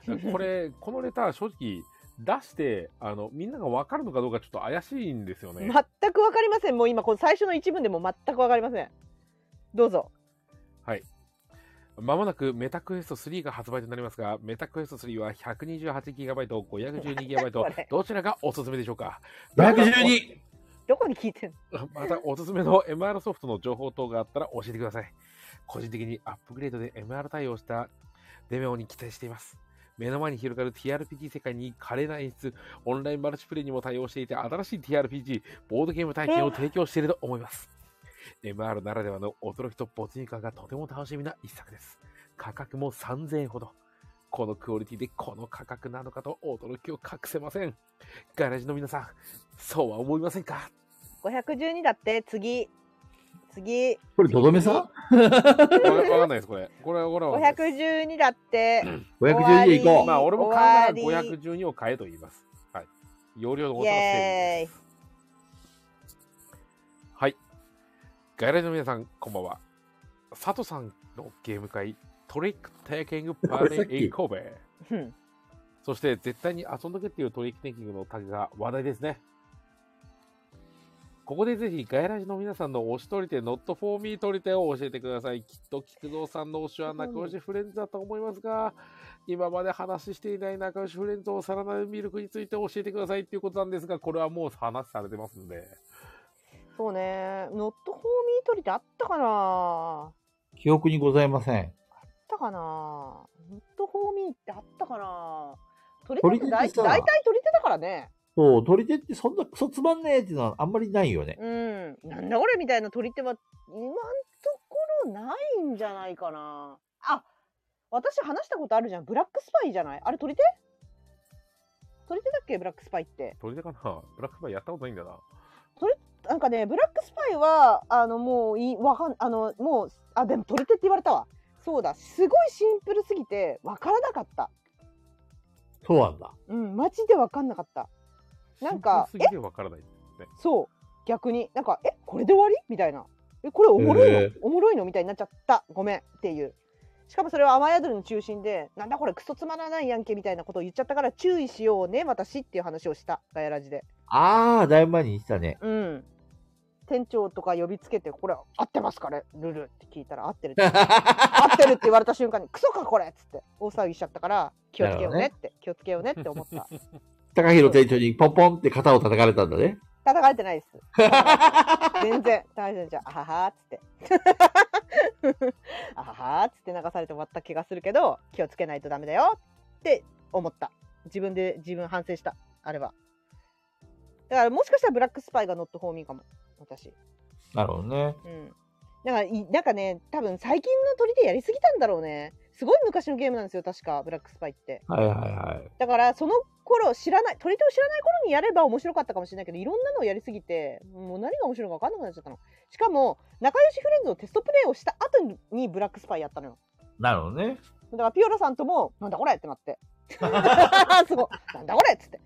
このレター正直出して、みんなが分かるのかどうかちょっと怪しいんですよね。 全くわかりません。もう今、この最初の一文でも全くわかりません。どうぞ。 はい。まもなくメタクエスト3が発売となりますが、メタクエスト3は 128GB、512GB、どちらがおすすめでしょうか？ 512! どこに聞いてんの？ またおすすめの MR ソフトの情報等があったら教えてください。個人的にアップグレードで MR 対応したデメオに期待しています。目の前に広がる TRPG 世界に華麗な演出、オンラインマルチプレイにも対応していて、新しい TRPG、ボードゲーム体験を提供していると思います。MR ならではの驚きと没入感がとても楽しみな一作です。価格も3000円ほど。このクオリティでこの価格なのかと驚きを隠せません。ガレージの皆さん、そうは思いませんか ？512だって、次。 これ、どどめさん？ わかんないです、これ。これは 512だって。 512でいこう。 まあ、俺も買うなら512を買えと言います。はい。容量のことが整理です。はい。ガレージの皆さん、こんばんは。佐藤さんのゲーム会、トリックテイキングパーティーイン神戸。そして、絶対に遊んどけっていうトリックテイキングのタグが話題ですね。ここでぜひガイラジの皆さんの推し取り手、Not for me 取り手を教えてください。きっと菊蔵さんの推しは仲良しフレンズだと思いますが、今まで話していない仲良しフレンズをさらなるミルクについて教えてくださいっていうことなんですが、これはもう話されてますんで。 そうね、Not for me 取り手あったかな？ 記憶にございません。 あったかな？ Not for me ってあったかな？取り手って大体取り手だからね。 そう、取り手ってそんなクソつまんねえっていうのはあんまりないよね。 なんだこれみたいな取り手は今んところないんじゃないかな。あ、私話したことあるじゃん。ブラックスパイじゃない？あれ取り手だっけ？ブラックスパイって。 取り手かな？ブラックスパイやったことないんだな。 なんかね、ブラックスパイはもうでも取り手って言われたわ。そうだ、すごいシンプルすぎて分からなかった。 そうなんだ。 マジで分かんなかった。なんかシンプルすぎて分からない、ね。 そう、逆になんかこれで終わりみたいな。これおもろいのみたいになっちゃった。ごめんっていう。しかもそれは雨宿りの中心で、なんだこれクソつまらないやんけみたいなことを言っちゃったから注意しようね私っていう話をしたガヤラジで。 ああ、だいぶ前に言ってたね。 店長とか呼びつけて、これ合ってますかねルルって聞いたら合ってるって合ってるって言われた瞬間にクソかこれっつって大騒ぎしちゃったから、気をつけようねって思った高弘店長にポンポンって肩を叩かれたんだね。 叩かれてないです全然高弘店長あははーっつってあははーっつって流されて終わった気がするけど、気をつけないとダメだよって思った。自分反省した。あれはだから、もしかしたらブラックスパイがノットフォーミーかも、私。 なるほどね。 なんかね、多分最近の取り手やりすぎたんだろうね。すごい昔のゲームなんですよ、確か、ブラックスパイって。だから、その頃、取り手を知らない頃にやれば面白かったかもしれないけど、いろんなのをやりすぎて、もう何が面白いか分かんなくなっちゃったの。しかも、仲良しフレンズのテストプレイをした後にブラックスパイやったのよ。 なるほどね。 だから、ピオラさんとも、なんだこれってなって。そう、なんだこれっつって。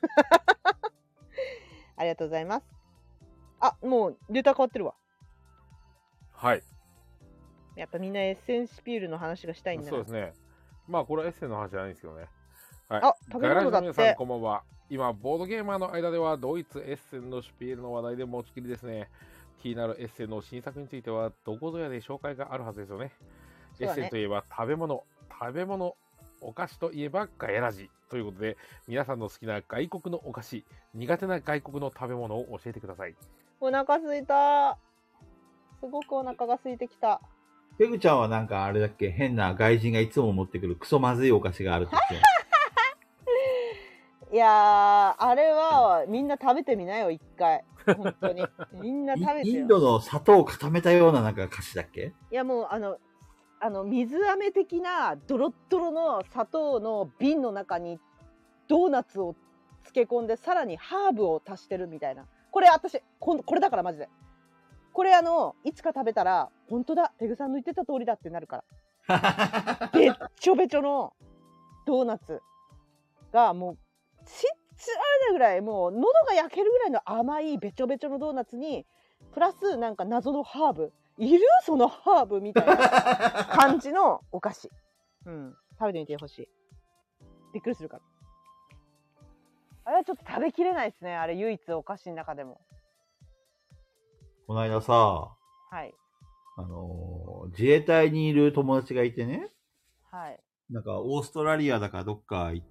ありがとうございます。あ、もうレター変わってるわ。 はい。 やっぱみんなエッセンシピールの話がしたいんだな。 そうですね。まあこれはエッセンの話じゃないんですけどね。はい。 食べ物だって。 皆さんこんばんは。今ボードゲーマーの間ではドイツエッセンのシュピールの話題で持ちきりですね。気になるエッセンの新作についてはどこぞやで紹介があるはずですよね。エッセンといえば食べ物、お菓子といえばガヤラジということで、皆さんの好きな外国のお菓子、苦手な外国の食べ物を教えてください。 お腹すいた。すごくお腹が空いてきた。 ペグちゃんはなんかあれだっけ、変な外人がいつも持ってくるクソまずいお菓子があるって言っていやー、あれはみんな食べてみなよ、一回。本当に。みんな食べてよ。 インドの砂糖を固めたようななんか菓子だっけ？ いやもう水飴的なドロッドロの砂糖の瓶の中にドーナツを漬け込んで、さらにハーブを足してるみたいな。これ私これだからマジで。これいつか食べたら本当だ、ペグさんの言ってた通りだってなるから。べっちょべちょのドーナツがもうちっちゃいぐらい、もう喉が焼けるぐらいの甘いべちょべちょのドーナツにプラスなんか謎のハーブ、いるそのハーブみたいな感じのお菓子。食べてみてほしい。 びっくりするから。あれはちょっと食べきれないですね。あれ唯一お菓子の中でも。 この間さ、 はい。 自衛隊にいる友達がいてね、 はい。 なんかオーストラリアだかどっか行って、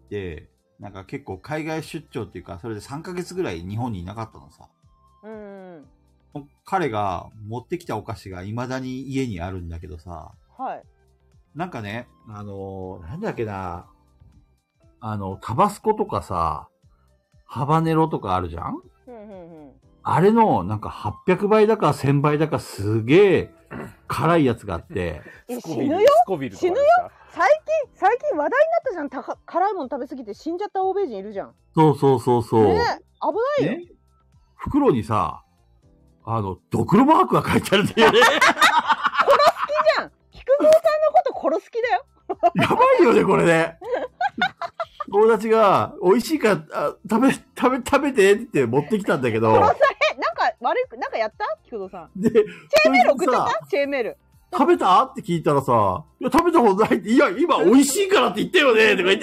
なんか結構海外出張っていうか、それで3ヶ月ぐらい日本にいなかったのさ。 うんうん。 彼が持ってきたお菓子が未だに家にあるんだけどさ、 はい。 なんかね、なんだっけな、タバスコとかさ、ハバネロとかあるじゃん。あれの、なんか800倍だか1000倍だかすげえ辛いやつがあって。 死ぬよ死ぬよ最近話題になったじゃん。辛いもの食べ過ぎて死んじゃった欧米人いるじゃん。 そうそうそうそう。 ね、危ないよ。 ね、袋にさ、ドクロマークが書いてあるんだよね。 殺す気じゃん。菊蔵さんのこと殺す気だよ。 やばいよね、これね。友達が、美味しいから食べてって言って持ってきたんだけど。 殺されなんかやった菊蔵さん。で、チェーンメール送っちゃったチェーンメール。 食べたって聞いたらさ、いや、食べたことないって、いや、今美味しいからって言ったよねとか言って。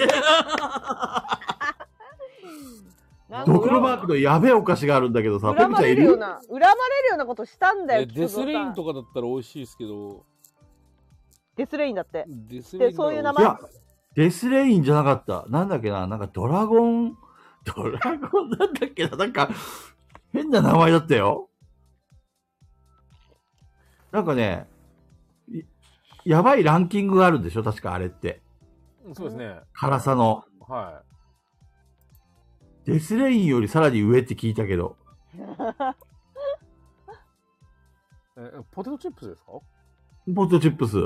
ドクロマークのやべえお菓子があるんだけどさ、 恨まれるようなことしたんだよ。 デスレインとかだったら美味しいですけど。 デスレインだって。で、そういう名前。 いや、デスレインじゃなかった。なんだっけな、なんかドラゴンなんだっけな、なんか、変な名前だったよ。なんかね、やばいランキングがあるんでしょ確かあれって。 そうですね。 辛さの。 はい。 デスレインよりさらに上って聞いたけど。 ポテトチップスですか？ ポテトチップス。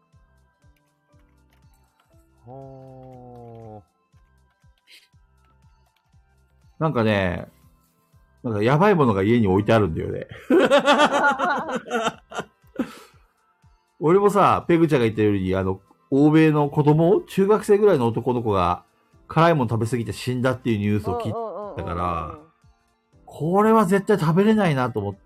なんかね、なんかやばいものが家に置いてあるんだよね。俺もさ、ペグちゃんが言ったように、欧米の子供、中学生ぐらいの男の子が辛いもの食べ過ぎて死んだっていうニュースを聞いたから、これは絶対食べれないなと思って。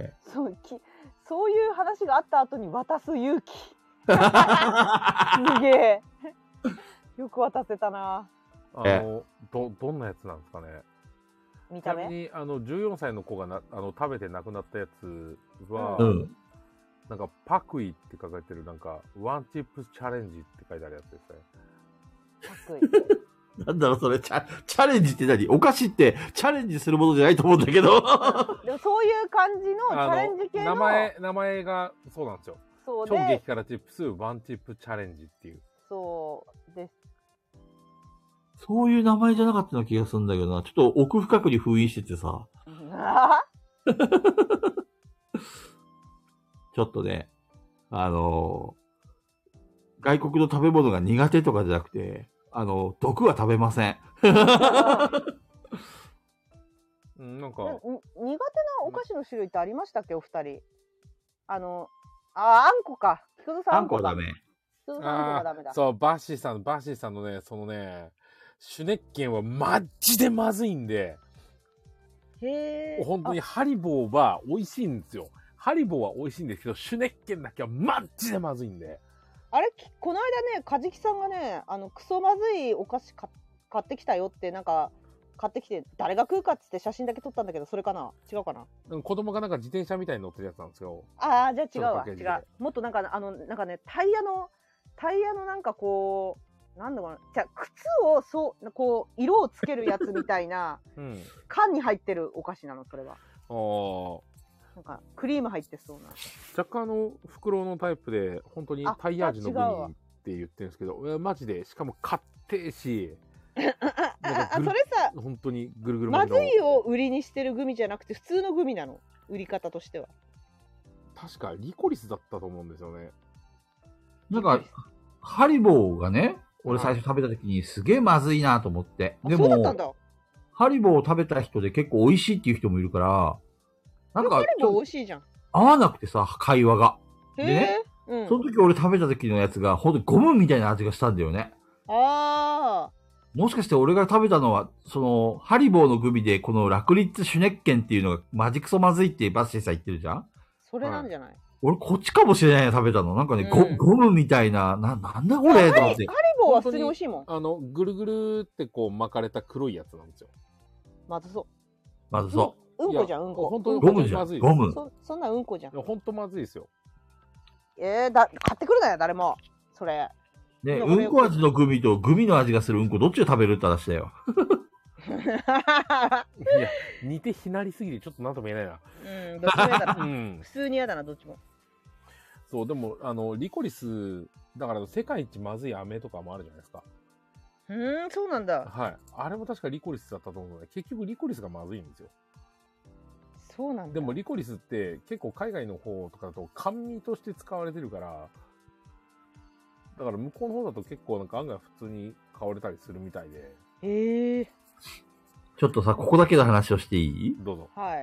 そういう話があった後に渡す勇気。すげえ。よく渡せたな。 どんなやつなんですかね。 見た目？ ちなみに14歳の子が食べて亡くなったやつは、なんかパクイって書かれてるなんかワンチップスチャレンジって書いてあるやつですね。 パクイ。 なんだろうそれチャレンジって何？お菓子ってチャレンジするものじゃないと思うんだけど。 でもそういう感じのチャレンジ系の名前がそうなんですよ。超激辛チップスワンチップチャレンジっていう。 そうです。 そういう名前じゃなかったような気がするんだけどな。ちょっと奥深くに封印しててさ。ちょっとね、外国の食べ物が苦手とかじゃなくて、毒は食べません。 なんか苦手なお菓子の種類ってありましたっけ、お二人。あんこか。 あんこダメ。 そう、バッシーさんのね、そのね、シュネッケンはマジでまずいんで、本当にハリボーは美味しいんですよ。ハリボーは美味しいんですけど、シュネッケンだけはマジでまずいんで。 あれ、この間ね、カジキさんがね、クソまずいお菓子買ってきたよって、なんか、買ってきて、誰が食うかっつって写真だけ撮ったんだけど、それかな？違うかな？ 子供がなんか自転車みたいに乗ってるやつなんですよ。 ああ、じゃあ違うわ。違う。もっとなんか、なんかね、タイヤのなんかこう、なんだろうな、じゃあ靴をこう、色をつけるやつみたいな、缶に入ってるお菓子なの、それは。なんか、クリーム入ってそうな。 若干袋のタイプで、本当にタイヤ味のグミって言ってるんですけど、マジで、しかも買ってし、 それさ、 本当にぐるぐるまずいを売りにしてるグミじゃなくて普通のグミなの、売り方としては。確かリコリスだったと思うんですよね。 なんかハリボーがね、俺最初食べた時にすげえまずいなと思って。でもそうだったんだ。 ハリボーを食べた人で結構美味しいっていう人もいるから、 なんかハリボー美味しいじゃん。 合わなくてさ、会話が。 でね、 その時俺食べた時のやつがほんとゴムみたいな味がしたんだよね。 ああ。 もしかして俺が食べたのは、ハリボーのグミで、このラクリッツシュネッケンっていうのがマジクソまずいってバッシーさん言ってるじゃん？ それなんじゃない？ 俺こっちかもしれないよ、食べたの。なんかね、ゴムみたいな、なんだこれと思って。 ハリ方は普通に美味しいもん。 ぐるぐるってこう巻かれた黒いやつなんですよ。 まずそまずそう。うんこじゃん、うんこ。 本当にゴムじゃんまずいゴムそんなうんこじゃん。 本当まずいですよ。 買ってくるなよ、誰も。それ。 う。ね、 いやうんこ味のグミとグミの味がするうんこどっちを食べるって話だよ。 いや、似て非なりすぎてちょっとなんとも言えないな。 うん、どっちも嫌だな。 うん。 普通に嫌だな、どっちも。 そう、でも、リコリス、だから世界一まずい飴とかもあるじゃないですか。 そうなんだ。 はい。あれも確かリコリスだったと思うので、結局リコリスがまずいんですよ。 そうなんだ。 でもリコリスって結構海外の方とかだと甘味として使われてるから、だから向こうの方だと結構なんか案外普通に買われたりするみたいで。 へえ。 ちょっとさ、ここだけの話をしていい？ どうぞ。 はい。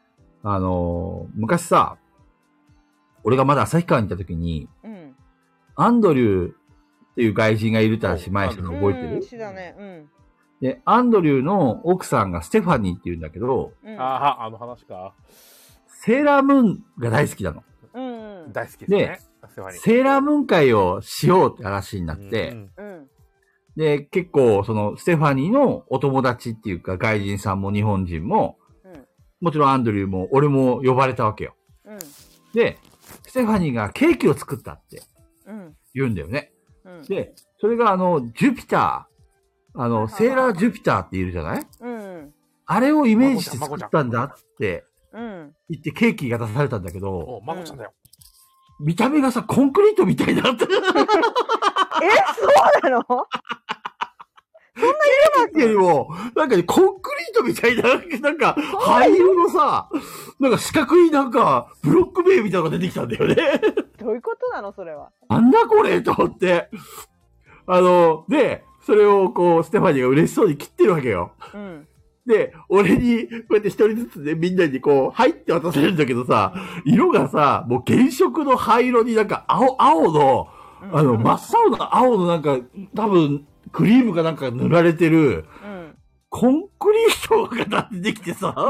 昔さ、俺がまだ旭川にいた時に、 うん。 アンドリューっていう外人がいるって話前したの覚えてる？ だね。うん。 で、アンドリューの奥さんがステファニーって言うんだけど、 あの話か。 セーラームーンが大好きなの。 うん。 大好きですね。 セーラームーン会をしようって話になって、で、結構、その、ステファニーのお友達っていうか、外人さんも日本人も、もちろんアンドリューも、俺も呼ばれたわけよ。で、ステファニーがケーキを作ったって言うんだよね。で、それがジュピター、セーラージュピターっているじゃない？あれをイメージして作ったんだって言ってケーキが出されたんだけど、 まこちゃんだよ。 見た目がさ、コンクリートみたいだって。 そうなの？ ケーキよりも、なんかね、コンクリートみたいな、なんか、灰色のさ、なんか四角いなんか、ブロック塀みたいなのが出てきたんだよね。 どういうことなのそれは。 なんだこれと思って。で、それをこう、ステファニーが嬉しそうに切ってるわけよ。で、俺に、こうやって一人ずつね、みんなにこう、入って渡せるんだけどさ、色がさ、もう原色の灰色になんか青の、真っ青な青のなんか、多分、クリームかなんか塗られてる、コンクリートが出てきてさ、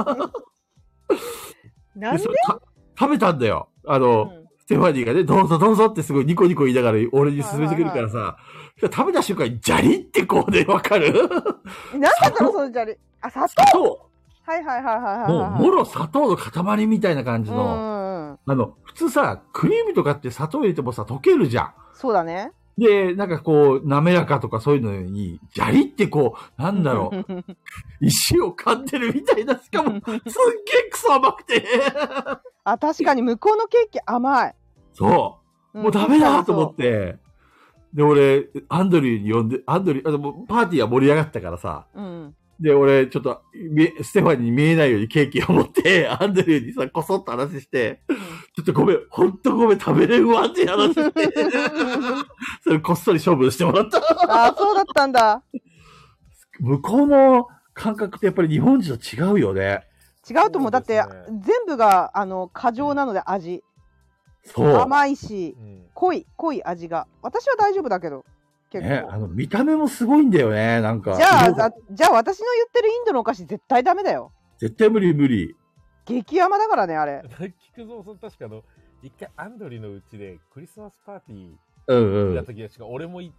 なんで食べたんだよ。ステファニーがね、どうぞどうぞってすごいニコニコ言いながら俺に勧めてくるからさ、食べた瞬間にジャリってこうね、わかる？ 何だったのそのジャリ。あ、砂糖？はいはいはいはい。 もう、もろ砂糖の塊みたいな感じの、普通さ、クリームとかって砂糖入れてもさ、溶けるじゃん。 そうだね。 で、なんかこう、滑らかとかそういうのに、ジャリってこう、なんだろう、石を噛んでるみたいな、しかも、すっげえクソ甘くて。 あ、確かに向こうのケーキ甘い。 そう。もうダメだと思って。で、俺、アンドリューに呼んで、パーティーは盛り上がったからさ。で、俺、ちょっと、ステファニーに見えないようにケーキを持って、アンドリューにさ、こそっと話して、ちょっとごめん、ほんとごめん、食べれるわって話して、それこっそり処分してもらった。 あ、そうだったんだ。 向こうの感覚ってやっぱり日本人と違うよね。 違うと思う。だって、全部が、過剰なので味。 そう。 甘いし、濃い味が。私は大丈夫だけど。結構。 ね、見た目もすごいんだよね、なんか。 じゃあ私の言ってるインドのお菓子絶対ダメだよ。 絶対無理。 激甘だからね、あれ。 菊蔵さん確か一回アンドリューのうちでクリスマスパーティーやった時は、俺も行って、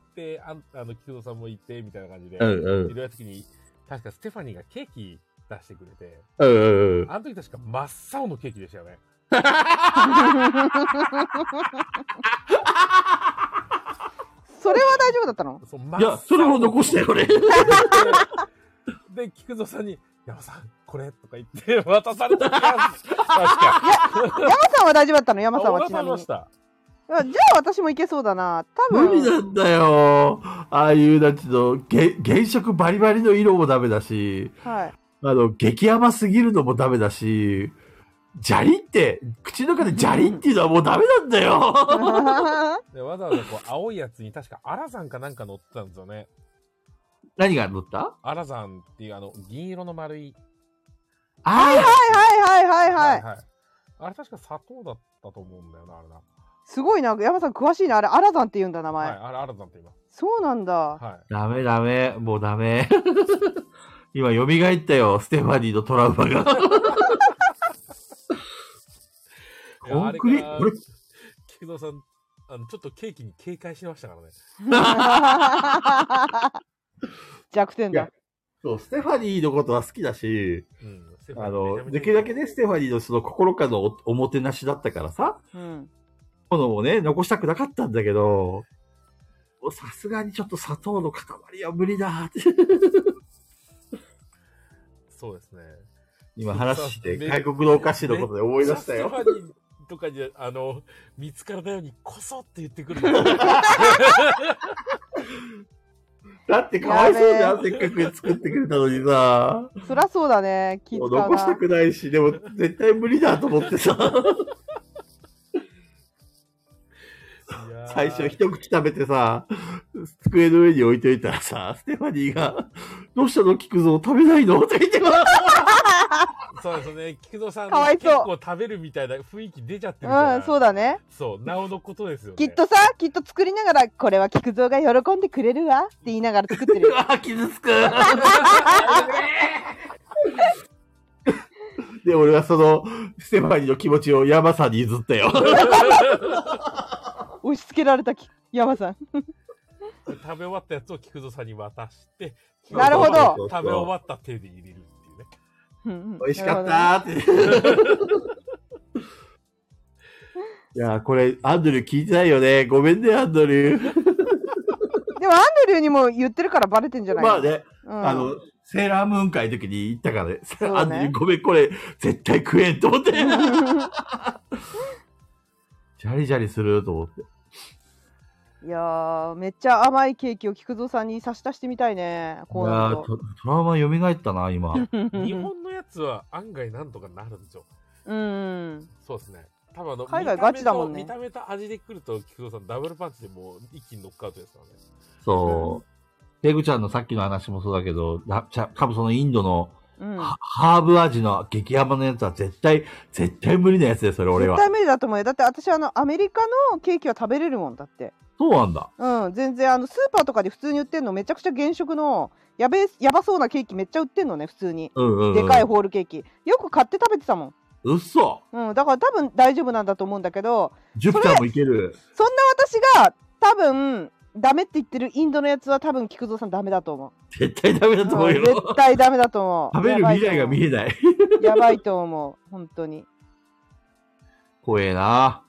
菊蔵さんも行って、みたいな感じで、いろいろ時に、確かステファニーがケーキ出してくれて、あの時確か真っ青のケーキでしたよね。 それは大丈夫だったの？ いや、それも残したよ、俺。 で、菊蔵さんに、山さん、これとか言って渡された気がする。確か。 山さんは大丈夫だったの？山さんはちなみに。じゃあ私もいけそうだな。多分。 無理なんだよ。ああいう、なんていうの、原色バリバリの色もダメだし、激甘すぎるのもダメだし、ジャリって、口の中でジャリっていうのはもうダメなんだよ。 でわざわざこう青いやつに確かアラザンかなんか乗ってたんですよね。 何が乗った？ アラザンっていう銀色の丸い。 はい。 あれ確か砂糖だったと思うんだよな、あれな。 すごいな、山さん詳しいな。あれアラザンって言うんだ、名前。 はい、あれアラザンって言います。 そうなんだ。 はい。 ダメ、もうダメ。今蘇ったよ、ステファニーのトラウマが。コンクリート、 菊蔵さん、 ちょっとケーキに警戒してましたからね。 弱点だ。 そう、ステファニーのことは好きだし、 うん。ステファニーめちゃめちゃいいできるだけね、ステファニーのその心からのおもてなしだったからさ、 うん。 ものをね、残したくなかったんだけど、さすがにちょっと砂糖の塊は無理だって。 そうですね。 今話して、外国のお菓子のことで思い出したよ。 ステファニーとかに、見つからないようにこそって言ってくるんですよ。 だってかわいそうじゃん、せっかく作ってくれたのにさ。 そりゃそうだね。気使うな。 残したくないし、でも絶対無理だと思ってさ。最初一口食べてさ、机の上に置いといたらさ、ステファニーが、どうしたの菊蔵食べないのって言ってから。 そうですね。菊蔵さんかわいそう結構食べるみたいな雰囲気出ちゃってるから。 うん、そうだね。 そう、なおのことですよね。 きっと作りながら、これは菊蔵が喜んでくれるわって言いながら作ってるう。わ傷つく。で、俺はその、ステファニーの気持ちを山さんに譲ったよ。 押し付けられた山さん。 食べ終わったやつを菊蔵さんに渡して、 なるほど食べ終わった手で入れるっていうね。 美味しかったーって。いやー、これ、アンドリュー聞いてないよね。ごめんね、アンドリュー。 でもアンドリューにも言ってるからバレてんじゃないまあね、 うん、 セーラームーン会の時に言ったからね。 ねアンドリューごめん、これ、絶対食えんと思って。ジャリジャリすると思って。 いやー、めっちゃ甘いケーキを菊蔵さんに差し出してみたいね。こういやー、トラウマ蘇ったな、今。 日本のやつは案外なんとかなるんですよ。 うん。 そうですね。多分海外ガチだもんね。 見た目と味で来ると、菊蔵さんダブルパンチでもう一気にノックアウトですからね。 そう。ペグちゃんのさっきの話もそうだけど、多分そのインドの、 うん、 ハーブ味の激甘のやつは絶対無理なやつだよ、それ俺は。 絶対無理だと思うよ。だって私アメリカのケーキは食べれるもんだって。 そうなんだ。 うん、全然スーパーとかで普通に売ってんのめちゃくちゃ原色のやばそうなケーキめっちゃ売ってんのね、普通に。でかいホールケーキ。よく買って食べてたもん。 うっそ。 うん、だから多分大丈夫なんだと思うんだけど。 ジュピターもいける。 そんな私が多分、ダメって言ってるインドのやつは多分菊蔵さんダメだと思う。 絶対ダメだと思うよ。 絶対ダメだと思う。 食べる未来が見えない。 やばいと思う。本当に。 怖えな。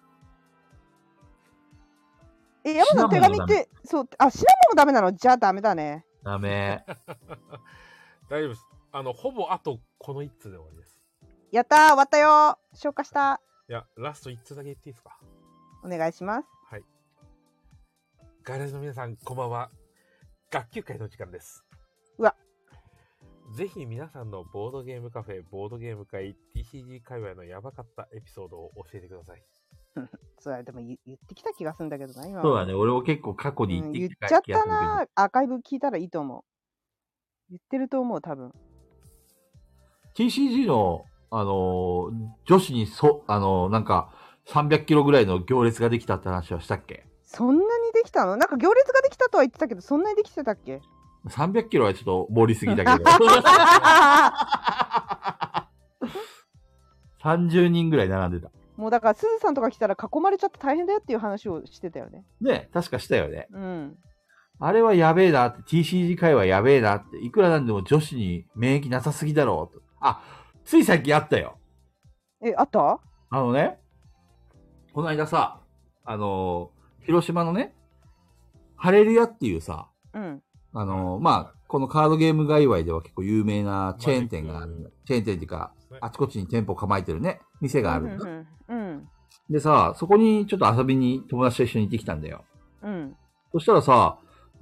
山さん手紙って、そう、シナモンもダメなの？じゃあダメだね。 ダメ。 大丈夫です。ほぼあとこの1通で終わりです。 やったー、終わったよ。消化した。 いや、ラスト1通だけ言っていいですか？ お願いします。 はい。ガレージの皆さん、こんばんは。学級会の時間です。 うわ。 ぜひ皆さんのボードゲームカフェ、ボードゲーム会、TCG 界隈のやばかったエピソードを教えてください。 それでも言ってきた気がするんだけどな、今。 そうだね、俺も結構過去に言ってきた気がするけど。言っちゃったな、アーカイブ聞いたらいいと思う。言ってると思う、多分。 TCG の、女子になんか、300キロぐらいの行列ができたって話はしたっけ？ そんなにできたの？なんか行列ができたとは言ってたけど、そんなにできてたっけ？ 300 キロはちょっと盛りすぎだけど。30人ぐらい並んでた。 もうだから、すずさんとか来たら囲まれちゃって大変だよっていう話をしてたよね。 ね、確かしたよね。 うん。 あれはやべえなって、TCG 界はやべえなって、いくらなんでも女子に免疫なさすぎだろうと。あ、つい最近あったよ。 あった？ この間さ、広島のね、ハレルヤっていうさ、 うん。 まあ、このカードゲーム界隈では結構有名なチェーン店がある。チェーン店っていうか、あちこちに店舗構えてるね、店があるんだ。 うん。 でさ、そこにちょっと遊びに友達と一緒に行ってきたんだよ。 うん。 そしたらさ、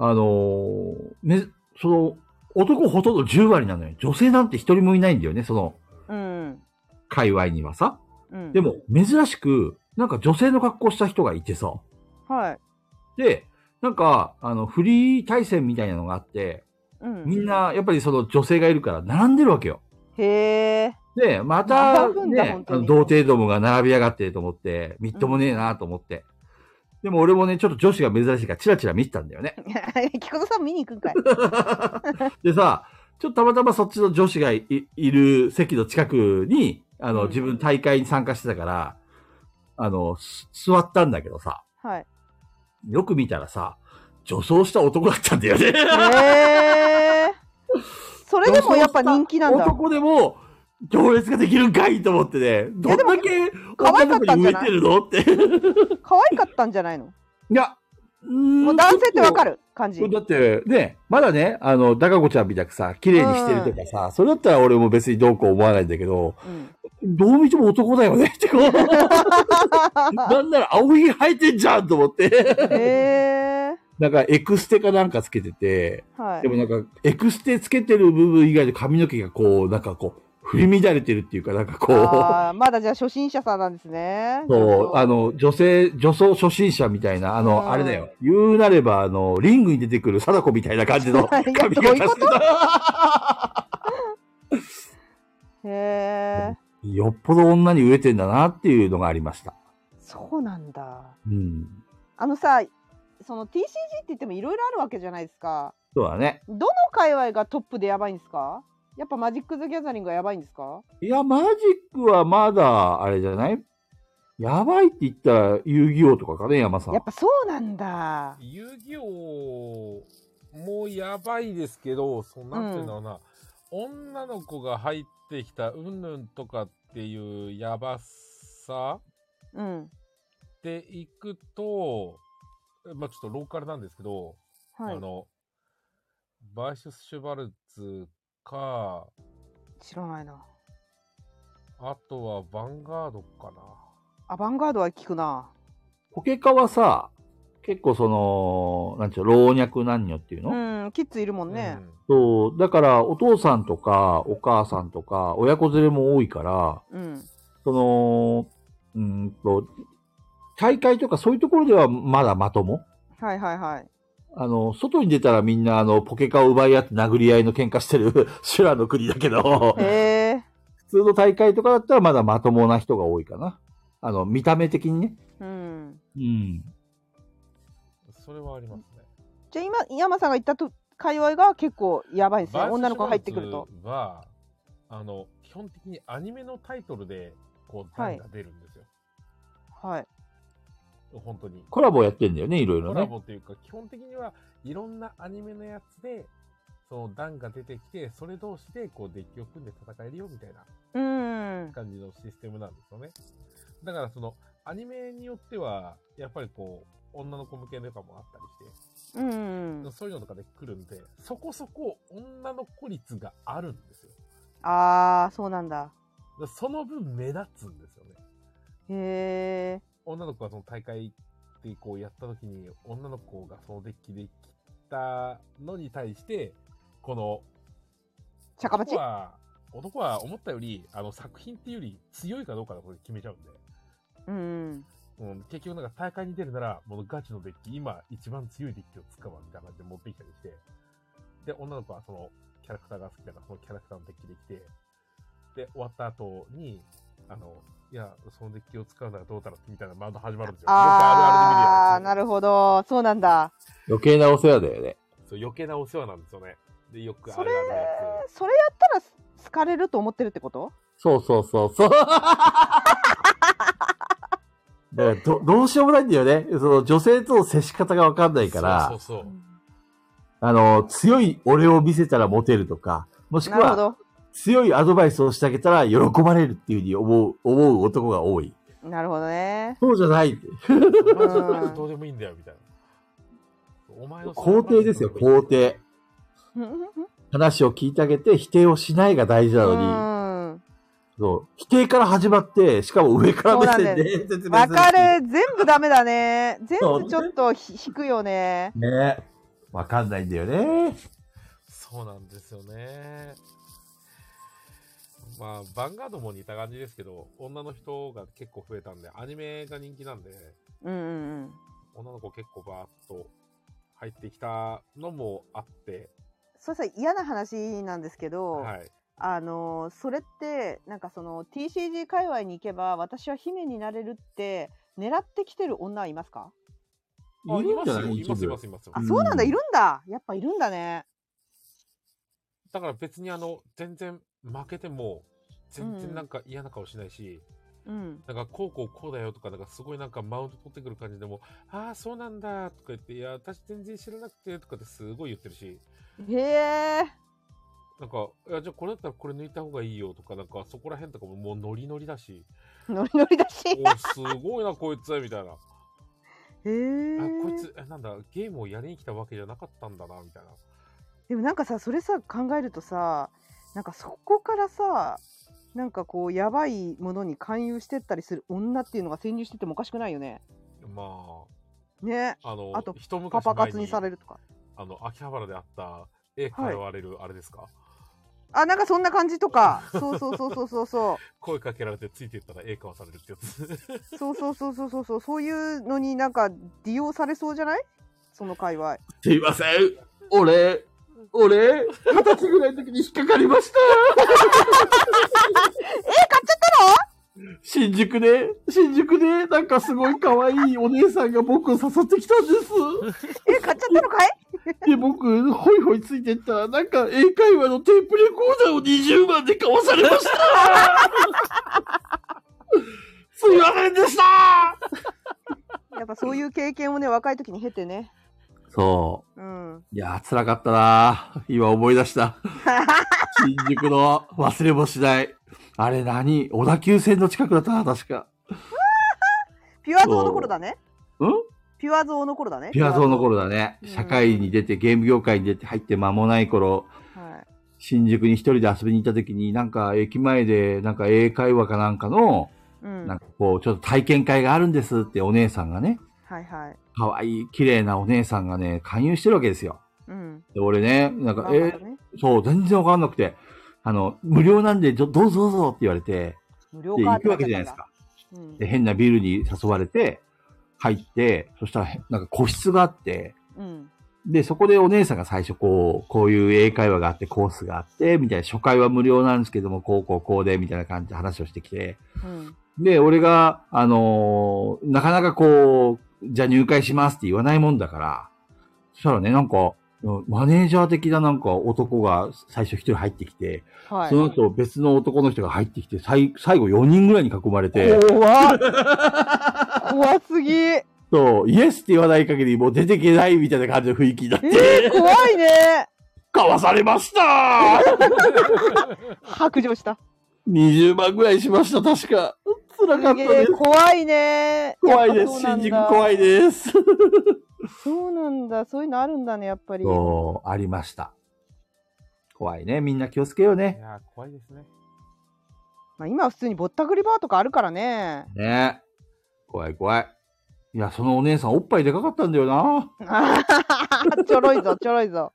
男ほとんど10割なのよ。女性なんて一人もいないんだよね、その、界隈にはさ。うん、でも、珍しく、なんか女性の格好した人がいてさ。 はい。 で、なんか、フリー対戦みたいなのがあって、みんな、やっぱりその女性がいるから並んでるわけよ。 へー。 で、また、ね、童貞どもが並びやがってと思って、みっともねえなと思って。でも俺もね、ちょっと女子が珍しいからチラチラ見てたんだよね。 菊田さん見に行くんかい。 でさ、ちょっとたまたまそっちの女子が いる席の近くに、自分大会に参加してたから、座ったんだけどさ。 はい。 よく見たらさ、女装した男だったんだよね。 へえ。それでもやっぱ人気なんだ。 男でも、行列ができるんかいと思ってね、どんだけ可愛かったんじゃない女の子に植えてるのって。 可愛かったんじゃないの？ いや、 もう男性ってわかる感じ。 だって、ね、まだね、ダカ子ちゃんみたくさ、綺麗にしてるとかさ、それだったら俺も別にどうこう思わないんだけど、どう見ても男だよねってこう。なんなら青ひげ生えてんじゃんと思って。 へー。 なんかエクステかなんかつけてて、 はい、 でもなんかエクステつけてる部分以外で髪の毛がこう、なんかこう、振り乱れてるっていうか、なんかこう。 まだじゃあ初心者さんなんですね。 そう、女装初心者みたいな、あれだよ。言うなれば、リングに出てくる貞子みたいな感じの髪型してた。 へー。よっぽど女に飢えてんだなっていうのがありました。 そうなんだ。 うん。 さ、その TCG って言ってもいろいろあるわけじゃないですか。 そうだね。 どの界隈がトップでやばいんですか？やっぱマジック・ザ・ギャザリングがやばいんですか？ いや、マジックはまだ、あれじゃない？やばいって言ったら遊戯王とかかね、山さん。 やっぱそうなんだ。 遊戯王もやばいですけど、なんていうのかな、女の子が入ってきたうんぬんとかっていうやばさでいくと、まあちょっとローカルなんですけど、 はい、 バイシュス・シュバルツか、 知らないな。 あとはヴァンガードかな。 ヴァンガードは聞くな。 ポケカはさ、結構なんちゅう、老若男女っていうの？ キッズいるもんね。 そう、だからお父さんとかお母さんとか親子連れも多いから、大会とかそういうところではまだまとも。 はいはいはい。 外に出たらみんなポケカを奪い合って殴り合いの喧嘩してる修羅の国だけど、普通の大会とかだったらまだまともな人が多いかな。見た目的にね。 それはありますね。 じゃあ今、山さんが言った界隈が結構やばいんですね。女の子が入ってくると。 は、基本的にアニメのタイトルで、段が出るんですよ。 はい。 本当に。 コラボやってんだよね、いろいろね。 コラボっていうか、基本的にはいろんなアニメのやつで、段が出てきて、それ同士でデッキを組んで戦えるよみたいな感じのシステムなんですよね。だからアニメによっては、やっぱり女の子向けとかもあったりして、そういうのとかで来るんで、そこそこ女の子率があるんですよ。 そうなんだ。 その分目立つんですよね。 へー。 女の子が大会でやった時に、女の子がそのデッキで来たのに対して、 チャカバチ？ 男は思ったより、作品っていうより強いかどうかでこれ決めちゃうんで。結局大会に出るなら、もうガチのデッキ、今一番強いデッキを使うわみたいな感じで持ってきたりして、で、女の子はそのキャラクターが好きだから、そのキャラクターのデッキで来て、で、終わった後に、いや、そのデッキを使うならどうだろうみたいなマウンド始まるんですよ。よくあるあるで見るやつ。 なるほど。そうなんだ。 余計なお世話だよね。 そう、余計なお世話なんですよね。で、よくあるあるやつ。 それやったら好かれると思ってるってこと？ そうそうそうそう。だからどうしようもないんだよね。女性との接し方がわかんないから。強い俺を見せたらモテるとか、もしくは、強いアドバイスをしてあげたら喜ばれるっていうふうに思う男が多い。 なるほどね。 そうじゃないって。 どうでもいいんだよ、みたいな。お前の肯定ですよ、肯定。話を聞いてあげて否定をしないが大事なのに。そう。否定から始まって、しかも上から目線で説明する。 わかる。全部ダメだね。全部ちょっと引くよね。 ね。わかんないんだよね。 そうなんですよね。まあ、ヴァンガードも似た感じですけど、女の人が結構増えたんで、アニメが人気なんで、女の子結構バーッと入ってきたのもあって。 そうさ、嫌な話なんですけど、 はい。 それって、なんかTCG 界隈に行けば、私は姫になれるって狙ってきてる女はいますか？ いるんじゃない？ います。 そうなんだ、いるんだ。やっぱいるんだね。 だから別に全然負けても、全然なんか嫌な顔しないし、 うん。 なんかこうこうこうだよとか、なんかすごいなんかマウント取ってくる感じでも、ああ、そうなんだとか言って、いや、私全然知らなくてとかってすごい言ってるし、 へえ。 なんか、いや、じゃあこれだったらこれ抜いた方がいいよとか、なんかそこら辺とかももうノリノリだし、 ノリノリだし。 おすごいな、こいつみたいな。 へえ。 あ、こいつ、なんだ、ゲームをやりに来たわけじゃなかったんだな、みたいな。 でもなんかさ、それさ、考えるとさ、なんかそこからさ、なんかこう、やばいものに勧誘してったりする女っていうのが潜入しててもおかしくないよね。 まね。 あ、 あと、 一昔パパ前活にされるとか。 秋葉原であった絵買われるあれですか、 あ、なんかそんな感じとか。そうそうそうそうそうそう。 声かけられてついていったら絵買わされるってやつ。 そうそうそうそうそうそう。そういうのになんか利用されそうじゃない？その界隈。 すいません。俺、20歳ぐらいの時に引っかかりました。 買っちゃった新宿で、なんかすごい可愛いお姉さんが僕を誘ってきたんです。 の？買っちゃったのかい？ で、僕、ホイホイついてったら、なんか英会話のテープレコーダーを20万で買わされました。すいませんでした。 やっぱそういう経験をね、若い時に経てね。 そうん。 う。いやー、辛かったなー。今思い出した。新宿の忘れもしない。あれ何？小田急線の近くだったな、確か。 ピュアゾーの頃だね。 うんピュアゾーの頃だね。 ピュアゾーの頃だね。 うん社会に出て、ゲーム業界に出て入って間もない頃、 はい。 新宿に一人で遊びに行った時に、なんか駅前で、なんか英会話かなんかの、 うん。 なんかこう、ちょっと体験会があるんですってお姉さんがね、 はいはい。 可愛い綺麗なお姉さんがね、勧誘してるわけですよ。 うん。 で、俺ね、なんか、 頑張ったね。 そう、全然わかんなくて、無料なんで、どうぞどうぞって言われて、で、 無料か行くわけじゃないですか。 うんで、変なビルに誘われて、入って、そしたら、なんか個室があって、 うん。 で、そこでお姉さんが最初こういう英会話があって、コースがあって、みたいな、初回は無料なんですけども、こうで、みたいな感じで話をしてきて、 うん。 で、俺が、なかなかこう、じゃあ入会しますって言わないもんだから、そしたらね、なんか、マネージャー的ななんか男が最初一人入ってきて、 はい。 その後別の男の人が入ってきて、最後4人ぐらいに囲まれて、 怖っ怖すぎ。 そう、イエスって言わない限りもう出てけないみたいな感じの雰囲気になって、 怖いね。 かわされました白状した。 !20 万ぐらいしました、確か。辛かったすげえです。 怖いね。 怖いです。 やっぱそうなんだ新宿怖いです。 そうなんだ。そういうのあるんだね、やっぱり。 そう、ありました。怖いね。みんな気をつけよういね。 やー、怖いですね。 まあ、今は普通にぼったくりバーとかあるからね。 ね怖い怖い。いや、そのお姉さんおっぱいでかかったんだよな。 ちょろいぞ、ちょろいぞ。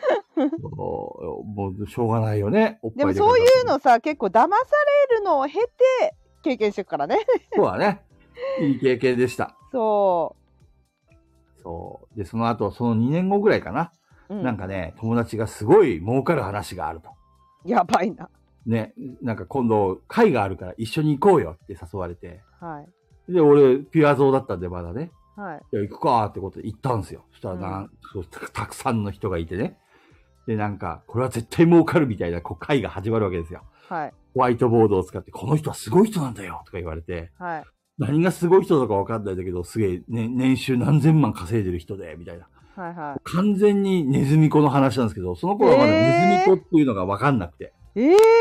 もう、しょうがないよね。おっぱいでかかった。 でもそういうのさ、結構騙されるのを経て経験してるからね。 そうだね。いい経験でした。 そそう。で、その後、その2年後ぐらいかな。 う。 なんかね、友達がすごい儲かる話があると。 やばいな。 ね、なんか今度、会があるから一緒に行こうよって誘われて。 はい。 で、俺、ピュアゾーだったんで、まだね。 はい。 いや、行くかってことで行ったんですよ。そしたらそうたくさんの人がいてね。で、なんか、これは絶対儲かるみたいな、会が始まるわけですよ。 はい。 ホワイトボードを使って、この人はすごい人なんだよとか言われて、 はい。 何がすごい人だかわかんないんだけど、すげえ、ね、年収何千万稼いでる人で、みたいな。 はい。は完全にネズミ子の話なんですけど、その頃はまだネズミ子っていうのがわかんなくて。 い。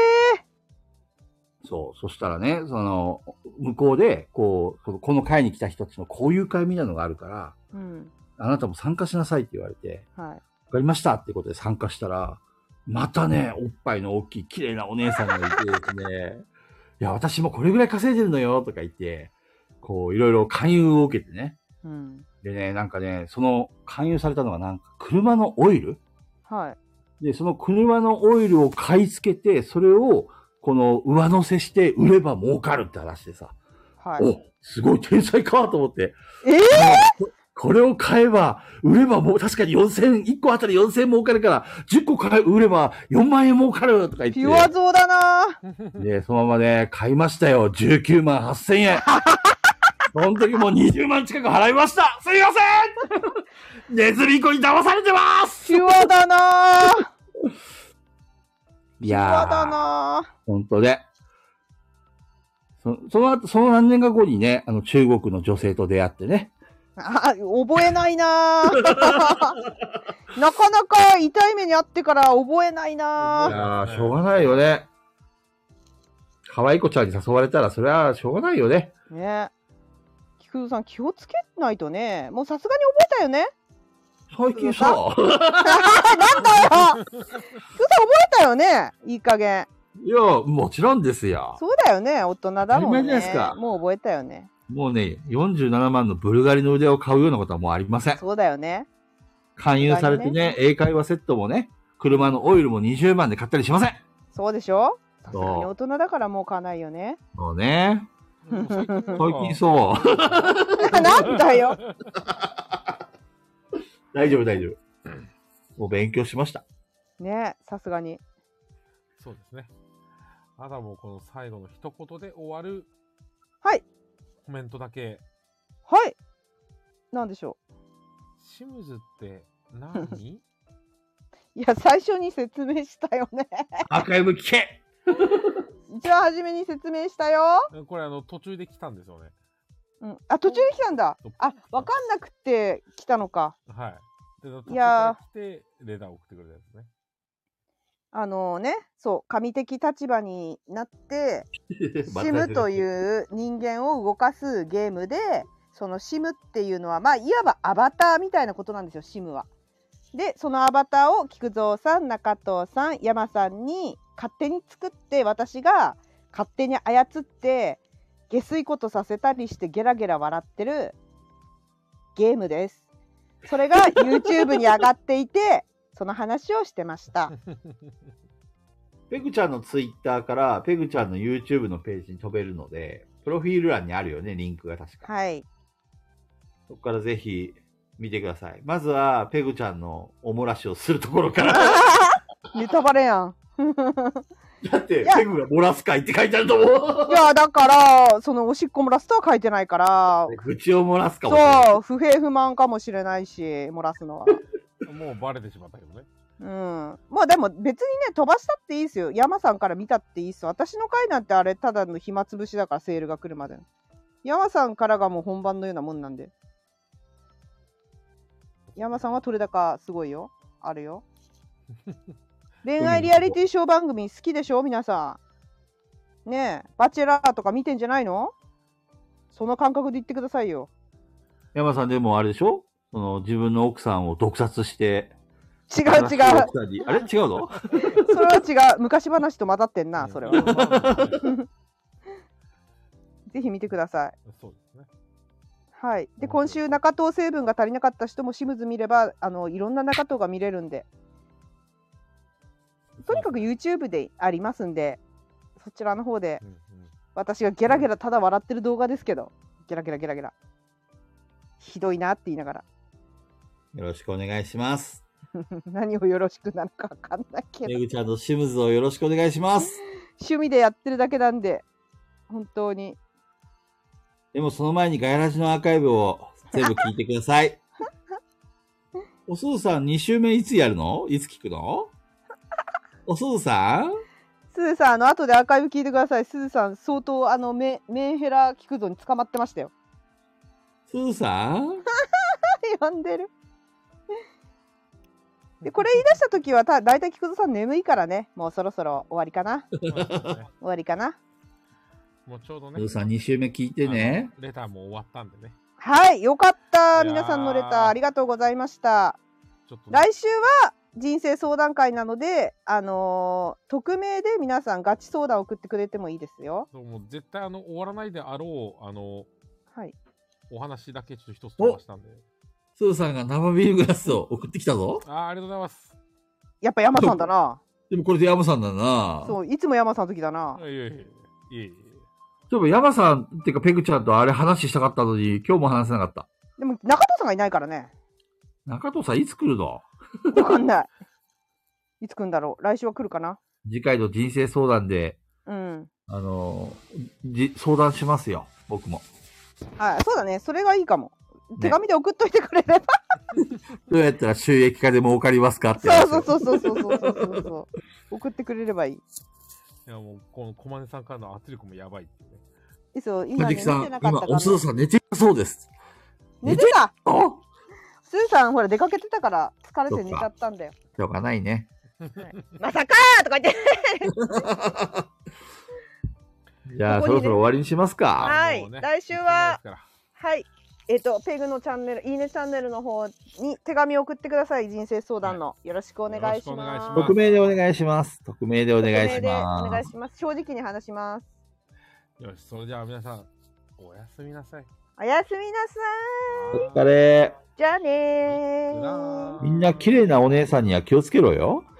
そう。そしたらね、向こうで、この会に来た人たちの交友会みたいなのがあるから、 うん。 あなたも参加しなさいって言われて、 はい。 わかりましたってことで参加したら、またね、おっぱいの大きい綺麗なお姉さんがいてですね、いや、私もこれぐらい稼いでるのよとか言って、こう、いろいろ勧誘を受けてね。 うん。 でね、なんかね、その勧誘されたのがなんか車のオイルはい。 で、その車のオイルを買い付けて、それをこの上乗せして売れば儲かるって話でさ、 はい。 お、すごい天才かと思って、これを買えば、売ればもう確かに1個あたり4000儲かるから、10個売れば4万円儲かるとか言って。 ピュアゾーだなぁ。 で、そのままね、買いましたよ。19万8000円。その時もう20万近く払いました。すいませんネズミ子に騙されてますピュアだなぁ。 いピュアだやー、 なぁ。 本当で。 その後、その何年か後にね、中国の女性と出会ってね。 あ、覚えないなぁ。なかなか痛い目にあってから覚えないいなぁ。 やー、しょうがないよね。可愛い子ちゃんに誘われたら、それはしょうがないよね。 ね。菊蔵さん気をつけないとね。もうさすがに覚えたよね。 最近さ、 なんだよ。菊蔵さん覚えたよね。いい加減。 いや、もちろんですよ。 そうだよね。大人だもんね。 当たり前じゃないですかもう覚えたよね。 もうね、47万のブルガリの腕を買うようなことはもうありません。 そうだよね。 勧誘されてね、英会話セットもね、車のオイルも20万で買ったりしません。 そうでしょ。さすがに大人だからもう買わないよね。 もうね、 最近最近そう。 なんだよ。 大丈夫、大丈夫。もう勉強しました。 ね、さすがに。 そうですね。あとはもうこの最後の一言で終わるはい。 コメントだけ。 はい。なんでしょシムズって何？ う。いや、最初に説明したよね。 アーカイブ聞け。 一番初めに説明したよ。 これ途中で来たんですよね。 うん。あ、途中で来たんだ。あ、わかんなくて来たのか。 はい。で、途中いやから来て、レターを送ってくれたやつね。 そう、神的立場になって、 またシムという人間を動かすゲームで、そのシムっていうのは、まあ、いわばアバターみたいなことなんですよ、シムは。で、そのアバターを菊蔵さん、中藤さん、山さんに勝手に作って、私が勝手に操って、下水ことさせたりしてゲラゲラ笑ってるゲームです。それが YouTube に上がっていて、その話をしてました。 ペグちゃんのツイッターからペグちゃんの YouTube のページに飛べるので、プロフィール欄にあるよね、リンクが確か。 はい。 そこからぜひ見てください。まずは、ペグちゃんのおもらしをするところから。 ネタバレやん。 だって、 いやペグが漏らす会って書いてあると思う。 いや、だから、そのおしっこ漏らすとは書いてないから、 愚痴を漏らすかもしれない。 そう、不平不満かもしれないし、漏らすのは。 もうバレてしまったけどね。 うん。まあでも別にね、飛ばしたっていいですよ。山さんから見たっていいっすよ。私の回なんてあれ、ただの暇つぶしだから、セールが来るまでの。山さんからがもう本番のようなもんなんで。山さんは取れ高すごいよ。あるよ。恋愛リアリティショー番組好きでしょ皆さん。ねえ、バチェラーとか見てんじゃないの？その感覚で言ってくださいよ。 山さんでもあれでしょ、その自分の奥さんを毒殺して。 違う違う。 奥さんにあれ違うの？ それは違う。昔話と混ざってんな、それは。ぜひ見てください。 そうですね。 はい。で、今週中藤成分が足りなかった人もシムズ見れば、いろんな中藤が見れるんで、とにかく YouTube でありますんで、そちらの方で、私がゲラゲラただ笑ってる動画ですけど、ゲラゲラゲラゲラ。ひどいなって言いながら。 よろしくお願いします。 何をよろしくなのかわかんないけど。 めぐちゃんとシムズをよろしくお願いします。 趣味でやってるだけなんで、本当に。 でもその前にガヤラジのアーカイブを全部聞いてください。おすずさん2週目いつやるの？いつ聞くの？おすずさん？ すずさん、後でアーカイブ聞いてください。すずさん、相当、メンヘラ聞くぞに捕まってましたよ。 すずさん？ 呼んでる。で、これ言い出したときは、だいたい菊蔵さん眠いからね、もうそろそろ終わりかな。終わりかな。 もうちょうどね。 すずさん2週目聞いてね。 レターも終わったんでね。 はい、よかった。 いやー皆さんのレター、ありがとうございました。 ちょっとね、 来週は人生相談会なので、匿名で皆さんガチ相談送ってくれてもいいですよ。 もう絶対終わらないであろう、 はい。 お話だけちょっと一つ飛ばしたんで。 すずさんが生ビールグラスを送ってきたぞ。 ありがとうございます。 やっぱ山さんだな。 でもこれで山さんだな。 そう、いつも山さんの時だな。 いえいえいえいえ。 でも山さんっていうかペグちゃんとあれ話したかったのに今日も話せなかった。 でも中藤さんがいないからね。 中藤さんいつ来るの？ わかんない。いつ来るんだろう。来週は来るかな。 次回の人生相談で、 うん。 相談しますよ、僕も。 はい、そうだね。それがいいかも。手紙で送っといてくれれば。 どうやったら収益化で儲かりますかって。 そう送ってくれればいい。 いやもう、この小金さんからの圧力もやばいっていうね。 そう、今ね、 かじきさん、 見てなかった今、 から。 おすずさん寝ていたそうです。 寝てたおスーさん、ほら、出かけてたから、疲れて寝ちゃったんだよ。 しょうがないね。 まさかーとか言って。 じゃあ、 ここにねそろそろ終わりにしますか。 はいもうね来週は行ってないですからはい。ペグのチャンネル、いいねチャンネルの方に手紙を送ってください。人生相談の。よろしくお願いしよろしくお願います。 します匿名でお願いします。匿名でお願いし匿名でおます。 願いします。正直に話します。 よし、それじゃあ皆さん、おやすみなさい。 おやすみなさお疲れ。 い。じゃあねうらー。 ーみんな綺麗なお姉さんには気をつけろよ。